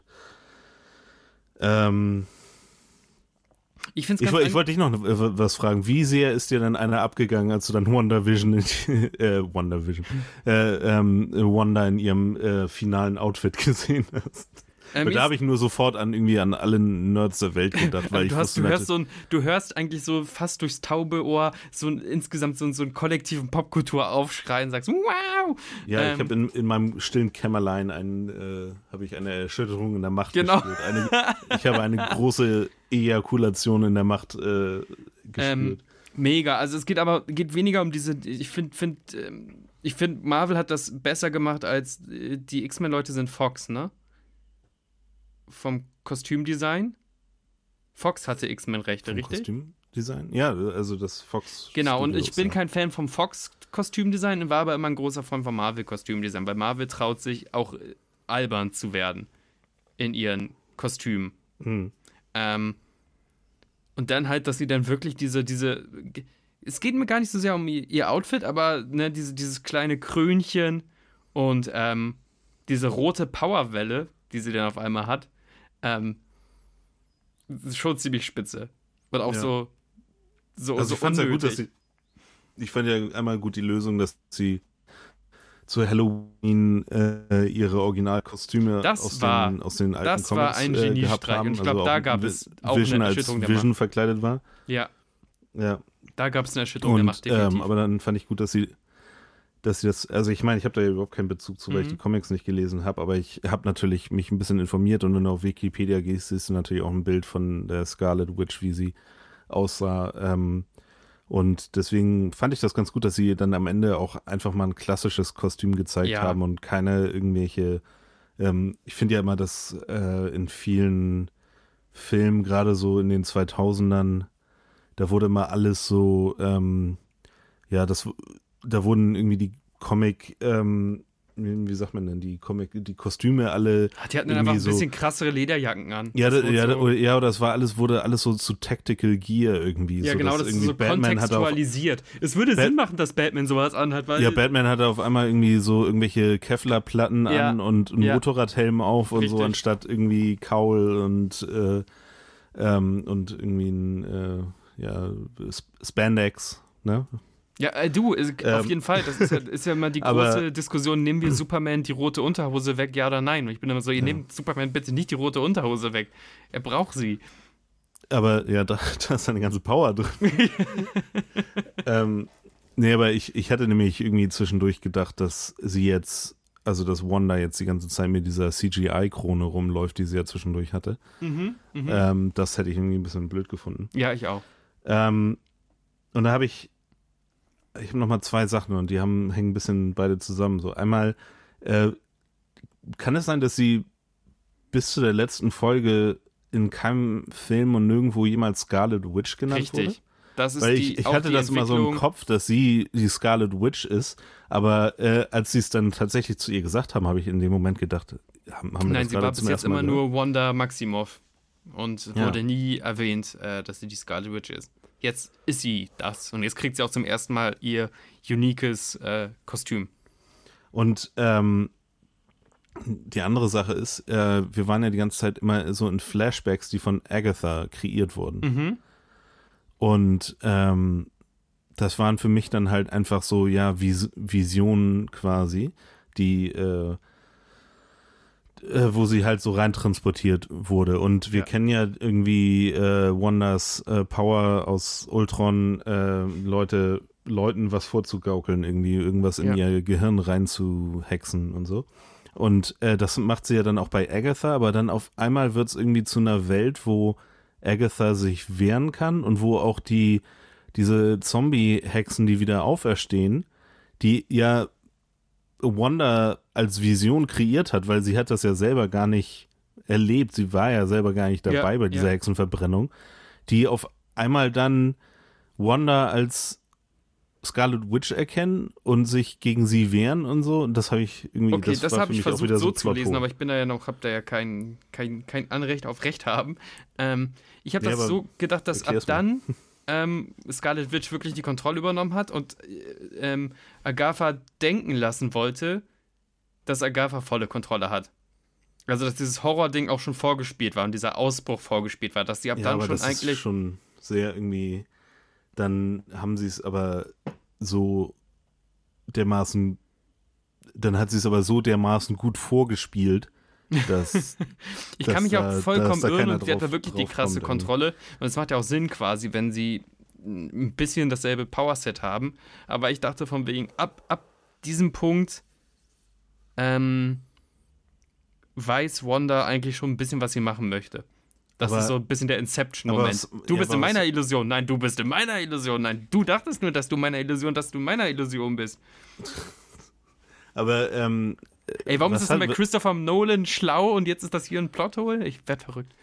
[SPEAKER 3] Ähm,
[SPEAKER 2] Ich finde es
[SPEAKER 3] Ich,
[SPEAKER 2] ganz
[SPEAKER 3] woll- ich wollte dich noch äh, was fragen. Wie sehr ist dir dann einer abgegangen, als du dann Wonder Vision, in, äh, Wonder Vision, äh, ähm, Wanda in ihrem äh, finalen Outfit gesehen hast?
[SPEAKER 2] ähm,
[SPEAKER 3] Da habe ich nur sofort an irgendwie an alle Nerds der Welt gedacht, weil ich
[SPEAKER 2] du, hast,
[SPEAKER 3] wusste
[SPEAKER 2] du, hörst
[SPEAKER 3] natürlich-
[SPEAKER 2] so ein, du hörst eigentlich so fast durchs taube Ohr so ein, insgesamt so, ein- so einen kollektiven Popkultur-Aufschrei und sagst, wow!
[SPEAKER 3] ja,
[SPEAKER 2] ähm,
[SPEAKER 3] ich habe in, in meinem stillen Kämmerlein einen, äh, habe ich eine Erschütterung in der Macht
[SPEAKER 2] Genau.
[SPEAKER 3] gespürt. Eine, ich habe eine große Ejakulation in der Macht äh, gespürt.
[SPEAKER 2] Ähm, mega. Also es geht aber geht weniger um diese. Ich finde, find, ähm, ich finde, Marvel hat das besser gemacht als äh, die X-Men-Leute sind Fox, ne? Vom Kostümdesign. Fox hatte X-Men-Rechte,
[SPEAKER 3] Vom
[SPEAKER 2] richtig?
[SPEAKER 3] Kostümdesign? Ja, also das Fox.
[SPEAKER 2] Genau, und ich
[SPEAKER 3] Studios,
[SPEAKER 2] bin
[SPEAKER 3] ja.
[SPEAKER 2] kein Fan vom Fox-Kostümdesign und war aber immer ein großer Fan vom Marvel-Kostümdesign, weil Marvel traut sich auch äh, albern zu werden in ihren Kostümen.
[SPEAKER 3] Hm.
[SPEAKER 2] Ähm, und dann halt, dass sie dann wirklich diese, diese, es geht mir gar nicht so sehr um ihr, ihr Outfit, aber ne, diese, dieses kleine Krönchen und ähm, diese rote Powerwelle, die sie dann auf einmal hat, ähm, ist schon ziemlich spitze. Und auch
[SPEAKER 3] Ja.
[SPEAKER 2] so, so,
[SPEAKER 3] Also
[SPEAKER 2] so
[SPEAKER 3] ich fand ja gut, dass
[SPEAKER 2] unnötig.
[SPEAKER 3] sie, ich fand ja einmal gut die Lösung, dass sie zu Halloween äh, ihre Originalkostüme
[SPEAKER 2] Das
[SPEAKER 3] aus,
[SPEAKER 2] war-
[SPEAKER 3] den, aus den alten
[SPEAKER 2] das
[SPEAKER 3] Comics
[SPEAKER 2] war ein
[SPEAKER 3] äh, gehabt
[SPEAKER 2] Geniestreich.
[SPEAKER 3] haben.
[SPEAKER 2] Und ich glaub,
[SPEAKER 3] also
[SPEAKER 2] da
[SPEAKER 3] auch
[SPEAKER 2] gab
[SPEAKER 3] Vi-
[SPEAKER 2] es auch
[SPEAKER 3] Vision
[SPEAKER 2] eine
[SPEAKER 3] als
[SPEAKER 2] Erschütterung der
[SPEAKER 3] Vision verkleidet war.
[SPEAKER 2] Ja,
[SPEAKER 3] Ja.
[SPEAKER 2] da gab es eine Erschütterung der
[SPEAKER 3] Und
[SPEAKER 2] Macht, definitiv.
[SPEAKER 3] ähm, aber dann fand ich gut, dass sie dass sie das, also ich meine, ich habe da ja überhaupt keinen Bezug zu, weil ich
[SPEAKER 2] Mhm.
[SPEAKER 3] die Comics nicht gelesen habe, aber ich habe natürlich mich ein bisschen informiert und wenn du auf Wikipedia gehst, siehst du natürlich auch ein Bild von der Scarlet Witch, wie sie aussah. Ähm, und deswegen fand ich das ganz gut, dass sie dann am Ende auch einfach mal ein klassisches Kostüm gezeigt
[SPEAKER 2] Ja.
[SPEAKER 3] haben und keine irgendwelche, ähm, ich finde ja immer, dass äh, in vielen Filmen, gerade so in den zweitausendern, da wurde immer alles so, ähm, ja, das, da wurden irgendwie die Comic, ähm, wie wie sagt man denn, die Comic, die Kostüme alle
[SPEAKER 2] Die hatten dann einfach ein
[SPEAKER 3] irgendwie so-
[SPEAKER 2] bisschen krassere Lederjacken an.
[SPEAKER 3] ja,
[SPEAKER 2] Das
[SPEAKER 3] da,
[SPEAKER 2] wurde
[SPEAKER 3] ja,
[SPEAKER 2] so-
[SPEAKER 3] da, ja, oder das war alles, wurde alles so zu Tactical Gear irgendwie.
[SPEAKER 2] Ja,
[SPEAKER 3] so,
[SPEAKER 2] genau,
[SPEAKER 3] dass
[SPEAKER 2] das ist
[SPEAKER 3] irgendwie
[SPEAKER 2] so
[SPEAKER 3] Batman hat auf,
[SPEAKER 2] kontextualisiert. Es würde
[SPEAKER 3] Bat-
[SPEAKER 2] Sinn machen, dass Batman sowas anhat, weil
[SPEAKER 3] ja, Batman hatte auf einmal irgendwie so irgendwelche Kevlar-Platten
[SPEAKER 2] Ja,
[SPEAKER 3] an und einen
[SPEAKER 2] ja.
[SPEAKER 3] Motorradhelm auf und so,
[SPEAKER 2] Richtig.
[SPEAKER 3] anstatt irgendwie Kaul und, äh, ähm, und irgendwie ein, äh, ja, Sp- Spandex, ne?
[SPEAKER 2] ja, äh, du, ist, auf
[SPEAKER 3] Ähm,
[SPEAKER 2] jeden Fall, das ist ja, ist ja immer die
[SPEAKER 3] aber-
[SPEAKER 2] große Diskussion, nehmen wir Superman die rote Unterhose weg, ja oder nein? Und ich bin immer so, ihr nehmt Superman bitte nicht die rote Unterhose weg. Er braucht sie.
[SPEAKER 3] Aber ja, da, da ist eine ganze Power drin. ähm, nee, aber ich, ich hatte nämlich irgendwie zwischendurch gedacht, dass sie jetzt also dass Wanda jetzt die ganze Zeit mit dieser C G I-Krone rumläuft, die sie ja zwischendurch hatte.
[SPEAKER 2] Mhm,
[SPEAKER 3] ähm, das hätte ich irgendwie ein bisschen blöd gefunden.
[SPEAKER 2] Ja, ich auch.
[SPEAKER 3] Ähm, und da habe ich, ich habe nochmal zwei Sachen und die haben, hängen ein bisschen beide zusammen. So einmal, äh, kann es sein, dass sie bis zu der letzten Folge in keinem Film und nirgendwo jemals Scarlet Witch genannt
[SPEAKER 2] Richtig.
[SPEAKER 3] wurde?
[SPEAKER 2] Das ist
[SPEAKER 3] Weil
[SPEAKER 2] die,
[SPEAKER 3] ich, ich
[SPEAKER 2] auch
[SPEAKER 3] hatte
[SPEAKER 2] die
[SPEAKER 3] das immer so im
[SPEAKER 2] Entwicklung-
[SPEAKER 3] Kopf, dass sie die Scarlet Witch ist, aber äh, als sie es dann tatsächlich zu ihr gesagt haben, habe ich in dem Moment gedacht, haben, haben wir
[SPEAKER 2] Nein,
[SPEAKER 3] das
[SPEAKER 2] sie
[SPEAKER 3] gerade
[SPEAKER 2] war
[SPEAKER 3] zum
[SPEAKER 2] bis jetzt
[SPEAKER 3] ersten Mal
[SPEAKER 2] immer
[SPEAKER 3] gehört?
[SPEAKER 2] nur Wanda Maximoff und
[SPEAKER 3] Ja.
[SPEAKER 2] wurde nie erwähnt, äh, dass sie die Scarlet Witch ist. Jetzt ist sie das und jetzt kriegt sie auch zum ersten Mal ihr uniques äh, Kostüm.
[SPEAKER 3] Und ähm, die andere Sache ist, äh, wir waren ja die ganze Zeit immer so in Flashbacks, die von Agatha kreiert wurden.
[SPEAKER 2] Mhm.
[SPEAKER 3] Und ähm, das waren für mich dann halt einfach so, ja, Vis- Visionen quasi, die, äh, äh, wo sie halt so reintransportiert wurde. Und wir
[SPEAKER 2] Ja.
[SPEAKER 3] kennen ja irgendwie äh, Wandas äh, Power aus Ultron, äh, Leute, Leuten was vorzugaukeln, irgendwie irgendwas in
[SPEAKER 2] Ja.
[SPEAKER 3] ihr Gehirn reinzuhexen und so. Und äh, das macht sie ja dann auch bei Agatha, aber dann auf einmal wird es irgendwie zu einer Welt, wo Agatha sich wehren kann und wo auch die diese Zombie-Hexen, die wieder auferstehen, die ja Wanda als Vision kreiert hat, weil sie hat das ja selber gar nicht erlebt. Sie war ja selber gar nicht dabei
[SPEAKER 2] Ja,
[SPEAKER 3] bei dieser
[SPEAKER 2] ja.
[SPEAKER 3] Hexenverbrennung, die auf einmal dann Wanda als Scarlet Witch erkennen und sich gegen sie wehren und so. Und das habe ich irgendwie,
[SPEAKER 2] Okay,
[SPEAKER 3] das,
[SPEAKER 2] das,
[SPEAKER 3] war
[SPEAKER 2] habe
[SPEAKER 3] für
[SPEAKER 2] ich
[SPEAKER 3] mich auch
[SPEAKER 2] versucht
[SPEAKER 3] wieder
[SPEAKER 2] so
[SPEAKER 3] so
[SPEAKER 2] zu lesen,
[SPEAKER 3] Plot-Hole.
[SPEAKER 2] aber ich bin da ja noch, habe da ja kein, kein, kein Anrecht auf Recht haben. Ähm, ich habe
[SPEAKER 3] Nee,
[SPEAKER 2] das
[SPEAKER 3] aber
[SPEAKER 2] so gedacht, dass ab
[SPEAKER 3] erklär's mal.
[SPEAKER 2] dann ähm, Scarlet Witch wirklich die Kontrolle übernommen hat und äh, ähm, Agatha denken lassen wollte, dass Agatha volle Kontrolle hat. Also, dass dieses Horror-Ding auch schon vorgespielt war und dieser Ausbruch vorgespielt war, dass sie ab
[SPEAKER 3] Ja,
[SPEAKER 2] dann
[SPEAKER 3] aber
[SPEAKER 2] schon
[SPEAKER 3] das
[SPEAKER 2] eigentlich.
[SPEAKER 3] ist schon sehr irgendwie, dann haben sie es aber so dermaßen, dann hat sie es aber so dermaßen gut vorgespielt, dass
[SPEAKER 2] Ich
[SPEAKER 3] dass
[SPEAKER 2] kann mich auch
[SPEAKER 3] da-
[SPEAKER 2] vollkommen
[SPEAKER 3] dass da
[SPEAKER 2] irren
[SPEAKER 3] keiner
[SPEAKER 2] und sie hat da
[SPEAKER 3] drauf-
[SPEAKER 2] wirklich die
[SPEAKER 3] drauf
[SPEAKER 2] krasse
[SPEAKER 3] kommt irgendwie.
[SPEAKER 2] Kontrolle. Und es macht ja auch Sinn quasi, wenn sie ein bisschen dasselbe Powerset haben. Aber ich dachte von wegen, ab, ab diesem Punkt ähm, weiß Wanda eigentlich schon ein bisschen, was sie machen möchte. Das
[SPEAKER 3] Aber-
[SPEAKER 2] ist so ein bisschen der
[SPEAKER 3] aber
[SPEAKER 2] Inception-Moment.
[SPEAKER 3] was-
[SPEAKER 2] Du
[SPEAKER 3] ja,
[SPEAKER 2] bist in
[SPEAKER 3] aber was-
[SPEAKER 2] meiner Illusion. Nein, du bist in meiner Illusion. Nein, du dachtest nur, dass du meiner Illusion, dass du in meiner Illusion bist.
[SPEAKER 3] aber ähm,
[SPEAKER 2] Ey, warum
[SPEAKER 3] Was
[SPEAKER 2] ist das denn
[SPEAKER 3] hat-
[SPEAKER 2] bei Christopher Nolan schlau und jetzt ist das hier ein Plothole? Ich werd verrückt.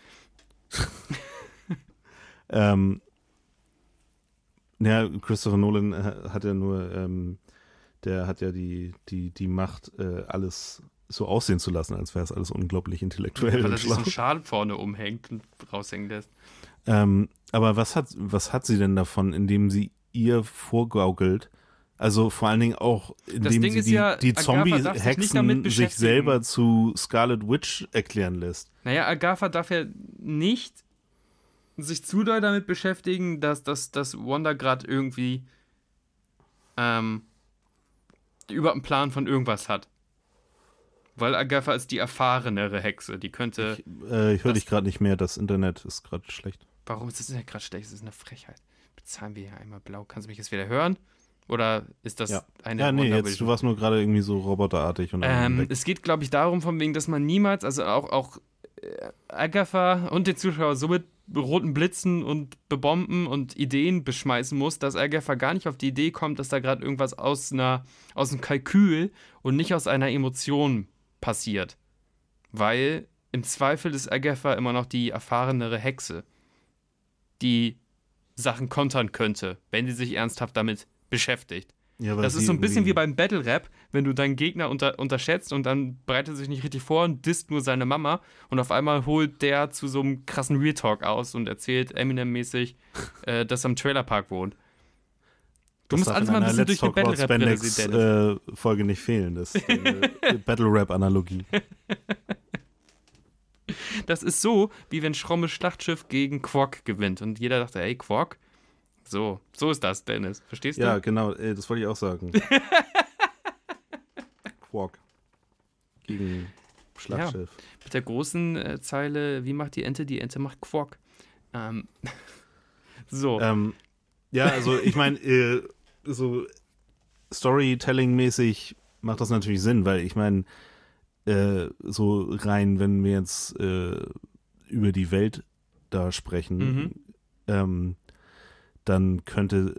[SPEAKER 3] ähm, ja, Christopher Nolan äh, hat ja nur, ähm, der hat ja die, die, die Macht, äh, alles so aussehen zu lassen, als wäre es alles unglaublich intellektuell
[SPEAKER 2] Weil
[SPEAKER 3] und
[SPEAKER 2] er sich so
[SPEAKER 3] schlau.
[SPEAKER 2] einen Schal vorne umhängt und raushängen lässt.
[SPEAKER 3] Ähm, aber was hat, was hat sie denn davon, indem sie ihr vorgaukelt? Also vor allen Dingen auch, indem
[SPEAKER 2] Ding
[SPEAKER 3] sie
[SPEAKER 2] ist
[SPEAKER 3] die,
[SPEAKER 2] ja,
[SPEAKER 3] die
[SPEAKER 2] Agatha darf sich nicht damit
[SPEAKER 3] Zombie-Hexen sich
[SPEAKER 2] beschäftigen.
[SPEAKER 3] selber zu Scarlet Witch erklären lässt.
[SPEAKER 2] Naja, Agatha darf ja nicht sich zu doll damit beschäftigen, dass, dass, dass Wanda gerade irgendwie ähm, über einen Plan von irgendwas hat. Weil Agatha ist die erfahrenere Hexe. Die könnte.
[SPEAKER 3] Ich, äh, ich höre
[SPEAKER 2] das-
[SPEAKER 3] dich gerade nicht mehr, das Internet ist gerade schlecht.
[SPEAKER 2] Warum ist das denn gerade schlecht? Das ist eine Frechheit. Bezahlen wir hier einmal blau. Kannst du mich jetzt wieder hören? Oder ist das
[SPEAKER 3] Ja.
[SPEAKER 2] eine
[SPEAKER 3] Ja, nee,
[SPEAKER 2] Wonder
[SPEAKER 3] jetzt,
[SPEAKER 2] Vision?
[SPEAKER 3] du warst nur gerade irgendwie so roboterartig und dann
[SPEAKER 2] Ähm,
[SPEAKER 3] weg.
[SPEAKER 2] es geht, glaube ich, darum, von wegen, dass man niemals, also auch, auch äh, Agatha und den Zuschauer so mit roten Blitzen und bebomben und Ideen beschmeißen muss, dass Agatha gar nicht auf die Idee kommt, dass da gerade irgendwas aus einer, aus einem Kalkül und nicht aus einer Emotion passiert. Weil im Zweifel ist Agatha immer noch die erfahrenere Hexe, die Sachen kontern könnte, wenn sie sich ernsthaft damit beschäftigt.
[SPEAKER 3] Ja, weil
[SPEAKER 2] Das ist
[SPEAKER 3] sie
[SPEAKER 2] so ein bisschen wie
[SPEAKER 3] irgendwie-
[SPEAKER 2] beim Battle Rap, wenn du deinen Gegner unter, unterschätzt und dann bereitet er sich nicht richtig vor und disst nur seine Mama und auf einmal holt der zu so einem krassen Real Talk aus und erzählt Eminem-mäßig, äh, dass er im Trailerpark wohnt. Du
[SPEAKER 3] Das
[SPEAKER 2] musst
[SPEAKER 3] darf
[SPEAKER 2] alles
[SPEAKER 3] in
[SPEAKER 2] mal ein
[SPEAKER 3] einer
[SPEAKER 2] bisschen
[SPEAKER 3] Let's
[SPEAKER 2] durch die
[SPEAKER 3] Talk About
[SPEAKER 2] Battle Rap-Brille
[SPEAKER 3] Spandex,
[SPEAKER 2] sehen, Dennis.
[SPEAKER 3] äh, Folge nicht fehlen, das äh, Battle Rap Analogie.
[SPEAKER 2] Das ist so, wie wenn Schrommes Schlachtschiff gegen Quark gewinnt und jeder dachte, ey, Quark? So, so ist das, Dennis. Verstehst
[SPEAKER 3] Ja,
[SPEAKER 2] du?
[SPEAKER 3] genau, äh, das wollte ich auch sagen. Quark. Gegen Schlachtschiff.
[SPEAKER 2] Mit der großen äh, Zeile, wie macht die Ente? Die Ente macht Quark. Ähm, so.
[SPEAKER 3] Ähm, ja, also ich meine, äh, so Storytelling-mäßig macht das natürlich Sinn, weil ich meine, äh, so rein, wenn wir jetzt äh, über die Welt da sprechen,
[SPEAKER 2] Mhm.
[SPEAKER 3] ähm, dann könnte,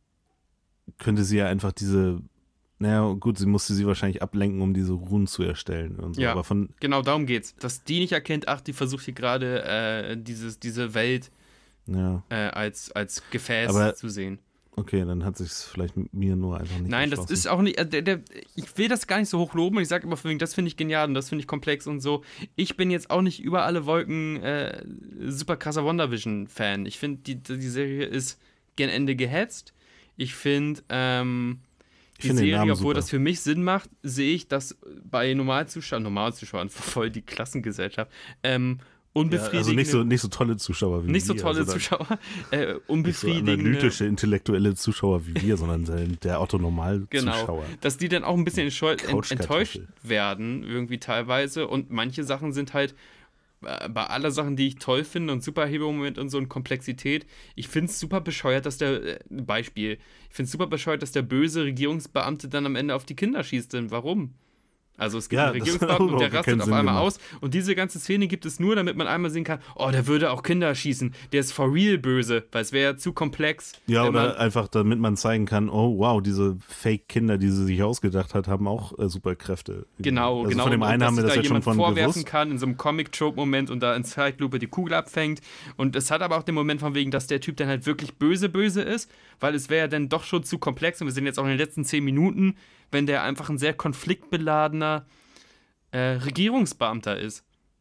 [SPEAKER 3] könnte sie ja einfach diese, naja gut, sie musste sie wahrscheinlich ablenken, um diese Runen zu erstellen und so,
[SPEAKER 2] Ja.
[SPEAKER 3] aber von,
[SPEAKER 2] Genau, darum geht's. Dass die nicht erkennt, ach, die versucht hier gerade äh, dieses, diese Welt
[SPEAKER 3] ja,
[SPEAKER 2] äh, als, als Gefäß
[SPEAKER 3] Aber-
[SPEAKER 2] zu sehen.
[SPEAKER 3] okay, dann hat sich vielleicht mit mir nur einfach nicht
[SPEAKER 2] Nein, das
[SPEAKER 3] erschlossen.
[SPEAKER 2] ist auch nicht, äh, der, der, ich will das gar nicht so hoch loben und ich sage immer von wegen, das finde ich genial und das finde ich komplex und so. Ich bin jetzt auch nicht über alle Wolken äh, super krasser WandaVision-Fan. Ich finde, die, die Serie ist gen Ende gehetzt. Ich finde, ähm,
[SPEAKER 3] Ich
[SPEAKER 2] die
[SPEAKER 3] finde den
[SPEAKER 2] Serie,
[SPEAKER 3] Namen
[SPEAKER 2] obwohl
[SPEAKER 3] super.
[SPEAKER 2] das für mich Sinn macht, sehe ich, dass bei Normalzuschauern, Normalzuschauern, voll die Klassengesellschaft, ähm,
[SPEAKER 3] Ja,
[SPEAKER 2] unbefriedigende,
[SPEAKER 3] also nicht so, nicht so tolle Zuschauer wie
[SPEAKER 2] nicht so
[SPEAKER 3] wir.
[SPEAKER 2] tolle
[SPEAKER 3] also da-
[SPEAKER 2] Zuschauer, äh,
[SPEAKER 3] Nicht so
[SPEAKER 2] unbefriedigende,
[SPEAKER 3] analytische, intellektuelle Zuschauer wie wir, sondern der- der Otto-Normal-Zuschauer.
[SPEAKER 2] genau, dass die dann auch ein bisschen enscheu- ent,
[SPEAKER 3] Couchkartoffel.
[SPEAKER 2] enttäuscht werden, irgendwie teilweise, und manche Sachen sind halt, äh, bei aller Sachen, die ich toll finde und Superhero-Moment und so und Komplexität, ich finde es super bescheuert, dass der, äh, Beispiel, ich finde es super bescheuert, dass der böse Regierungsbeamte dann am Ende auf die Kinder schießt, denn warum? Also es gibt
[SPEAKER 3] Ja,
[SPEAKER 2] einen
[SPEAKER 3] das
[SPEAKER 2] Regierungsbeamten
[SPEAKER 3] hat
[SPEAKER 2] und der
[SPEAKER 3] überhaupt keinen
[SPEAKER 2] rastet auf
[SPEAKER 3] Sinn
[SPEAKER 2] einmal
[SPEAKER 3] gemacht.
[SPEAKER 2] aus und diese ganze Szene gibt es nur, damit man einmal sehen kann, oh, der würde auch Kinder schießen, der ist for real böse, weil es wäre ja zu komplex.
[SPEAKER 3] Ja,
[SPEAKER 2] wenn
[SPEAKER 3] oder
[SPEAKER 2] man,
[SPEAKER 3] einfach, damit man zeigen kann, oh wow, diese Fake-Kinder, die sie sich ausgedacht hat, haben auch äh, Superkräfte.
[SPEAKER 2] Genau,
[SPEAKER 3] also
[SPEAKER 2] genau.
[SPEAKER 3] Von dem
[SPEAKER 2] und
[SPEAKER 3] einen
[SPEAKER 2] dass
[SPEAKER 3] haben wir
[SPEAKER 2] sich
[SPEAKER 3] das
[SPEAKER 2] da
[SPEAKER 3] ja schon
[SPEAKER 2] jemand
[SPEAKER 3] von
[SPEAKER 2] vorwerfen
[SPEAKER 3] gewusst.
[SPEAKER 2] kann in so einem Comic-Trope-Moment und da in Zeitlupe die Kugel abfängt. Und es hat aber auch den Moment von wegen, dass der Typ dann halt wirklich böse, böse ist, weil es wäre ja dann doch schon zu komplex und wir sind jetzt auch in den letzten zehn Minuten, wenn der einfach ein sehr konfliktbeladener äh, Regierungsbeamter ist.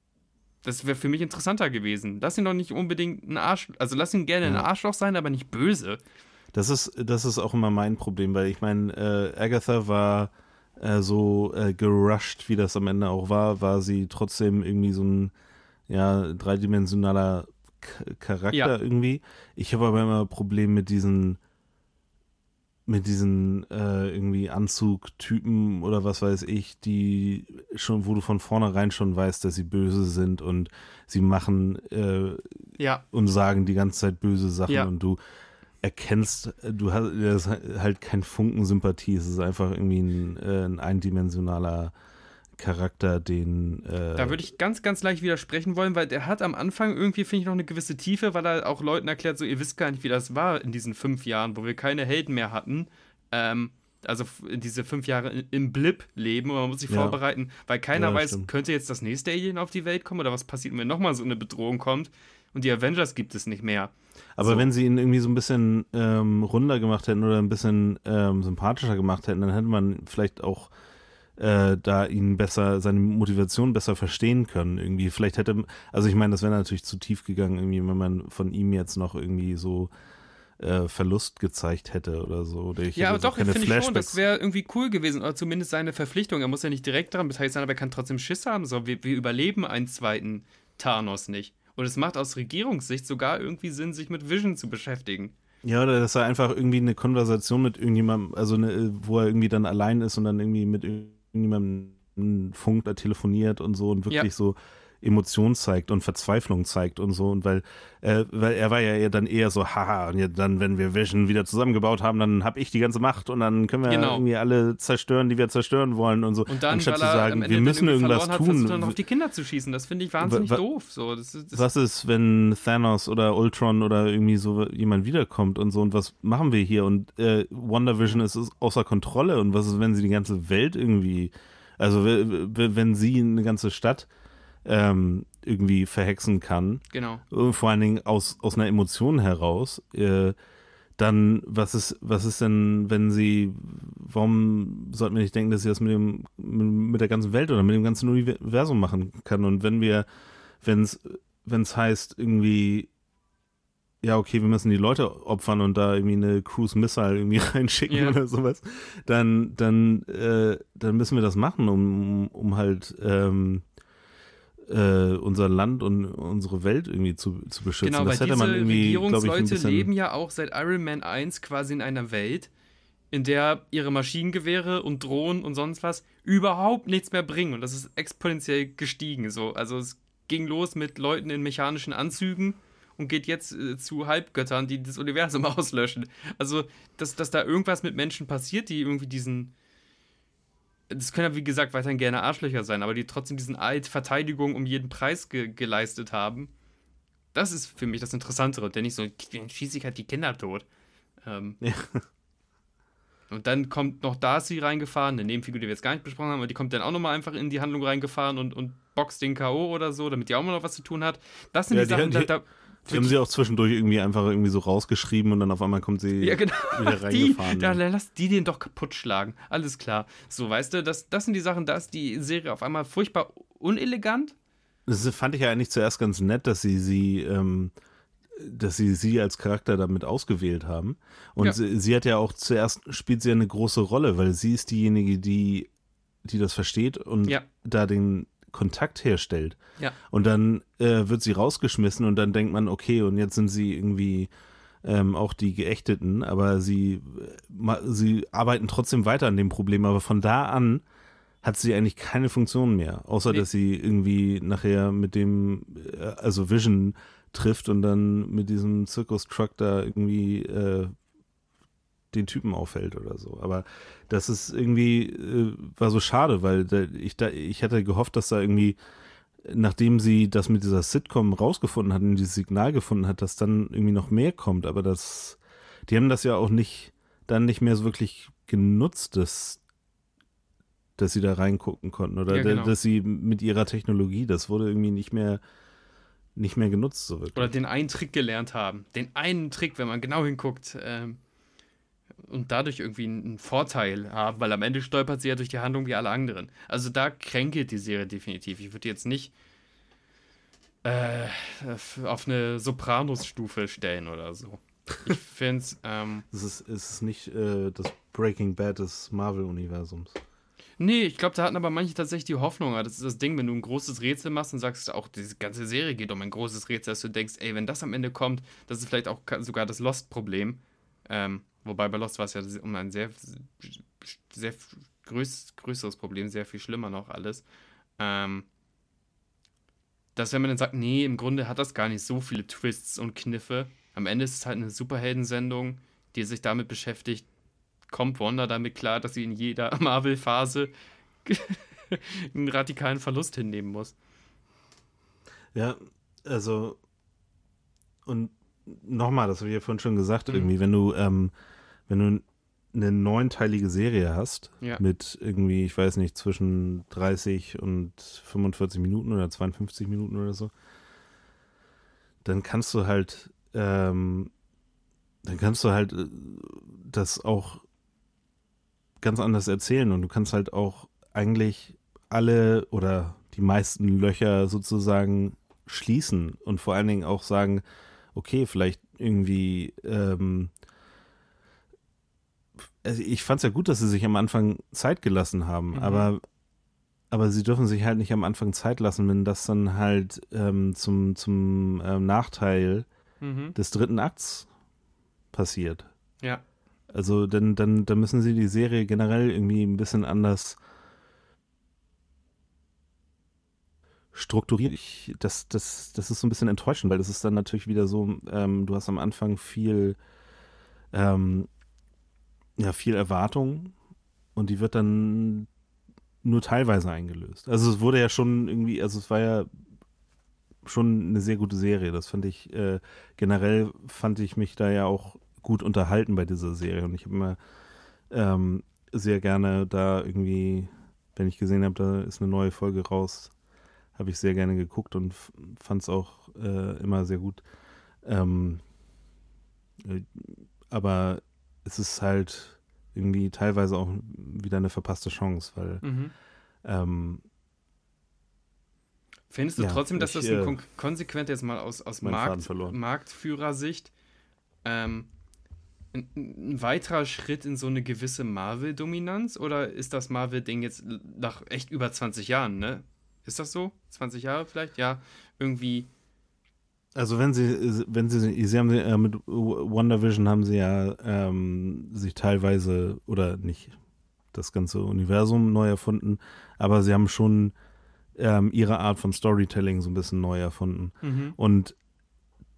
[SPEAKER 2] Das wäre für mich interessanter gewesen. Lass ihn doch nicht unbedingt ein Arsch, also lass ihn gerne ein
[SPEAKER 3] Ja.
[SPEAKER 2] Arschloch sein, aber nicht böse.
[SPEAKER 3] Das ist, das ist auch immer mein Problem, weil ich meine, äh, Agatha war äh, so äh, gerusht, wie das am Ende auch war, war sie trotzdem irgendwie so ein ja, dreidimensionaler K Charakter
[SPEAKER 2] Ja.
[SPEAKER 3] irgendwie. Ich habe aber immer ein Problem mit diesen mit diesen äh, irgendwie Anzugtypen oder was weiß ich, die schon, wo du von vornherein schon weißt, dass sie böse sind und sie machen äh,
[SPEAKER 2] Ja,
[SPEAKER 3] und sagen die ganze Zeit böse Sachen
[SPEAKER 2] Ja.
[SPEAKER 3] und du erkennst, du hast das ist halt kein Funken Sympathie, es ist einfach irgendwie ein, äh, ein eindimensionaler Charakter, den äh,
[SPEAKER 2] da würde ich ganz, ganz leicht widersprechen wollen, weil der hat am Anfang irgendwie, finde ich, noch eine gewisse Tiefe, weil er auch Leuten erklärt, so, ihr wisst gar nicht, wie das war in diesen fünf Jahren, wo wir keine Helden mehr hatten. Ähm, also f- diese fünf Jahre i- im Blip-Leben und man muss sich
[SPEAKER 3] Ja.
[SPEAKER 2] vorbereiten, weil keiner
[SPEAKER 3] Ja,
[SPEAKER 2] weiß,
[SPEAKER 3] stimmt.
[SPEAKER 2] könnte jetzt das nächste Alien auf die Welt kommen oder was passiert, wenn nochmal so eine Bedrohung kommt und die Avengers gibt es nicht mehr.
[SPEAKER 3] aber
[SPEAKER 2] so.
[SPEAKER 3] wenn sie ihn irgendwie so ein bisschen ähm, runder gemacht hätten oder ein bisschen ähm, sympathischer gemacht hätten, dann hätte man vielleicht auch äh, da ihn besser, seine Motivation besser verstehen können. Irgendwie, vielleicht hätte, also ich meine, das wäre natürlich zu tief gegangen, irgendwie, wenn man von ihm jetzt noch irgendwie so äh, Verlust gezeigt hätte oder so. Oder ich
[SPEAKER 2] Ja,
[SPEAKER 3] hätte
[SPEAKER 2] aber
[SPEAKER 3] jetzt auch
[SPEAKER 2] doch,
[SPEAKER 3] keine
[SPEAKER 2] finde ich schon,
[SPEAKER 3] Flashbacks.
[SPEAKER 2] das wäre irgendwie cool gewesen. Oder zumindest seine Verpflichtung. Er muss ja nicht direkt daran beteiligt sein, aber er kann trotzdem Schiss haben. So, wir, wir überleben einen zweiten Thanos nicht. Und es macht aus Regierungssicht sogar irgendwie Sinn, sich mit Vision zu beschäftigen.
[SPEAKER 3] Ja, oder dass er einfach irgendwie eine Konversation mit irgendjemandem, also eine, wo er irgendwie dann allein ist und dann irgendwie mit irgendjemandem funkt, er telefoniert und so und wirklich
[SPEAKER 2] Ja.
[SPEAKER 3] so Emotion zeigt und Verzweiflung zeigt und so. Und weil, äh, weil er war ja eher dann eher so, haha, und jetzt dann, wenn wir Vision wieder zusammengebaut haben, dann habe ich die ganze Macht und dann können wir
[SPEAKER 2] Genau.
[SPEAKER 3] irgendwie alle zerstören, die wir zerstören wollen und so.
[SPEAKER 2] Und dann,
[SPEAKER 3] Anstatt
[SPEAKER 2] weil
[SPEAKER 3] zu
[SPEAKER 2] er
[SPEAKER 3] sagen,
[SPEAKER 2] am Ende
[SPEAKER 3] wir
[SPEAKER 2] dann
[SPEAKER 3] müssen
[SPEAKER 2] irgendwie
[SPEAKER 3] irgendwas
[SPEAKER 2] verloren hat, versucht er
[SPEAKER 3] tun.
[SPEAKER 2] dann auf die Kinder zu schießen. Das finde ich wahnsinnig
[SPEAKER 3] Wa- wa-
[SPEAKER 2] doof. So, das, ist- das,
[SPEAKER 3] Was ist, wenn Thanos oder Ultron oder irgendwie so jemand wiederkommt und so und was machen wir hier? Und äh, WandaVision ist, ist außer Kontrolle und was ist, wenn sie die ganze Welt irgendwie, also w- w- wenn sie eine ganze Stadt ähm, irgendwie verhexen kann,
[SPEAKER 2] genau.
[SPEAKER 3] äh, vor allen Dingen aus, aus einer Emotion heraus, äh, dann was ist, was ist denn, wenn sie, warum sollten wir nicht denken, dass sie das mit dem, mit der ganzen Welt oder mit dem ganzen Universum machen kann? Und wenn wir, wenn es, wenn es heißt, irgendwie, ja, okay, wir müssen die Leute opfern und da irgendwie eine Cruise Missile irgendwie reinschicken
[SPEAKER 2] Ja.
[SPEAKER 3] oder sowas, dann, dann, äh, dann müssen wir das machen, um, um halt ähm, äh, unser Land und unsere Welt irgendwie zu, zu beschützen.
[SPEAKER 2] Genau,
[SPEAKER 3] das
[SPEAKER 2] weil
[SPEAKER 3] hätte
[SPEAKER 2] diese
[SPEAKER 3] man irgendwie, glaube ich, ein
[SPEAKER 2] Regierungsleute
[SPEAKER 3] bisschen.
[SPEAKER 2] leben ja auch seit Iron Man eins quasi in einer Welt, in der ihre Maschinengewehre und Drohnen und sonst was überhaupt nichts mehr bringen. Und das ist exponentiell gestiegen. So. Also es ging los mit Leuten in mechanischen Anzügen und geht jetzt äh, zu Halbgöttern, die das Universum auslöschen. Also, dass, dass da irgendwas mit Menschen passiert, die irgendwie diesen das können ja, wie gesagt, weiterhin gerne Arschlöcher sein, aber die trotzdem diesen Eid Verteidigung um jeden Preis ge- geleistet haben. Das ist für mich das Interessantere. Und der nicht so, dann schieße ich halt die Kinder tot. Ähm,
[SPEAKER 3] Ja.
[SPEAKER 2] Und dann kommt noch Darcy reingefahren, eine Nebenfigur, die wir jetzt gar nicht besprochen haben, aber die kommt dann auch nochmal einfach in die Handlung reingefahren und, und boxt den K O oder so, damit die auch mal noch was zu tun hat. Das sind
[SPEAKER 3] Ja,
[SPEAKER 2] die Sachen,
[SPEAKER 3] die, die,
[SPEAKER 2] da, da
[SPEAKER 3] die haben sie auch zwischendurch irgendwie einfach irgendwie so rausgeschrieben und dann auf einmal kommt sie
[SPEAKER 2] ja, genau.
[SPEAKER 3] wieder reingefahren.
[SPEAKER 2] Die, da lass die den doch kaputt schlagen. Alles klar. So, weißt du, das, das sind die Sachen, da ist die Serie auf einmal furchtbar unelegant.
[SPEAKER 3] Das fand ich ja eigentlich zuerst ganz nett, dass sie sie, ähm, dass sie sie als Charakter damit ausgewählt haben. Und
[SPEAKER 2] Ja.
[SPEAKER 3] sie, sie hat ja auch zuerst, spielt sie eine große Rolle, weil sie ist diejenige, die, die das versteht und
[SPEAKER 2] Ja.
[SPEAKER 3] da den Kontakt herstellt.
[SPEAKER 2] Ja.
[SPEAKER 3] Und dann äh, wird sie rausgeschmissen und dann denkt man, okay, und jetzt sind sie irgendwie ähm, auch die Geächteten, aber sie, ma, sie arbeiten trotzdem weiter an dem Problem, aber von da an hat sie eigentlich keine Funktion mehr, außer
[SPEAKER 2] Nee.
[SPEAKER 3] dass sie irgendwie nachher mit dem, äh, also Vision trifft und dann mit diesem Zirkus-Truck da irgendwie äh, den Typen aufhält oder so. Aber das ist irgendwie, äh, war so schade, weil da, ich, da, ich hätte gehofft, dass da irgendwie, nachdem sie das mit dieser Sitcom rausgefunden hat und dieses Signal gefunden hat, dass dann irgendwie noch mehr kommt. Aber das, die haben das ja auch nicht, dann nicht mehr so wirklich genutzt, dass, dass sie da reingucken konnten. Oder
[SPEAKER 2] Ja, genau.
[SPEAKER 3] dass sie mit ihrer Technologie, das wurde irgendwie nicht mehr nicht mehr genutzt, so wirklich.
[SPEAKER 2] Oder den einen Trick gelernt haben. Den einen Trick, wenn man genau hinguckt. Ähm, und dadurch irgendwie einen Vorteil haben, weil am Ende stolpert sie ja durch die Handlung wie alle anderen. Also da kränkelt die Serie definitiv. Ich würde jetzt nicht äh, auf eine Sopranos-Stufe stellen oder so. Ich finde es, ähm,
[SPEAKER 3] Es ist, es ist nicht äh, das Breaking Bad des Marvel-Universums.
[SPEAKER 2] nee, ich glaube, da hatten aber manche tatsächlich die Hoffnung. Das ist das Ding, wenn du ein großes Rätsel machst und sagst, auch diese ganze Serie geht um ein großes Rätsel, dass du denkst, ey, wenn das am Ende kommt, das ist vielleicht auch sogar das Lost-Problem. Ähm, wobei bei Lost war es ja um ein sehr, sehr größ, größeres Problem, sehr viel schlimmer noch alles. Ähm, dass wenn man dann sagt, nee, im Grunde hat das gar nicht so viele Twists und Kniffe. Am Ende ist es halt eine Superheldensendung, die sich damit beschäftigt, kommt Wanda damit klar, dass sie in jeder Marvel-Phase einen radikalen Verlust hinnehmen muss.
[SPEAKER 3] Ja, also und nochmal, das habe ich ja vorhin schon gesagt,
[SPEAKER 2] Mhm.
[SPEAKER 3] irgendwie, wenn du, ähm, wenn du eine neunteilige Serie hast,
[SPEAKER 2] Ja.
[SPEAKER 3] mit irgendwie, ich weiß nicht, zwischen dreißig und fünfundvierzig Minuten oder zweiundfünfzig Minuten oder so, dann kannst du halt, ähm, dann kannst du halt äh, das auch ganz anders erzählen und du kannst halt auch eigentlich alle oder die meisten Löcher sozusagen schließen und vor allen Dingen auch sagen, okay, vielleicht irgendwie, ähm, also ich fand es ja gut, dass sie sich am Anfang Zeit gelassen haben,
[SPEAKER 2] Mhm.
[SPEAKER 3] aber, aber sie dürfen sich halt nicht am Anfang Zeit lassen, wenn das dann halt ähm, zum, zum ähm, Nachteil
[SPEAKER 2] Mhm.
[SPEAKER 3] des dritten Akts passiert.
[SPEAKER 2] Ja.
[SPEAKER 3] Also dann, dann, dann müssen sie die Serie generell irgendwie ein bisschen anders strukturieren. Ich, das, das, das ist so ein bisschen enttäuschend, weil das ist dann natürlich wieder so, ähm, du hast am Anfang viel, ähm, ja, viel Erwartung und die wird dann nur teilweise eingelöst. Also es wurde ja schon irgendwie, also es war ja schon eine sehr gute Serie. Das fand ich, äh, generell fand ich mich da ja auch gut unterhalten bei dieser Serie und ich habe immer ähm, sehr gerne da irgendwie, wenn ich gesehen habe, da ist eine neue Folge raus, habe ich sehr gerne geguckt und fand es auch äh, immer sehr gut. Ähm, äh, aber es ist halt irgendwie teilweise auch wieder eine verpasste Chance, weil
[SPEAKER 2] Mhm.
[SPEAKER 3] ähm,
[SPEAKER 2] Findest du
[SPEAKER 3] Ja,
[SPEAKER 2] trotzdem, dass
[SPEAKER 3] ich,
[SPEAKER 2] das ein
[SPEAKER 3] äh,
[SPEAKER 2] kon konsequent jetzt mal aus, aus
[SPEAKER 3] meinen Faden
[SPEAKER 2] Markt,
[SPEAKER 3] verloren.
[SPEAKER 2] Marktführersicht ähm, ein, ein weiterer Schritt in so eine gewisse Marvel-Dominanz? Oder ist das Marvel-Ding jetzt nach echt über zwanzig Jahren, ne? Ist das so? zwanzig Jahre vielleicht? Ja, irgendwie.
[SPEAKER 3] Also wenn sie, wenn sie, sie haben äh, mit WandaVision haben sie ja ähm, sich teilweise oder nicht das ganze Universum neu erfunden, aber sie haben schon ähm, ihre Art von Storytelling so ein bisschen neu erfunden.
[SPEAKER 2] Mhm.
[SPEAKER 3] Und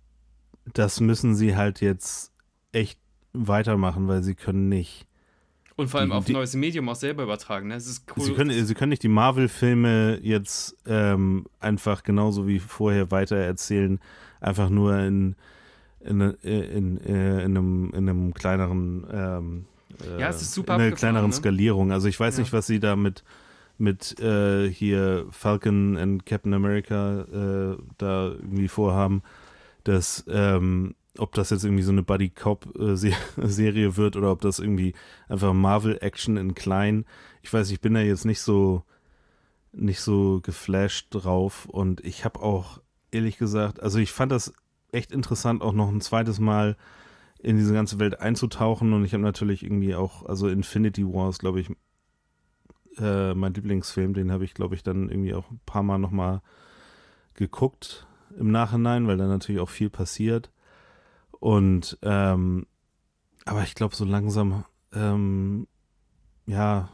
[SPEAKER 3] das müssen sie halt jetzt echt weitermachen, weil sie können nicht
[SPEAKER 2] Und vor allem
[SPEAKER 3] die,
[SPEAKER 2] auf
[SPEAKER 3] die,
[SPEAKER 2] ein neues Medium auch selber übertragen. Ne? Das ist cool.
[SPEAKER 3] Sie können, sie können nicht die Marvel-Filme jetzt ähm, einfach genauso wie vorher weiter erzählen, einfach nur in, in, in, in, in, einem, in einem kleineren ähm, äh,
[SPEAKER 2] Ja, es ist super
[SPEAKER 3] in einer
[SPEAKER 2] abgefahren,
[SPEAKER 3] kleineren
[SPEAKER 2] ne?
[SPEAKER 3] Skalierung. Also ich weiß
[SPEAKER 2] Ja.
[SPEAKER 3] nicht, was sie da mit, mit äh, hier Falcon und Captain America äh, da irgendwie vorhaben, dass ähm, ob das jetzt irgendwie so eine Buddy-Cop-Serie wird oder ob das irgendwie einfach Marvel-Action in klein. Ich weiß, ich bin da jetzt nicht so nicht so geflasht drauf und ich habe auch ehrlich gesagt, also ich fand das echt interessant, auch noch ein zweites Mal in diese ganze Welt einzutauchen und ich habe natürlich irgendwie auch, also Infinity Wars, glaube ich, äh, mein Lieblingsfilm, den habe ich, glaube ich, dann irgendwie auch ein paar Mal nochmal geguckt im Nachhinein, weil da natürlich auch viel passiert. Und ähm, aber ich glaube so langsam, ähm, ja,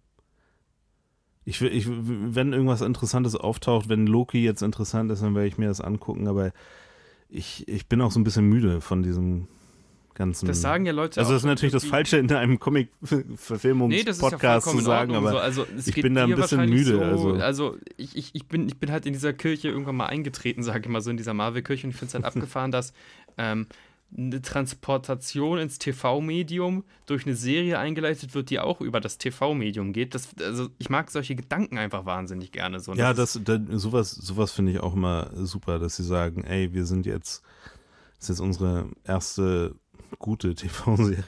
[SPEAKER 3] ich will, ich, wenn irgendwas Interessantes auftaucht, wenn Loki jetzt interessant ist, dann werde ich mir das angucken, aber ich, ich bin auch so ein bisschen müde von diesem ganzen.
[SPEAKER 2] Das sagen ja Leute
[SPEAKER 3] Also
[SPEAKER 2] auch
[SPEAKER 3] das ist
[SPEAKER 2] schon
[SPEAKER 3] natürlich das
[SPEAKER 2] irgendwie-
[SPEAKER 3] Falsche in einem Comic-Verfilmungs-Podcast
[SPEAKER 2] Nee, das ist ja vollkommen
[SPEAKER 3] zu
[SPEAKER 2] in
[SPEAKER 3] sagen,
[SPEAKER 2] Ordnung
[SPEAKER 3] aber
[SPEAKER 2] so. Also, es
[SPEAKER 3] ich
[SPEAKER 2] geht
[SPEAKER 3] bin da ein
[SPEAKER 2] dir
[SPEAKER 3] bisschen
[SPEAKER 2] wahrscheinlich
[SPEAKER 3] müde,
[SPEAKER 2] So,
[SPEAKER 3] also-
[SPEAKER 2] also ich, ich, ich, bin, ich bin halt in dieser Kirche irgendwann mal eingetreten, sage ich mal so, in dieser Marvel-Kirche und ich finde es halt abgefahren, dass ähm, eine Transportation ins T V-Medium durch eine Serie eingeleitet wird, die auch über das T V-Medium geht. Das, also ich mag solche Gedanken einfach wahnsinnig gerne. So. Und
[SPEAKER 3] Ja,
[SPEAKER 2] das,
[SPEAKER 3] das, das sowas, sowas finde ich auch immer super, dass sie sagen, ey, wir sind jetzt, das ist jetzt unsere erste gute T V-Serie.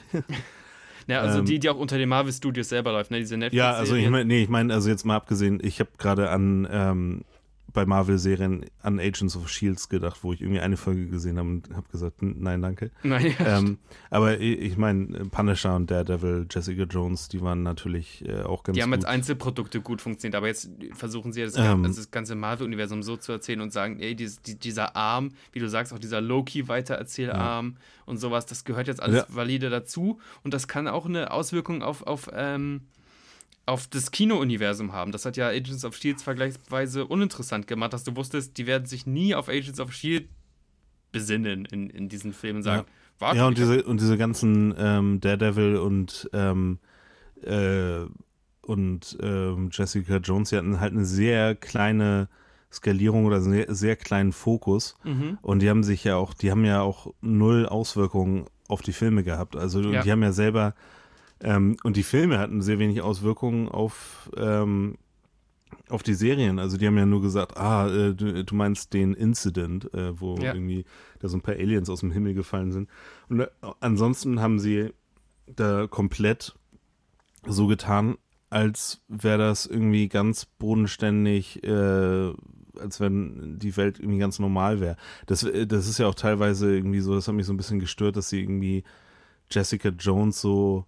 [SPEAKER 2] Ja, also
[SPEAKER 3] ähm,
[SPEAKER 2] die, die auch unter den Marvel Studios selber läuft, ne? Diese Netflix-Serien.
[SPEAKER 3] Ja, also ich meine, nee, ich meine, also jetzt mal abgesehen, ich habe gerade an ähm, bei Marvel-Serien an Agents of Shields gedacht, wo ich irgendwie eine Folge gesehen habe und habe gesagt, n- nein, danke.
[SPEAKER 2] Nein, ja,
[SPEAKER 3] Ähm, aber ich, ich meine, Punisher und Daredevil, Jessica Jones, die waren natürlich äh, auch ganz
[SPEAKER 2] die haben
[SPEAKER 3] gut.
[SPEAKER 2] als Einzelprodukte gut funktioniert, aber jetzt versuchen sie ja das,
[SPEAKER 3] Ähm.
[SPEAKER 2] also das ganze Marvel-Universum so zu erzählen und sagen, ey, dieses, die, dieser Arm, wie du sagst, auch dieser Loki-Weitererzählarm und sowas, das gehört jetzt alles
[SPEAKER 3] Ja.
[SPEAKER 2] valide dazu und das kann auch eine Auswirkung auf, auf, ähm, auf das Kino-Universum haben. Das hat ja Agents of Shield vergleichsweise uninteressant gemacht, dass du wusstest, die werden sich nie auf Agents of Shield besinnen in, in diesen Filmen und sagen, warte,
[SPEAKER 3] Ja, und
[SPEAKER 2] ich hab-
[SPEAKER 3] diese, und diese ganzen ähm, Daredevil und ähm, äh, und ähm, Jessica Jones, die hatten halt eine sehr kleine Skalierung oder sehr, sehr kleinen Fokus.
[SPEAKER 2] Mhm.
[SPEAKER 3] Und die haben sich ja auch, die haben ja auch null Auswirkungen auf die Filme gehabt. Also
[SPEAKER 2] Ja.
[SPEAKER 3] die haben ja selber, ähm, und die Filme hatten sehr wenig Auswirkungen auf, ähm, auf die Serien. Also die haben ja nur gesagt, ah, äh, du, du meinst den Incident, äh, wo
[SPEAKER 2] Ja.
[SPEAKER 3] irgendwie da so ein paar Aliens aus dem Himmel gefallen sind. Und äh, ansonsten haben sie da komplett so getan, als wäre das irgendwie ganz bodenständig, äh, als wenn die Welt irgendwie ganz normal wäre. Das, äh, das ist ja auch teilweise irgendwie so, das hat mich so ein bisschen gestört, dass sie irgendwie Jessica Jones so,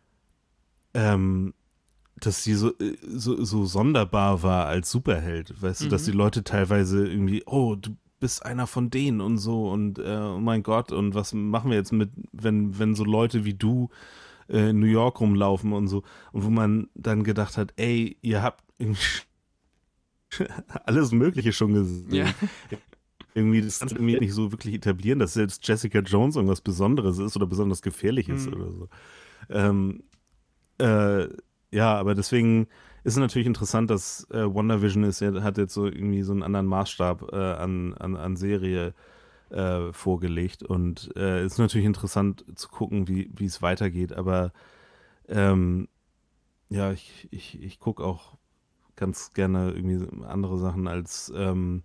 [SPEAKER 3] ähm, dass sie so, äh, so, so sonderbar war als Superheld. Weißt du, dass die Leute teilweise irgendwie, oh, du bist einer von denen und so und äh, oh mein Gott, und was machen wir jetzt mit, wenn, wenn so Leute wie du äh, in New York rumlaufen und so, und wo man dann gedacht hat, ey, ihr habt irgendwie alles Mögliche schon gesehen.
[SPEAKER 2] Ja.
[SPEAKER 3] Irgendwie, das kannst du irgendwie nicht so wirklich etablieren, dass selbst Jessica Jones irgendwas Besonderes ist oder besonders Gefährliches
[SPEAKER 2] Mhm.
[SPEAKER 3] oder so. Ähm, äh, ja, aber deswegen ist es natürlich interessant, dass äh, WandaVision ist, ja, hat jetzt so irgendwie so einen anderen Maßstab äh, an, an, an Serie äh, vorgelegt, und äh, ist natürlich interessant zu gucken, wie wie es weitergeht, aber ähm, ja, ich, ich, ich gucke auch ganz gerne irgendwie andere Sachen als ähm,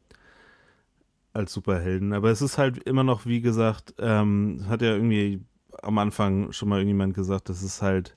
[SPEAKER 3] als Superhelden, aber es ist halt immer noch, wie gesagt, ähm, hat ja irgendwie am Anfang schon mal irgendjemand gesagt, dass es halt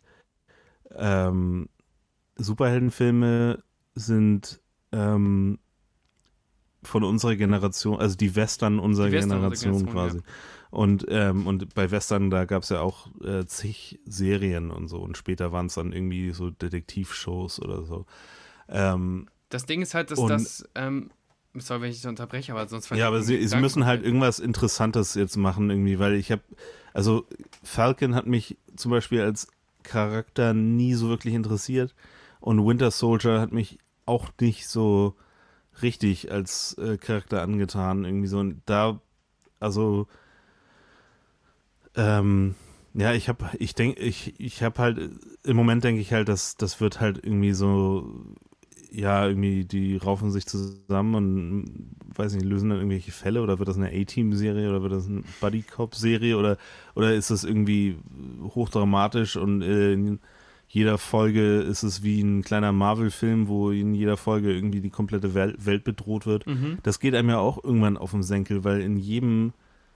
[SPEAKER 3] ähm, Superheldenfilme sind ähm, von unserer Generation, also die Western unserer
[SPEAKER 2] Die Western unserer
[SPEAKER 3] Generation,
[SPEAKER 2] Generation,
[SPEAKER 3] quasi. Und, ähm, und bei Western, da gab es ja auch äh, zig Serien und so, und später waren es dann irgendwie so Detektivshows oder so. Ähm,
[SPEAKER 2] Das Ding ist halt, dass
[SPEAKER 3] Und-
[SPEAKER 2] das, ähm, sorry, wenn ich dich unterbreche, aber sonst
[SPEAKER 3] Ja, aber sie, sie müssen halt irgendwas Interessantes jetzt machen irgendwie, weil ich habe, also Falcon hat mich zum Beispiel als Charakter nie so wirklich interessiert, und Winter Soldier hat mich auch nicht so richtig als äh, Charakter angetan irgendwie so, und da, also ähm, Ja, ich habe, ich denke, ich, ich habe halt, im Moment denke ich halt, dass das wird halt irgendwie so, ja, irgendwie, die raufen sich zusammen und, weiß nicht, lösen dann irgendwelche Fälle oder wird das eine A-Team-Serie oder wird das eine Buddy-Cop-Serie oder, oder ist das irgendwie hochdramatisch und äh, in jeder Folge ist es wie ein kleiner Marvel-Film, wo in jeder Folge irgendwie die komplette Wel- Welt bedroht wird.
[SPEAKER 2] Mhm.
[SPEAKER 3] Das geht einem ja auch irgendwann auf den Senkel, weil in jedem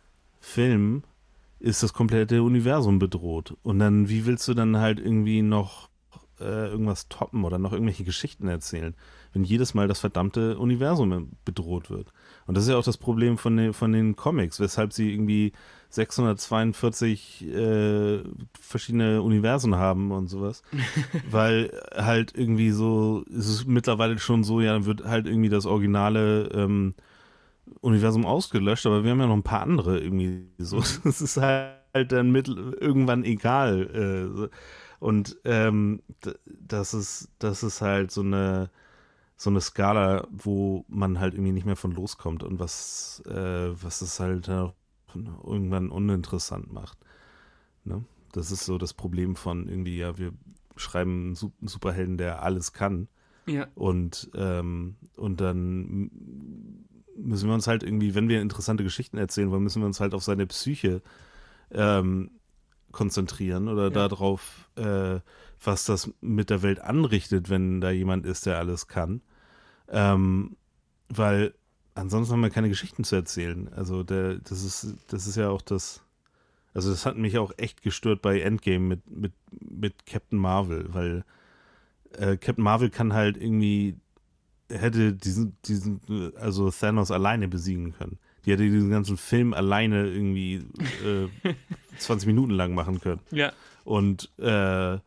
[SPEAKER 3] Film ist das komplette Universum bedroht. Und dann, wie willst du dann halt irgendwie noch äh, irgendwas toppen oder noch irgendwelche Geschichten erzählen, wenn jedes Mal das verdammte Universum bedroht wird? Und das ist ja auch das Problem von den, von den Comics, weshalb sie irgendwie sechshundertzweiundvierzig äh, verschiedene Universen haben und sowas. Weil halt irgendwie so, es ist mittlerweile schon so, ja, dann wird halt irgendwie das originale ähm, Universum ausgelöscht, aber wir haben ja noch ein paar andere irgendwie so. Das ist halt dann mit irgendwann egal. Äh, und ähm, d- das ist, das ist halt so eine so eine Skala, wo man halt irgendwie nicht mehr von loskommt und was, äh, was es halt auch irgendwann uninteressant macht. Ne? Das ist so das Problem von irgendwie, ja, wir schreiben einen Su- einen Superhelden, der alles kann.
[SPEAKER 2] Ja.
[SPEAKER 3] Und, ähm, und dann müssen wir uns halt irgendwie, wenn wir interessante Geschichten erzählen wollen, müssen wir uns halt auf seine Psyche ähm, konzentrieren oder
[SPEAKER 2] Ja.
[SPEAKER 3] darauf, äh, was das mit der Welt anrichtet, wenn da jemand ist, der alles kann. Ähm, weil ansonsten haben wir keine Geschichten zu erzählen. Also der, das ist, das ist ja auch das, also das hat mich auch echt gestört bei Endgame mit, mit, mit Captain Marvel, weil äh, Captain Marvel kann halt irgendwie, hätte diesen, diesen, also Thanos alleine besiegen können. Die hätte diesen ganzen Film alleine irgendwie äh, zwanzig Minuten lang machen können.
[SPEAKER 2] Ja.
[SPEAKER 3] Und äh,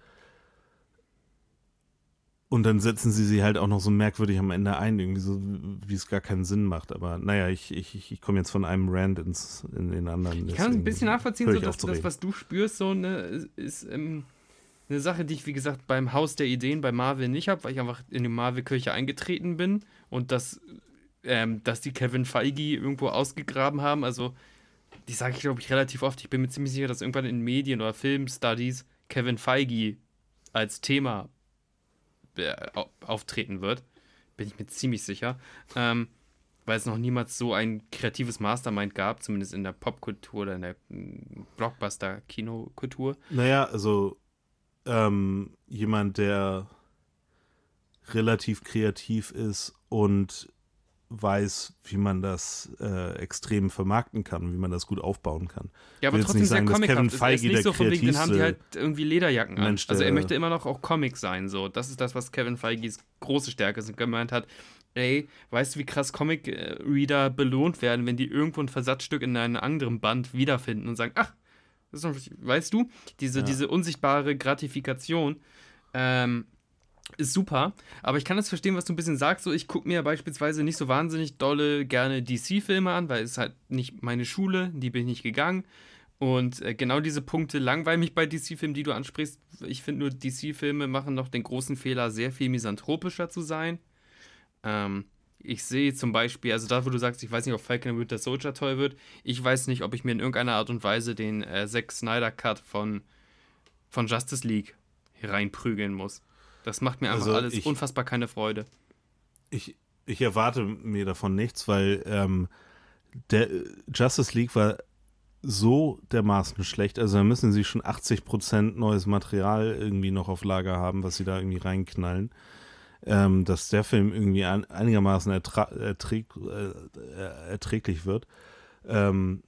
[SPEAKER 3] und dann setzen sie sie halt auch noch so merkwürdig am Ende ein, irgendwie so, wie es gar keinen Sinn macht. Aber naja, ich, ich, ich komme jetzt von einem Rant ins, in den anderen.
[SPEAKER 2] Ich kann es ein bisschen nachvollziehen, so, dass
[SPEAKER 3] aufzuregen.
[SPEAKER 2] das, was du spürst, so eine, ist, ist ähm, eine Sache, die ich, wie gesagt, beim Haus der Ideen bei Marvel nicht habe, weil ich einfach in die Marvel-Kirche eingetreten bin und dass, ähm, dass die Kevin Feige irgendwo ausgegraben haben. Also, die sage ich, glaube ich, relativ oft. Ich bin mir ziemlich sicher, dass irgendwann in Medien oder Film-Studies Kevin Feige als Thema äh, au- auftreten wird. Bin ich mir ziemlich sicher. Ähm, weil es noch niemals so ein kreatives Mastermind gab, zumindest in der Popkultur oder in der mm, Blockbuster-Kinokultur.
[SPEAKER 3] Naja, also ähm, jemand, der relativ kreativ ist und weiß, wie man das äh, extrem vermarkten kann, wie man das gut aufbauen kann.
[SPEAKER 2] Ja, aber
[SPEAKER 3] will jetzt
[SPEAKER 2] trotzdem
[SPEAKER 3] nicht
[SPEAKER 2] sehr
[SPEAKER 3] sagen, dass
[SPEAKER 2] comichaft.
[SPEAKER 3] Kevin
[SPEAKER 2] Es ist
[SPEAKER 3] Feige
[SPEAKER 2] nicht
[SPEAKER 3] der
[SPEAKER 2] so von wegen, dann haben die halt
[SPEAKER 3] kreativste
[SPEAKER 2] irgendwie Lederjacken an.
[SPEAKER 3] Mensch,
[SPEAKER 2] Also er
[SPEAKER 3] der-
[SPEAKER 2] möchte immer noch auch Comic sein, so. Das ist das, was Kevin Feiges große Stärke ist und gemeint hat, ey, weißt du, wie krass Comic-Reader belohnt werden, wenn die irgendwo ein Versatzstück in einem anderen Band wiederfinden und sagen, ach, das ist noch, weißt du, diese,
[SPEAKER 3] Ja.
[SPEAKER 2] diese unsichtbare Gratifikation, ähm, ist super, aber ich kann das verstehen, was du ein bisschen sagst. So, ich gucke mir beispielsweise nicht so wahnsinnig dolle gerne D C-Filme an, weil es halt nicht meine Schule, die bin ich nicht gegangen. Und äh, genau diese Punkte langweilen mich bei D C-Filmen, die du ansprichst. Ich finde nur, D C-Filme machen noch den großen Fehler, sehr viel misanthropischer zu sein. Ähm, ich sehe zum Beispiel, also da, wo du sagst, ich weiß nicht, ob Falcon and Winter Soldier toll wird. Ich weiß nicht, ob ich mir in irgendeiner Art und Weise den äh, Zack Snyder-Cut von, von Justice League hereinprügeln muss. Das macht mir einfach
[SPEAKER 3] Also
[SPEAKER 2] alles
[SPEAKER 3] ich-
[SPEAKER 2] unfassbar keine Freude.
[SPEAKER 3] Ich, ich erwarte mir davon nichts, weil ähm, der Justice League war so dermaßen schlecht. Also da müssen sie schon achtzig Prozent neues Material irgendwie noch auf Lager haben, was sie da irgendwie reinknallen. Ähm, dass der Film irgendwie ein, einigermaßen ertra- erträg, äh, erträglich wird. Ähm,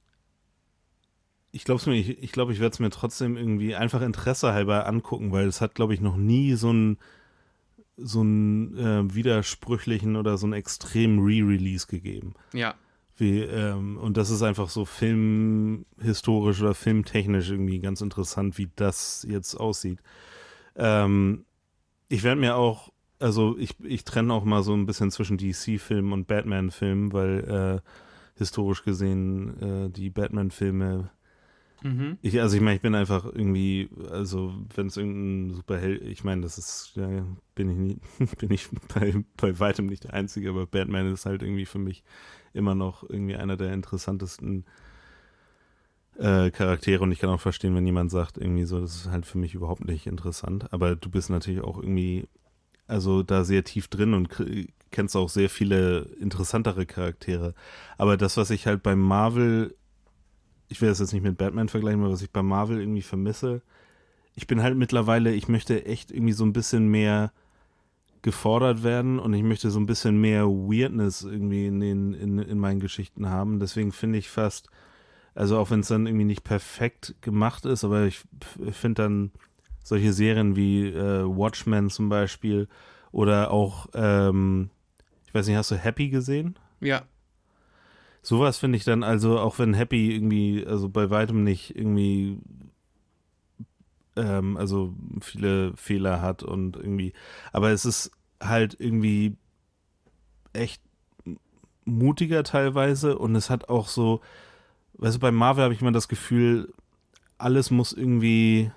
[SPEAKER 3] ich glaube es mir, ich, ich, glaub, ich werde es mir trotzdem irgendwie einfach Interesse halber angucken, weil es hat, glaube ich, noch nie so einen so einen äh, widersprüchlichen oder so einen extremen Re-Release gegeben.
[SPEAKER 2] Ja,
[SPEAKER 3] Wie, ähm, und das ist einfach so filmhistorisch oder filmtechnisch irgendwie ganz interessant, wie das jetzt aussieht. Ähm, ich werde mir auch, also ich, ich trenne auch mal so ein bisschen zwischen D C-Filmen und Batman-Filmen, weil äh, historisch gesehen äh, die Batman-Filme
[SPEAKER 2] mhm.
[SPEAKER 3] ich, also ich meine, ich bin einfach irgendwie, also wenn es irgendein Superheld, ich meine, das ist, ja, bin ich nie, bin ich bei, bei weitem nicht der Einzige, aber Batman ist halt irgendwie für mich immer noch irgendwie einer der interessantesten äh, Charaktere und ich kann auch verstehen, wenn jemand sagt, irgendwie so, das ist halt für mich überhaupt nicht interessant. Aber du bist natürlich auch irgendwie, also da sehr tief drin und k- kennst auch sehr viele interessantere Charaktere. Aber das, was ich halt bei Marvel, ich will das jetzt nicht mit Batman vergleichen, aber was ich bei Marvel irgendwie vermisse, ich bin halt mittlerweile, ich möchte echt irgendwie so ein bisschen mehr gefordert werden und ich möchte so ein bisschen mehr Weirdness irgendwie in den in, in meinen Geschichten haben. Deswegen finde ich fast, also auch wenn es dann irgendwie nicht perfekt gemacht ist, aber ich, ich finde dann solche Serien wie äh, Watchmen zum Beispiel oder auch, ähm, ich weiß nicht, hast du Happy gesehen?
[SPEAKER 2] Ja.
[SPEAKER 3] Sowas finde ich dann, also auch wenn Happy irgendwie, also bei weitem nicht irgendwie, ähm, also viele Fehler hat und irgendwie, aber es ist halt irgendwie echt mutiger teilweise und es hat auch so, weißt du, bei Marvel habe ich immer das Gefühl, alles muss irgendwie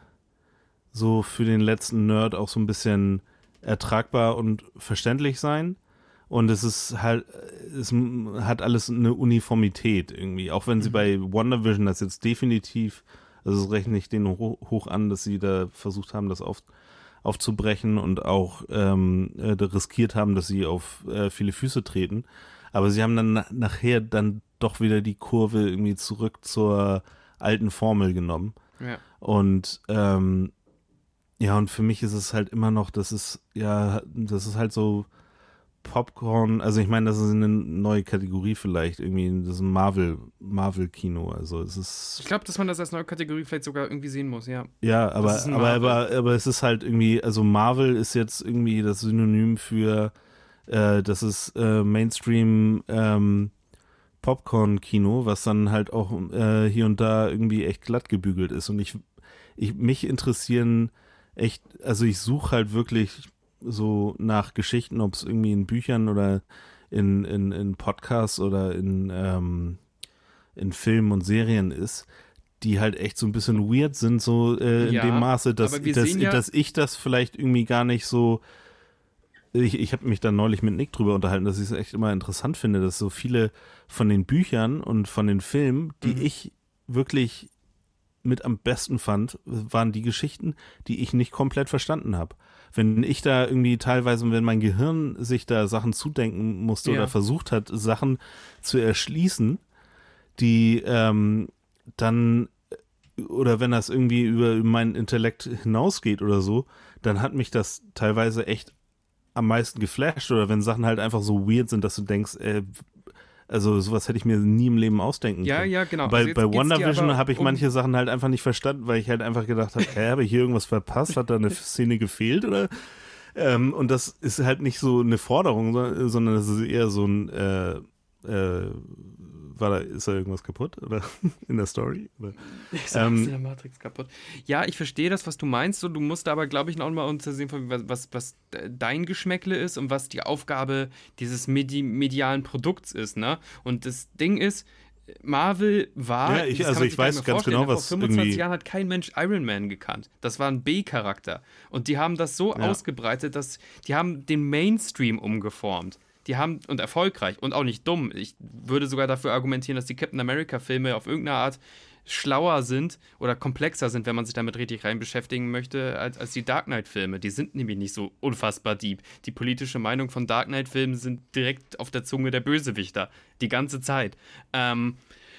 [SPEAKER 3] so für den letzten Nerd auch so ein bisschen ertragbar und verständlich sein. Und es ist halt, es hat alles eine Uniformität irgendwie. Auch wenn sie
[SPEAKER 2] Mhm.
[SPEAKER 3] bei WandaVision das jetzt definitiv, also es rechne ich denen hoch an, dass sie da versucht haben, das auf, aufzubrechen und auch ähm, äh, riskiert haben, dass sie auf äh, viele Füße treten. Aber sie haben dann na- nachher dann doch wieder die Kurve irgendwie zurück zur alten Formel genommen.
[SPEAKER 2] Ja.
[SPEAKER 3] Und ähm, ja, und für mich ist es halt immer noch, das ist, ja, das ist halt so Popcorn, also ich meine, das ist eine neue Kategorie vielleicht, irgendwie, das ist ein Marvel, Marvel-Kino, also es ist.
[SPEAKER 2] Ich glaube, dass man das als neue Kategorie vielleicht sogar irgendwie sehen muss, ja.
[SPEAKER 3] Ja, aber,
[SPEAKER 2] ist ein
[SPEAKER 3] aber,
[SPEAKER 2] Marvel.
[SPEAKER 3] aber, aber es ist halt irgendwie, also Marvel ist jetzt irgendwie das Synonym für, äh, das ist äh, Mainstream ähm, Popcorn-Kino, was dann halt auch äh, hier und da irgendwie echt glatt gebügelt ist. Und ich, ich mich interessieren echt, also ich suche halt wirklich so nach Geschichten, ob es irgendwie in Büchern oder in, in, in Podcasts oder in, ähm, in Filmen und Serien ist, die halt echt so ein bisschen weird sind, so äh, in
[SPEAKER 2] Ja,
[SPEAKER 3] dem Maße, dass,
[SPEAKER 2] aber wir
[SPEAKER 3] dass,
[SPEAKER 2] sehen ja-
[SPEAKER 3] dass ich das vielleicht irgendwie gar nicht so. Ich, ich habe mich da neulich mit Nick drüber unterhalten, dass ich es echt immer interessant finde, dass so viele von den Büchern und von den Filmen, die
[SPEAKER 2] Mhm.
[SPEAKER 3] ich wirklich mit am besten fand, waren die Geschichten, die ich nicht komplett verstanden habe. Wenn ich da irgendwie teilweise, wenn mein Gehirn sich da Sachen zudenken musste
[SPEAKER 2] Ja.
[SPEAKER 3] oder versucht hat, Sachen zu erschließen, die ähm, dann, oder wenn das irgendwie über meinen Intellekt hinausgeht oder so, dann hat mich das teilweise echt am meisten geflasht. Oder wenn Sachen halt einfach so weird sind, dass du denkst, äh, also sowas hätte ich mir nie im Leben ausdenken
[SPEAKER 2] Ja,
[SPEAKER 3] können.
[SPEAKER 2] ja, genau.
[SPEAKER 3] Bei,
[SPEAKER 2] Also jetzt
[SPEAKER 3] bei
[SPEAKER 2] geht's dir
[SPEAKER 3] WandaVision
[SPEAKER 2] aber
[SPEAKER 3] habe ich
[SPEAKER 2] um-
[SPEAKER 3] manche Sachen halt einfach nicht verstanden, weil ich halt einfach gedacht habe, hä, habe ich hier irgendwas verpasst? Hat da eine Szene gefehlt oder? Ähm, und das ist halt nicht so eine Forderung, so- sondern das ist eher so ein, äh, äh, war da, ist da irgendwas kaputt oder in der Story? Oder?
[SPEAKER 2] Ist
[SPEAKER 3] Ähm,
[SPEAKER 2] ähm, in der Matrix kaputt. Ja, ich verstehe das, was du meinst. So, du musst aber, glaube ich, noch mal untersehen, was, was, was dein Geschmäckle ist und was die Aufgabe dieses medi medialen Produkts ist. Ne? Und das Ding ist, Marvel war.
[SPEAKER 3] Ja, ich-
[SPEAKER 2] das kann
[SPEAKER 3] also
[SPEAKER 2] man
[SPEAKER 3] ich
[SPEAKER 2] sich gar
[SPEAKER 3] weiß
[SPEAKER 2] nicht mehr
[SPEAKER 3] ganz
[SPEAKER 2] vorstellen,
[SPEAKER 3] genau,
[SPEAKER 2] ne?
[SPEAKER 3] was
[SPEAKER 2] Vor fünfundzwanzig
[SPEAKER 3] irgendwie-
[SPEAKER 2] Jahren hat kein Mensch Iron Man gekannt. Das war ein B-Charakter. Und die haben das so
[SPEAKER 3] Ja.
[SPEAKER 2] ausgebreitet, dass die haben den Mainstream umgeformt. Die haben, und erfolgreich und auch nicht dumm. Ich würde sogar dafür argumentieren, dass die Captain America-Filme auf irgendeine Art schlauer sind oder komplexer sind, wenn man sich damit richtig rein beschäftigen möchte, als, als die Dark Knight-Filme. Die sind nämlich nicht so unfassbar deep. Die politische Meinung von Dark Knight-Filmen sind direkt auf der Zunge der Bösewichter. Die ganze Zeit. Ähm,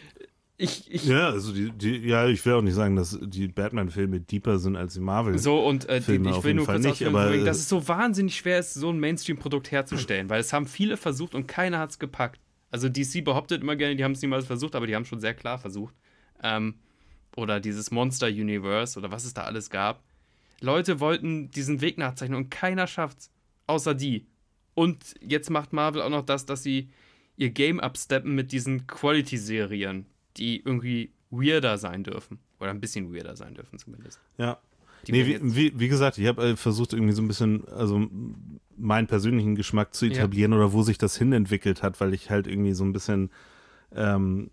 [SPEAKER 2] ich, ich,
[SPEAKER 3] Ja, also die, die, ja, ich will auch nicht sagen, dass die Batman-Filme deeper sind als die Marvel.
[SPEAKER 2] So, und äh, die,
[SPEAKER 3] Filme
[SPEAKER 2] ich
[SPEAKER 3] auf
[SPEAKER 2] will
[SPEAKER 3] jeden
[SPEAKER 2] nur
[SPEAKER 3] Fall
[SPEAKER 2] kurz
[SPEAKER 3] nicht,
[SPEAKER 2] ausführen,
[SPEAKER 3] aber,
[SPEAKER 2] wegen, dass
[SPEAKER 3] äh,
[SPEAKER 2] es so wahnsinnig schwer ist, so ein Mainstream-Produkt herzustellen, weil es haben viele versucht und keiner hat es gepackt. Also D C behauptet immer gerne, die haben es niemals versucht, aber die haben es schon sehr klar versucht. Ähm, oder dieses Monster-Universe oder was es da alles gab. Leute wollten diesen Weg nachzeichnen und keiner schafft's, außer die. Und jetzt macht Marvel auch noch das, dass sie ihr Game absteppen mit diesen Quality-Serien, die irgendwie weirder sein dürfen. Oder ein bisschen weirder sein dürfen zumindest.
[SPEAKER 3] Ja.
[SPEAKER 2] Die
[SPEAKER 3] Nee,
[SPEAKER 2] werden
[SPEAKER 3] wie,
[SPEAKER 2] jetzt-
[SPEAKER 3] wie, wie gesagt, ich habe äh, versucht, irgendwie so ein bisschen, also m- meinen persönlichen Geschmack zu
[SPEAKER 2] Ja.
[SPEAKER 3] etablieren oder wo sich das hinentwickelt hat, weil ich halt irgendwie so ein bisschen ähm,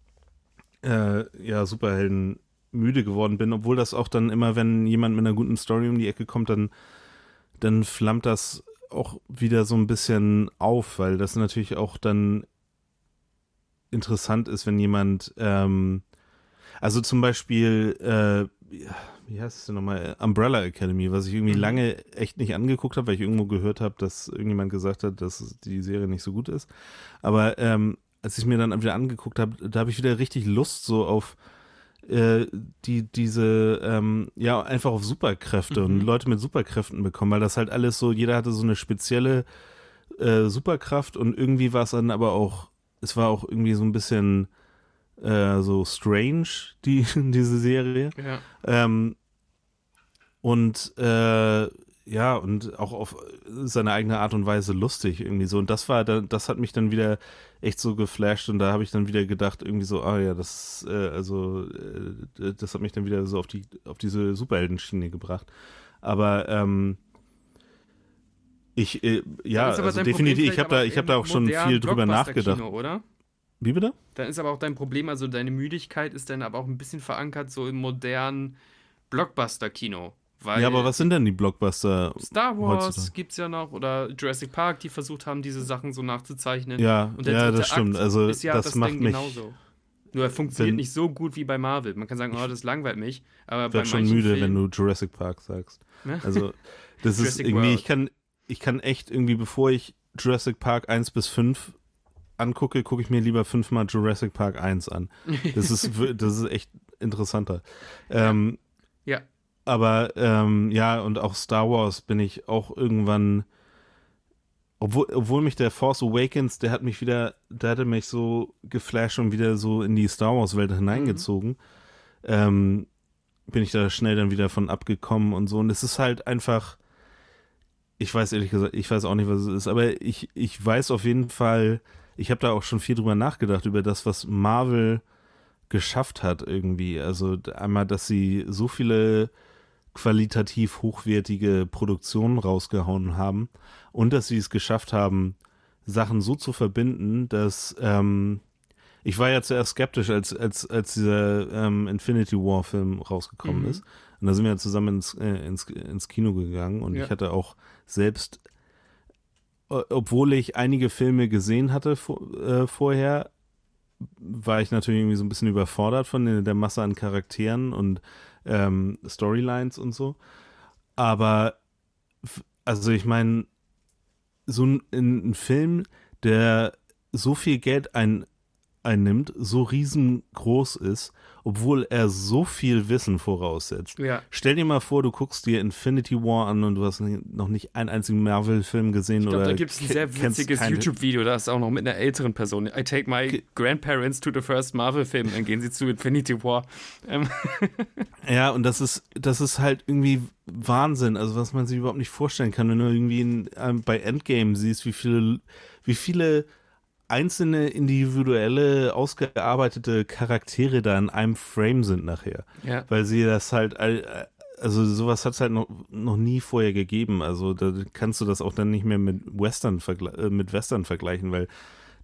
[SPEAKER 3] äh, ja, Superhelden müde geworden bin, obwohl das auch dann immer, wenn jemand mit einer guten Story um die Ecke kommt, dann, dann flammt das auch wieder so ein bisschen auf, weil das natürlich auch dann interessant ist, wenn jemand ähm, Also zum Beispiel, äh, wie heißt es denn nochmal? Umbrella Academy, was ich irgendwie mhm. lange echt nicht angeguckt habe, weil ich irgendwo gehört habe, dass irgendjemand gesagt hat, dass die Serie nicht so gut ist. Aber ähm, als ich es mir dann wieder angeguckt habe, da habe ich wieder richtig Lust so auf äh, die, diese, ähm, ja, einfach auf Superkräfte mhm. und Leute mit Superkräften bekommen, weil das halt alles so, jeder hatte so eine spezielle äh, Superkraft und irgendwie war es dann aber auch, es war auch irgendwie so ein bisschen äh, so strange, die, diese Serie.
[SPEAKER 2] Ja.
[SPEAKER 3] Ähm, und äh, ja, und auch auf seine eigene Art und Weise lustig irgendwie so. Und das war, das hat mich dann wieder echt so geflasht und da habe ich dann wieder gedacht, irgendwie so, ah ja, das, äh, also, äh, das hat mich dann wieder so auf die, auf diese Superheldenschiene gebracht. Aber, ähm, ich, äh, ja, also definitiv, ich habe da, ich habe da auch schon viel drüber nachgedacht.
[SPEAKER 2] Kino, oder?
[SPEAKER 3] Wie bitte?
[SPEAKER 2] Dann ist aber auch dein Problem, also deine Müdigkeit ist dann aber auch ein bisschen verankert so im modernen Blockbuster-Kino.
[SPEAKER 3] Ja, aber was sind denn die Blockbuster?
[SPEAKER 2] Star Wars heutzutage? Gibt's ja noch oder Jurassic Park, die versucht haben, diese Sachen so nachzuzeichnen.
[SPEAKER 3] Ja,
[SPEAKER 2] und der
[SPEAKER 3] ja, das
[SPEAKER 2] Akt
[SPEAKER 3] stimmt. Also
[SPEAKER 2] ist ja
[SPEAKER 3] das,
[SPEAKER 2] das
[SPEAKER 3] macht mich
[SPEAKER 2] genauso. Nur er funktioniert nicht so gut wie bei Marvel. Man kann sagen, oh, das langweilt mich. Aber
[SPEAKER 3] ich werde schon müde, Filmen, wenn du Jurassic Park sagst. Also das ist irgendwie, World. ich kann, ich kann echt irgendwie, bevor ich Jurassic Park eins bis fünf angucke, gucke ich mir lieber fünfmal Jurassic Park eins an. Das ist, das ist echt interessanter. Ähm,
[SPEAKER 2] ja.
[SPEAKER 3] Aber ähm, ja, und auch Star Wars bin ich auch irgendwann, obwohl, obwohl mich der Force Awakens, der hat mich wieder, der hatte mich so geflasht und wieder so in die Star Wars Welt hineingezogen, mhm. ähm, bin ich da schnell dann wieder von abgekommen und so. Und es ist halt einfach, ich weiß ehrlich gesagt, ich weiß auch nicht, was es ist, aber ich, ich weiß auf jeden Fall, ich habe da auch schon viel drüber nachgedacht, über das, was Marvel geschafft hat irgendwie. Also einmal, dass sie so viele qualitativ hochwertige Produktionen rausgehauen haben und dass sie es geschafft haben, Sachen so zu verbinden, dass ähm, ich war ja zuerst skeptisch, als, als, als dieser ähm, Infinity War Film rausgekommen mhm. ist. Und da sind wir ja zusammen ins, äh, ins, ins Kino gegangen und ja. ich hatte auch selbst, obwohl ich einige Filme gesehen hatte vor, äh, vorher, war ich natürlich irgendwie so ein bisschen überfordert von der, der Masse an Charakteren und ähm, Storylines und so. Aber also ich meine, so ein, ein Film, der so viel Geld ein, einnimmt, so riesengroß ist, obwohl er so viel Wissen voraussetzt.
[SPEAKER 2] Ja.
[SPEAKER 3] Stell dir mal vor, du guckst dir Infinity War an und du hast noch nicht einen einzigen Marvel-Film gesehen. Ich
[SPEAKER 2] glaube,
[SPEAKER 3] da
[SPEAKER 2] gibt es ein sehr witziges YouTube-Video, das ist auch noch mit einer älteren Person. I take my Ge- grandparents to the first Marvel-Film, dann gehen sie zu Infinity War. Ähm.
[SPEAKER 3] Ja, und das ist, das ist halt irgendwie Wahnsinn, also was man sich überhaupt nicht vorstellen kann, wenn du irgendwie in, ähm, bei Endgame siehst, wie viele, wie viele einzelne individuelle, ausgearbeitete Charaktere da in einem Frame sind nachher.
[SPEAKER 2] Ja.
[SPEAKER 3] Weil sie das halt, also sowas hat es halt noch, noch nie vorher gegeben. Also da kannst du das auch dann nicht mehr mit Western, vergle- mit Western vergleichen, weil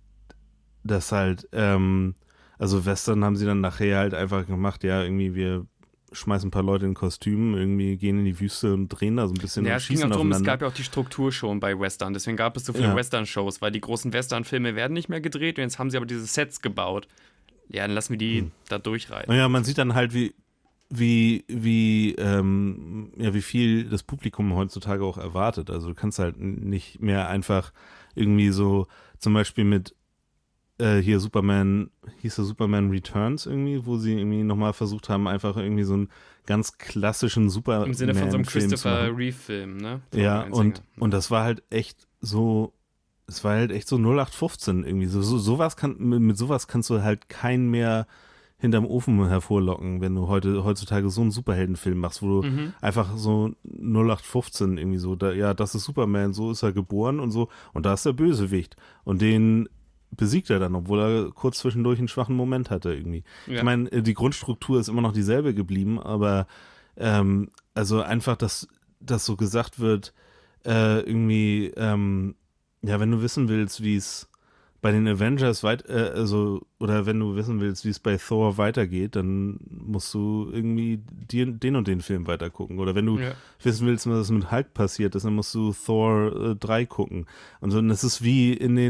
[SPEAKER 3] das halt, ähm, also Western haben sie dann nachher halt einfach gemacht, ja, irgendwie wir schmeißen ein paar Leute in Kostümen, irgendwie gehen in die Wüste und drehen da so ein bisschen
[SPEAKER 2] ja,
[SPEAKER 3] und schießen aufeinander. Ja, es ging auch darum,
[SPEAKER 2] es gab ja auch die Struktur schon bei Western, deswegen gab es so viele ja. Western-Shows, weil die großen Western-Filme werden nicht mehr gedreht und jetzt haben sie aber diese Sets gebaut. Ja, dann lassen wir die hm. da durchreiten.
[SPEAKER 3] Naja, man sieht dann halt, wie wie wie ähm, ja, wie viel das Publikum heutzutage auch erwartet. Also du kannst halt nicht mehr einfach irgendwie so zum Beispiel mit Äh, hier Superman, hieß der Superman Returns irgendwie, wo sie irgendwie nochmal versucht haben, einfach irgendwie so einen ganz klassischen Superman-Film
[SPEAKER 2] im Sinne von so einem
[SPEAKER 3] Film
[SPEAKER 2] Christopher Reeve-Film, ne? Von
[SPEAKER 3] ja, und, und das war halt echt so, es war halt echt so null acht fünfzehn irgendwie. So, so, sowas kann, mit, mit sowas kannst du halt keinen mehr hinterm Ofen hervorlocken, wenn du heute heutzutage so einen Superheldenfilm machst, wo du mhm. einfach so null acht fünfzehn irgendwie so, da, ja, das ist Superman, so ist er geboren und so, und da ist der Bösewicht. Und den besiegt er dann, obwohl er kurz zwischendurch einen schwachen Moment hatte irgendwie. Ja. Ich meine, die Grundstruktur ist immer noch dieselbe geblieben, aber ähm, also einfach, dass, dass so gesagt wird, äh, irgendwie, ähm, ja, wenn du wissen willst, wie es bei den Avengers weit, äh, also, oder wenn du wissen willst, wie es bei Thor weitergeht, dann musst du irgendwie die, den und den Film weitergucken. Oder wenn du ja. wissen willst, was mit Hulk passiert ist, dann musst du Thor äh, drei gucken. Und so, und das ist wie in den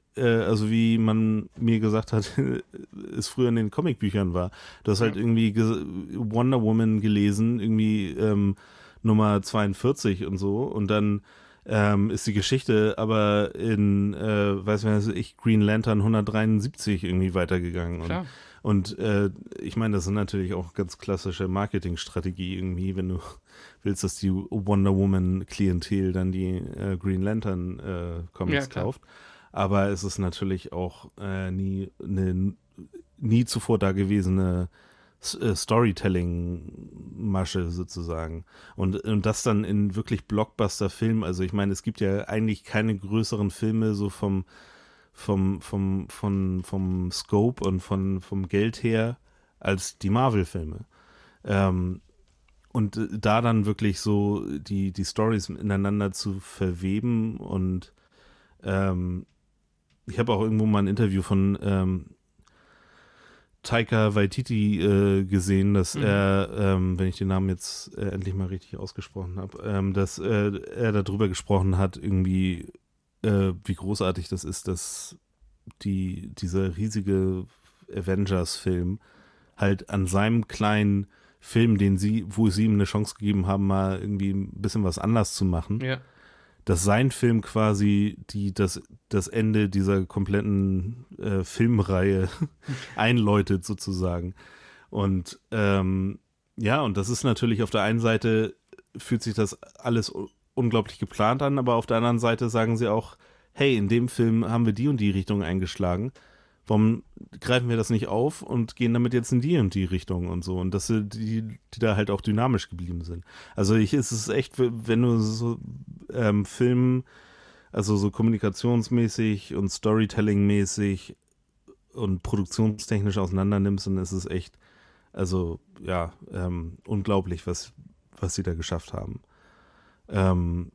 [SPEAKER 3] äh, also wie man mir gesagt hat, es früher in den Comicbüchern war. Du hast halt
[SPEAKER 2] Ja.
[SPEAKER 3] irgendwie ge- Wonder Woman gelesen, irgendwie ähm, Nummer zweiundvierzig und so und dann ähm, ist die Geschichte aber in, äh, weiß was ich, Green Lantern hundertdreiundsiebzig irgendwie weitergegangen. Und,
[SPEAKER 2] Klar.
[SPEAKER 3] und äh, ich meine, das ist natürlich auch ganz klassische Marketingstrategie irgendwie, wenn du willst, dass die Wonder Woman Klientel dann die äh, Green Lantern äh, Comics
[SPEAKER 2] Ja, klar.
[SPEAKER 3] kauft. Aber es ist natürlich auch äh, nie eine nie zuvor dagewesene S- äh, Storytelling-Masche sozusagen. Und, und das dann in wirklich Blockbuster-Filmen. Also ich meine, es gibt ja eigentlich keine größeren Filme so vom, vom, vom, vom, vom Scope und von, vom Geld her als die Marvel-Filme. Ähm, und äh, da dann wirklich so die, die Stories ineinander zu verweben und ähm, ich habe auch irgendwo mal ein Interview von ähm, Taika Waititi äh, gesehen, dass
[SPEAKER 2] Mhm.
[SPEAKER 3] er, ähm, wenn ich den Namen jetzt äh, endlich mal richtig ausgesprochen habe, ähm, dass äh, er darüber gesprochen hat, irgendwie, äh, wie großartig das ist, dass die, dieser riesige Avengers-Film halt an seinem kleinen Film, den sie, wo sie ihm eine Chance gegeben haben, mal irgendwie ein bisschen was anders zu machen,
[SPEAKER 2] Ja.
[SPEAKER 3] dass sein Film quasi die, das, das Ende dieser kompletten äh, Filmreihe einläutet sozusagen. Und ähm, ja, und das ist natürlich auf der einen Seite fühlt sich das alles u- unglaublich geplant an, aber auf der anderen Seite sagen sie auch, hey, in dem Film haben wir die und die Richtung eingeschlagen. Warum greifen wir das nicht auf und gehen damit jetzt in die und die Richtung und so? Und dass sie die, die da halt auch dynamisch geblieben sind. Also ich ist es echt, wenn du so ähm, Film, also so kommunikationsmäßig und Storytelling-mäßig und produktionstechnisch auseinander nimmst, dann ist es echt, also ja, ähm, unglaublich, was, was sie da geschafft haben. Ähm,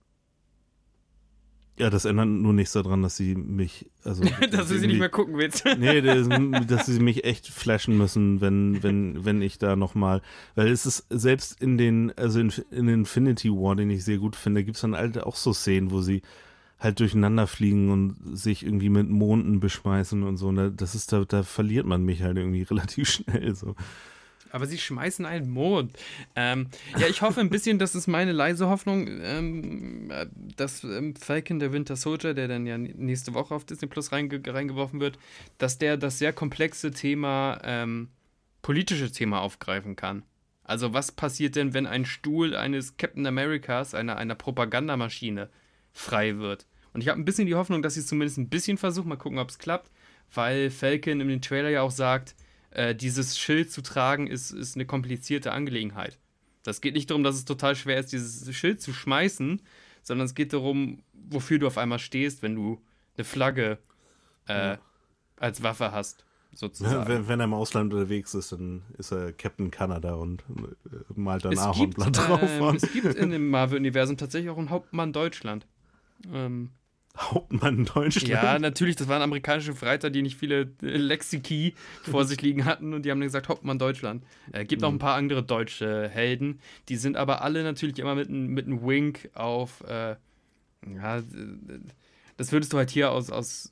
[SPEAKER 3] ja, das ändert nur nichts daran, dass sie mich, also
[SPEAKER 2] Dass du sie nicht mehr gucken willst.
[SPEAKER 3] nee, das, dass sie mich echt flashen müssen, wenn, wenn, wenn ich da nochmal, weil es ist selbst in den, also in, in Infinity War, den ich sehr gut finde, gibt es dann halt auch so Szenen, wo sie halt durcheinander fliegen und sich irgendwie mit Monden beschmeißen und so. Und das ist, da, da verliert man mich halt irgendwie relativ schnell so.
[SPEAKER 2] Aber sie schmeißen einen Mond. Ähm, ja, ich hoffe ein bisschen, das ist meine leise Hoffnung, ähm, äh, dass ähm, Falcon, der Winter Soldier, der dann ja nächste Woche auf Disney Plus reinge reingeworfen wird, dass der das sehr komplexe Thema, ähm, politische Thema aufgreifen kann. Also was passiert denn, wenn ein Stuhl eines Captain Americas, einer, einer Propagandamaschine, frei wird? Und ich habe ein bisschen die Hoffnung, dass sie es zumindest ein bisschen versuchen, mal gucken, ob es klappt, weil Falcon in dem Trailer ja auch sagt, äh, dieses Schild zu tragen ist, ist eine komplizierte Angelegenheit. Das geht nicht darum, dass es total schwer ist, dieses Schild zu schmeißen, sondern es geht darum, wofür du auf einmal stehst, wenn du eine Flagge äh,
[SPEAKER 3] Ja.
[SPEAKER 2] als Waffe hast, sozusagen.
[SPEAKER 3] Wenn, wenn er im Ausland unterwegs ist, dann ist er Captain Kanada und äh, malt dann
[SPEAKER 2] Es gibt,
[SPEAKER 3] Ahornblatt drauf.
[SPEAKER 2] ähm,
[SPEAKER 3] Und
[SPEAKER 2] es gibt in dem Marvel-Universum tatsächlich auch einen Hauptmann Deutschland. Ähm,
[SPEAKER 3] Hauptmann in Deutschland.
[SPEAKER 2] ja, natürlich, das waren amerikanische Freiter, die nicht viele äh, Lexiki vor sich liegen hatten und die haben dann gesagt, Hauptmann Deutschland. Äh, gibt auch ein paar andere deutsche Helden, die sind aber alle natürlich immer mit einem mit einem Wink auf, äh, ja, äh, das würdest du halt hier aus, aus,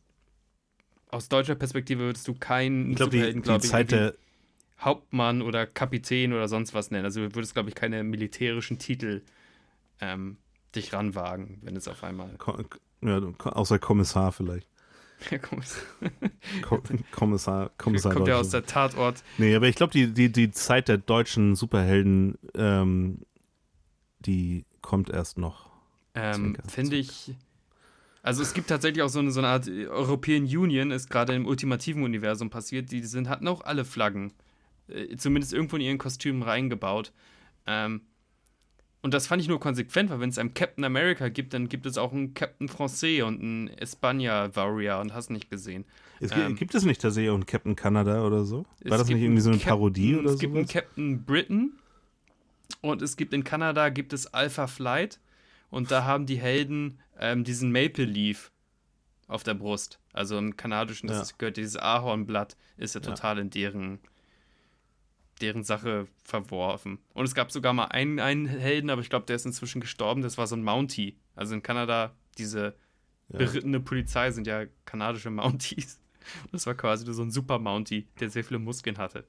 [SPEAKER 2] aus deutscher Perspektive würdest du keinen
[SPEAKER 3] Ich glaube, die,
[SPEAKER 2] Superhelden,
[SPEAKER 3] die
[SPEAKER 2] glaub ich,
[SPEAKER 3] Zeit
[SPEAKER 2] irgendwie
[SPEAKER 3] der,
[SPEAKER 2] Hauptmann oder Kapitän oder sonst was nennen. Also du würdest, glaube ich, keine militärischen Titel ähm, dich ranwagen, wenn es auf einmal.
[SPEAKER 3] Ko- ja, außer Kommissar vielleicht.
[SPEAKER 2] Ja, komm,
[SPEAKER 3] Ko Kommissar, Kommissar
[SPEAKER 2] kommt ja
[SPEAKER 3] Deutschland.
[SPEAKER 2] aus der Tatort.
[SPEAKER 3] Nee, aber ich glaube, die, die, die Zeit der deutschen Superhelden, ähm, die kommt erst noch.
[SPEAKER 2] Ähm,
[SPEAKER 3] Zwinker,
[SPEAKER 2] Finde ich. Also es gibt tatsächlich auch so eine, so eine Art European Union, ist gerade im ultimativen Universum passiert. Die sind, hatten auch alle Flaggen. Äh, zumindest irgendwo in ihren Kostümen reingebaut. Ähm, und das fand ich nur konsequent, weil wenn es einen Captain America gibt, dann gibt es auch einen Captain Francais und einen Espana Warrior und hast nicht gesehen.
[SPEAKER 3] Es,
[SPEAKER 2] Ähm,
[SPEAKER 3] gibt es nicht tatsächlich auch einen Captain Kanada oder so?
[SPEAKER 2] Es
[SPEAKER 3] War das
[SPEAKER 2] gibt
[SPEAKER 3] nicht irgendwie so eine
[SPEAKER 2] einen Captain-
[SPEAKER 3] Parodie oder so?
[SPEAKER 2] Es gibt einen Captain Britain und es gibt in Kanada gibt es Alpha Flight und da haben die Helden ähm, diesen Maple Leaf auf der Brust. Also im kanadischen, das
[SPEAKER 3] Ja.
[SPEAKER 2] ist, gehört dieses Ahornblatt, ist ja
[SPEAKER 3] Ja.
[SPEAKER 2] total in deren, deren Sache verworfen. Und es gab sogar mal einen, einen Helden, aber ich glaube, der ist inzwischen gestorben, das war so ein Mountie. Also in Kanada diese Ja. Berittene Polizei sind ja kanadische Mounties. Das war quasi so ein Super-Mountie, der sehr viele Muskeln hatte.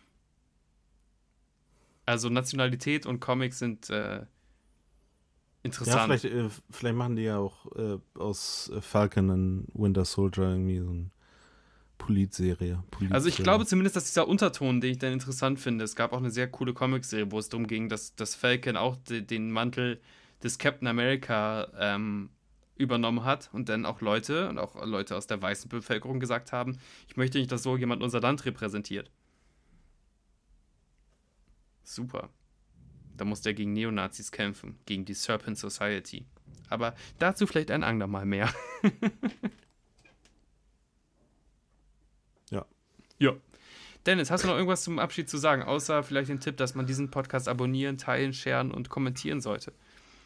[SPEAKER 2] Also Nationalität und Comics sind äh, interessant.
[SPEAKER 3] Ja, vielleicht, äh, vielleicht machen die ja auch äh, aus Falcon und Winter Soldier irgendwie so eine Politserie. Politserie.
[SPEAKER 2] Also ich glaube zumindest, dass dieser Unterton, den ich dann interessant finde, es gab auch eine sehr coole Comicserie, wo es darum ging, dass, dass Falcon auch de, den Mantel des Captain America ähm, übernommen hat und dann auch Leute und auch Leute aus der weißen Bevölkerung gesagt haben, ich möchte nicht, dass so jemand unser Land repräsentiert. Super. Da muss der gegen Neonazis kämpfen, gegen die Serpent Society. Aber dazu vielleicht ein andermal mehr.
[SPEAKER 3] Ja.
[SPEAKER 2] Ja. Dennis, hast du noch irgendwas zum Abschied zu sagen, außer vielleicht den Tipp, dass man diesen Podcast abonnieren, teilen, sharen und kommentieren sollte?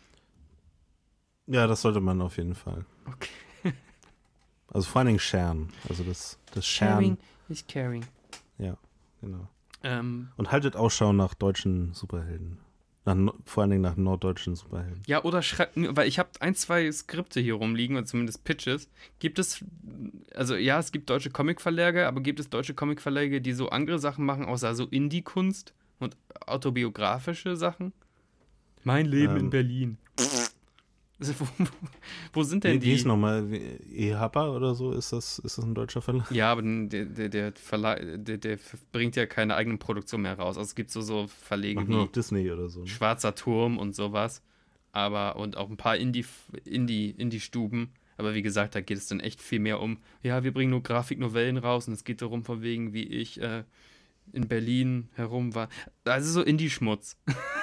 [SPEAKER 3] Ja, das sollte man auf jeden Fall.
[SPEAKER 2] Okay.
[SPEAKER 3] Also vor allen Dingen sharen. Also das, das Sharen.
[SPEAKER 2] Sharing is caring.
[SPEAKER 3] Ja, genau.
[SPEAKER 2] Ähm,
[SPEAKER 3] Und haltet Ausschau nach deutschen Superhelden. Nach, vor allen Dingen nach norddeutschen Superhelden.
[SPEAKER 2] ja, oder schreibt, weil ich habe ein, zwei Skripte hier rumliegen, oder zumindest Pitches. Gibt es, also ja, es gibt deutsche Comicverlage, aber gibt es deutsche Comicverlage, die so andere Sachen machen, außer so Indie-Kunst und autobiografische Sachen? Mein Leben
[SPEAKER 3] Ähm,
[SPEAKER 2] in Berlin. Also, wo, wo sind denn
[SPEAKER 3] Wie,
[SPEAKER 2] die?
[SPEAKER 3] wie ist nochmal? E-Happer oder so? Ist das, ist das ein deutscher Verlag?
[SPEAKER 2] Ja, aber der, der, der Verlag, der, der bringt ja keine eigenen Produktionen mehr raus. Also es gibt so, so Verlege
[SPEAKER 3] Macht nur
[SPEAKER 2] wie
[SPEAKER 3] noch Disney oder so. Ne?
[SPEAKER 2] Schwarzer Turm und sowas. Aber, und auch ein paar Indie, Indie, Indie-Stuben. Aber wie gesagt, da geht es dann echt viel mehr um, ja, wir bringen nur Grafiknovellen raus und es geht darum, von wegen, wie ich äh, in Berlin herum war. Also so Indie-Schmutz.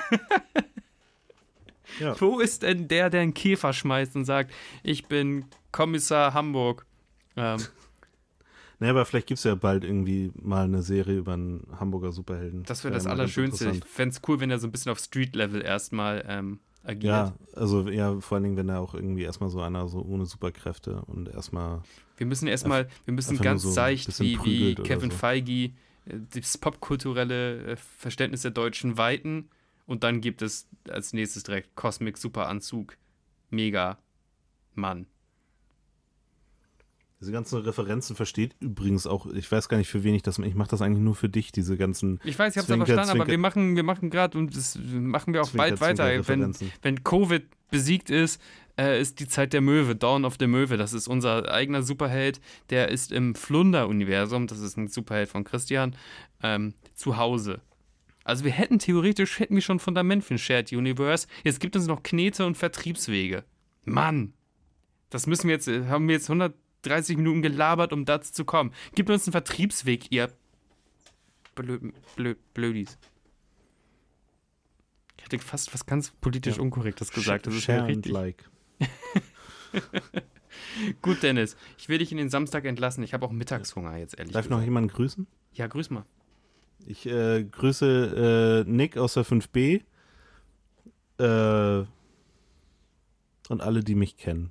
[SPEAKER 3] Ja.
[SPEAKER 2] Wo ist denn der, der einen Käfer schmeißt und sagt, ich bin Kommissar Hamburg? Ähm,
[SPEAKER 3] Naja, aber vielleicht gibt es ja bald irgendwie mal eine Serie über einen Hamburger Superhelden.
[SPEAKER 2] das wäre das
[SPEAKER 3] mal ganz
[SPEAKER 2] Allerschönste. Ich
[SPEAKER 3] interessant.
[SPEAKER 2] fände es cool, wenn er so ein bisschen auf Street-Level erstmal ähm, agiert.
[SPEAKER 3] Ja, also ja, vor allen Dingen, wenn er auch irgendwie erstmal so einer so ohne Superkräfte und erstmal.
[SPEAKER 2] Wir müssen erstmal, wir müssen
[SPEAKER 3] einfach
[SPEAKER 2] ganz
[SPEAKER 3] nur so ein
[SPEAKER 2] seicht,
[SPEAKER 3] bisschen
[SPEAKER 2] wie, wie
[SPEAKER 3] prügelt oder
[SPEAKER 2] Kevin
[SPEAKER 3] so.
[SPEAKER 2] Feige, äh, das popkulturelle äh, Verständnis der Deutschen weiten. Und dann gibt es als nächstes direkt Cosmic Superanzug. Mega Mann.
[SPEAKER 3] Diese ganzen Referenzen versteht übrigens auch, ich weiß gar nicht, für wen ich das mache. Ich mache das eigentlich nur für dich, diese ganzen.
[SPEAKER 2] Ich weiß, ich hab's ja
[SPEAKER 3] Zwinker,
[SPEAKER 2] verstanden, aber
[SPEAKER 3] Zwinker-
[SPEAKER 2] wir machen, wir machen gerade und das machen wir auch
[SPEAKER 3] Zwinker,
[SPEAKER 2] bald weiter.
[SPEAKER 3] Zwinker
[SPEAKER 2] Wenn,
[SPEAKER 3] Referenzen.
[SPEAKER 2] wenn Covid besiegt ist, äh, ist die Zeit der Möwe, Dawn of the Möwe. Das ist unser eigener Superheld, der ist im Flunder-Universum, das ist ein Superheld von Christian, ähm, zu Hause. Also wir hätten theoretisch, hätten wir schon ein Fundament für ein Shared Universe. Jetzt gibt es noch Knete und Vertriebswege. Mann, das müssen wir jetzt, haben wir jetzt hundertdreißig Minuten gelabert, um dazu zu kommen. Gibt uns einen Vertriebsweg, ihr Blö, Blö, Blödis. Ich hätte fast was ganz politisch
[SPEAKER 3] Ja.
[SPEAKER 2] Unkorrektes gesagt. Das ist ja
[SPEAKER 3] Share and
[SPEAKER 2] richtig.
[SPEAKER 3] like.
[SPEAKER 2] Gut, Dennis, ich will dich in den Samstag entlassen. Ich habe auch Mittagshunger jetzt, ehrlich
[SPEAKER 3] Darf ich noch
[SPEAKER 2] gesagt.
[SPEAKER 3] jemanden grüßen?
[SPEAKER 2] Ja, grüß mal.
[SPEAKER 3] Ich äh, grüße äh, Nick aus der fünf B äh, und alle, die mich kennen.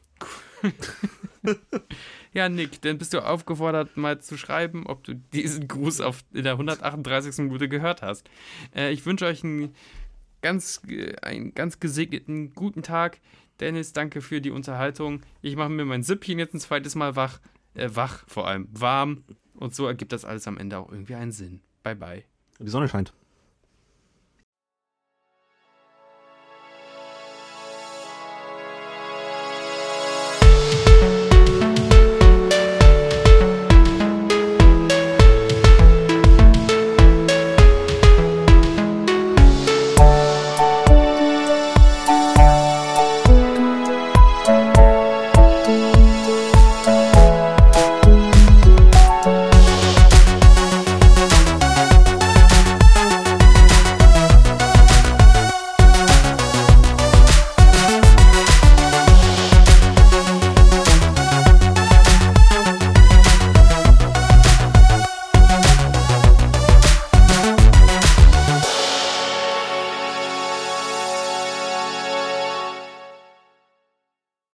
[SPEAKER 2] Ja, Nick, dann bist du aufgefordert, mal zu schreiben, ob du diesen Gruß auf, in der hundertachtunddreißigsten Minute gehört hast. Äh, ich wünsche euch einen ganz, äh, einen ganz gesegneten guten Tag. Dennis, danke für die Unterhaltung. Ich mache mir mein Süppchen jetzt ein zweites Mal wach. Äh, wach vor allem, warm. Und so ergibt das alles am Ende auch irgendwie einen Sinn. Bye, bye.
[SPEAKER 3] Die Sonne scheint.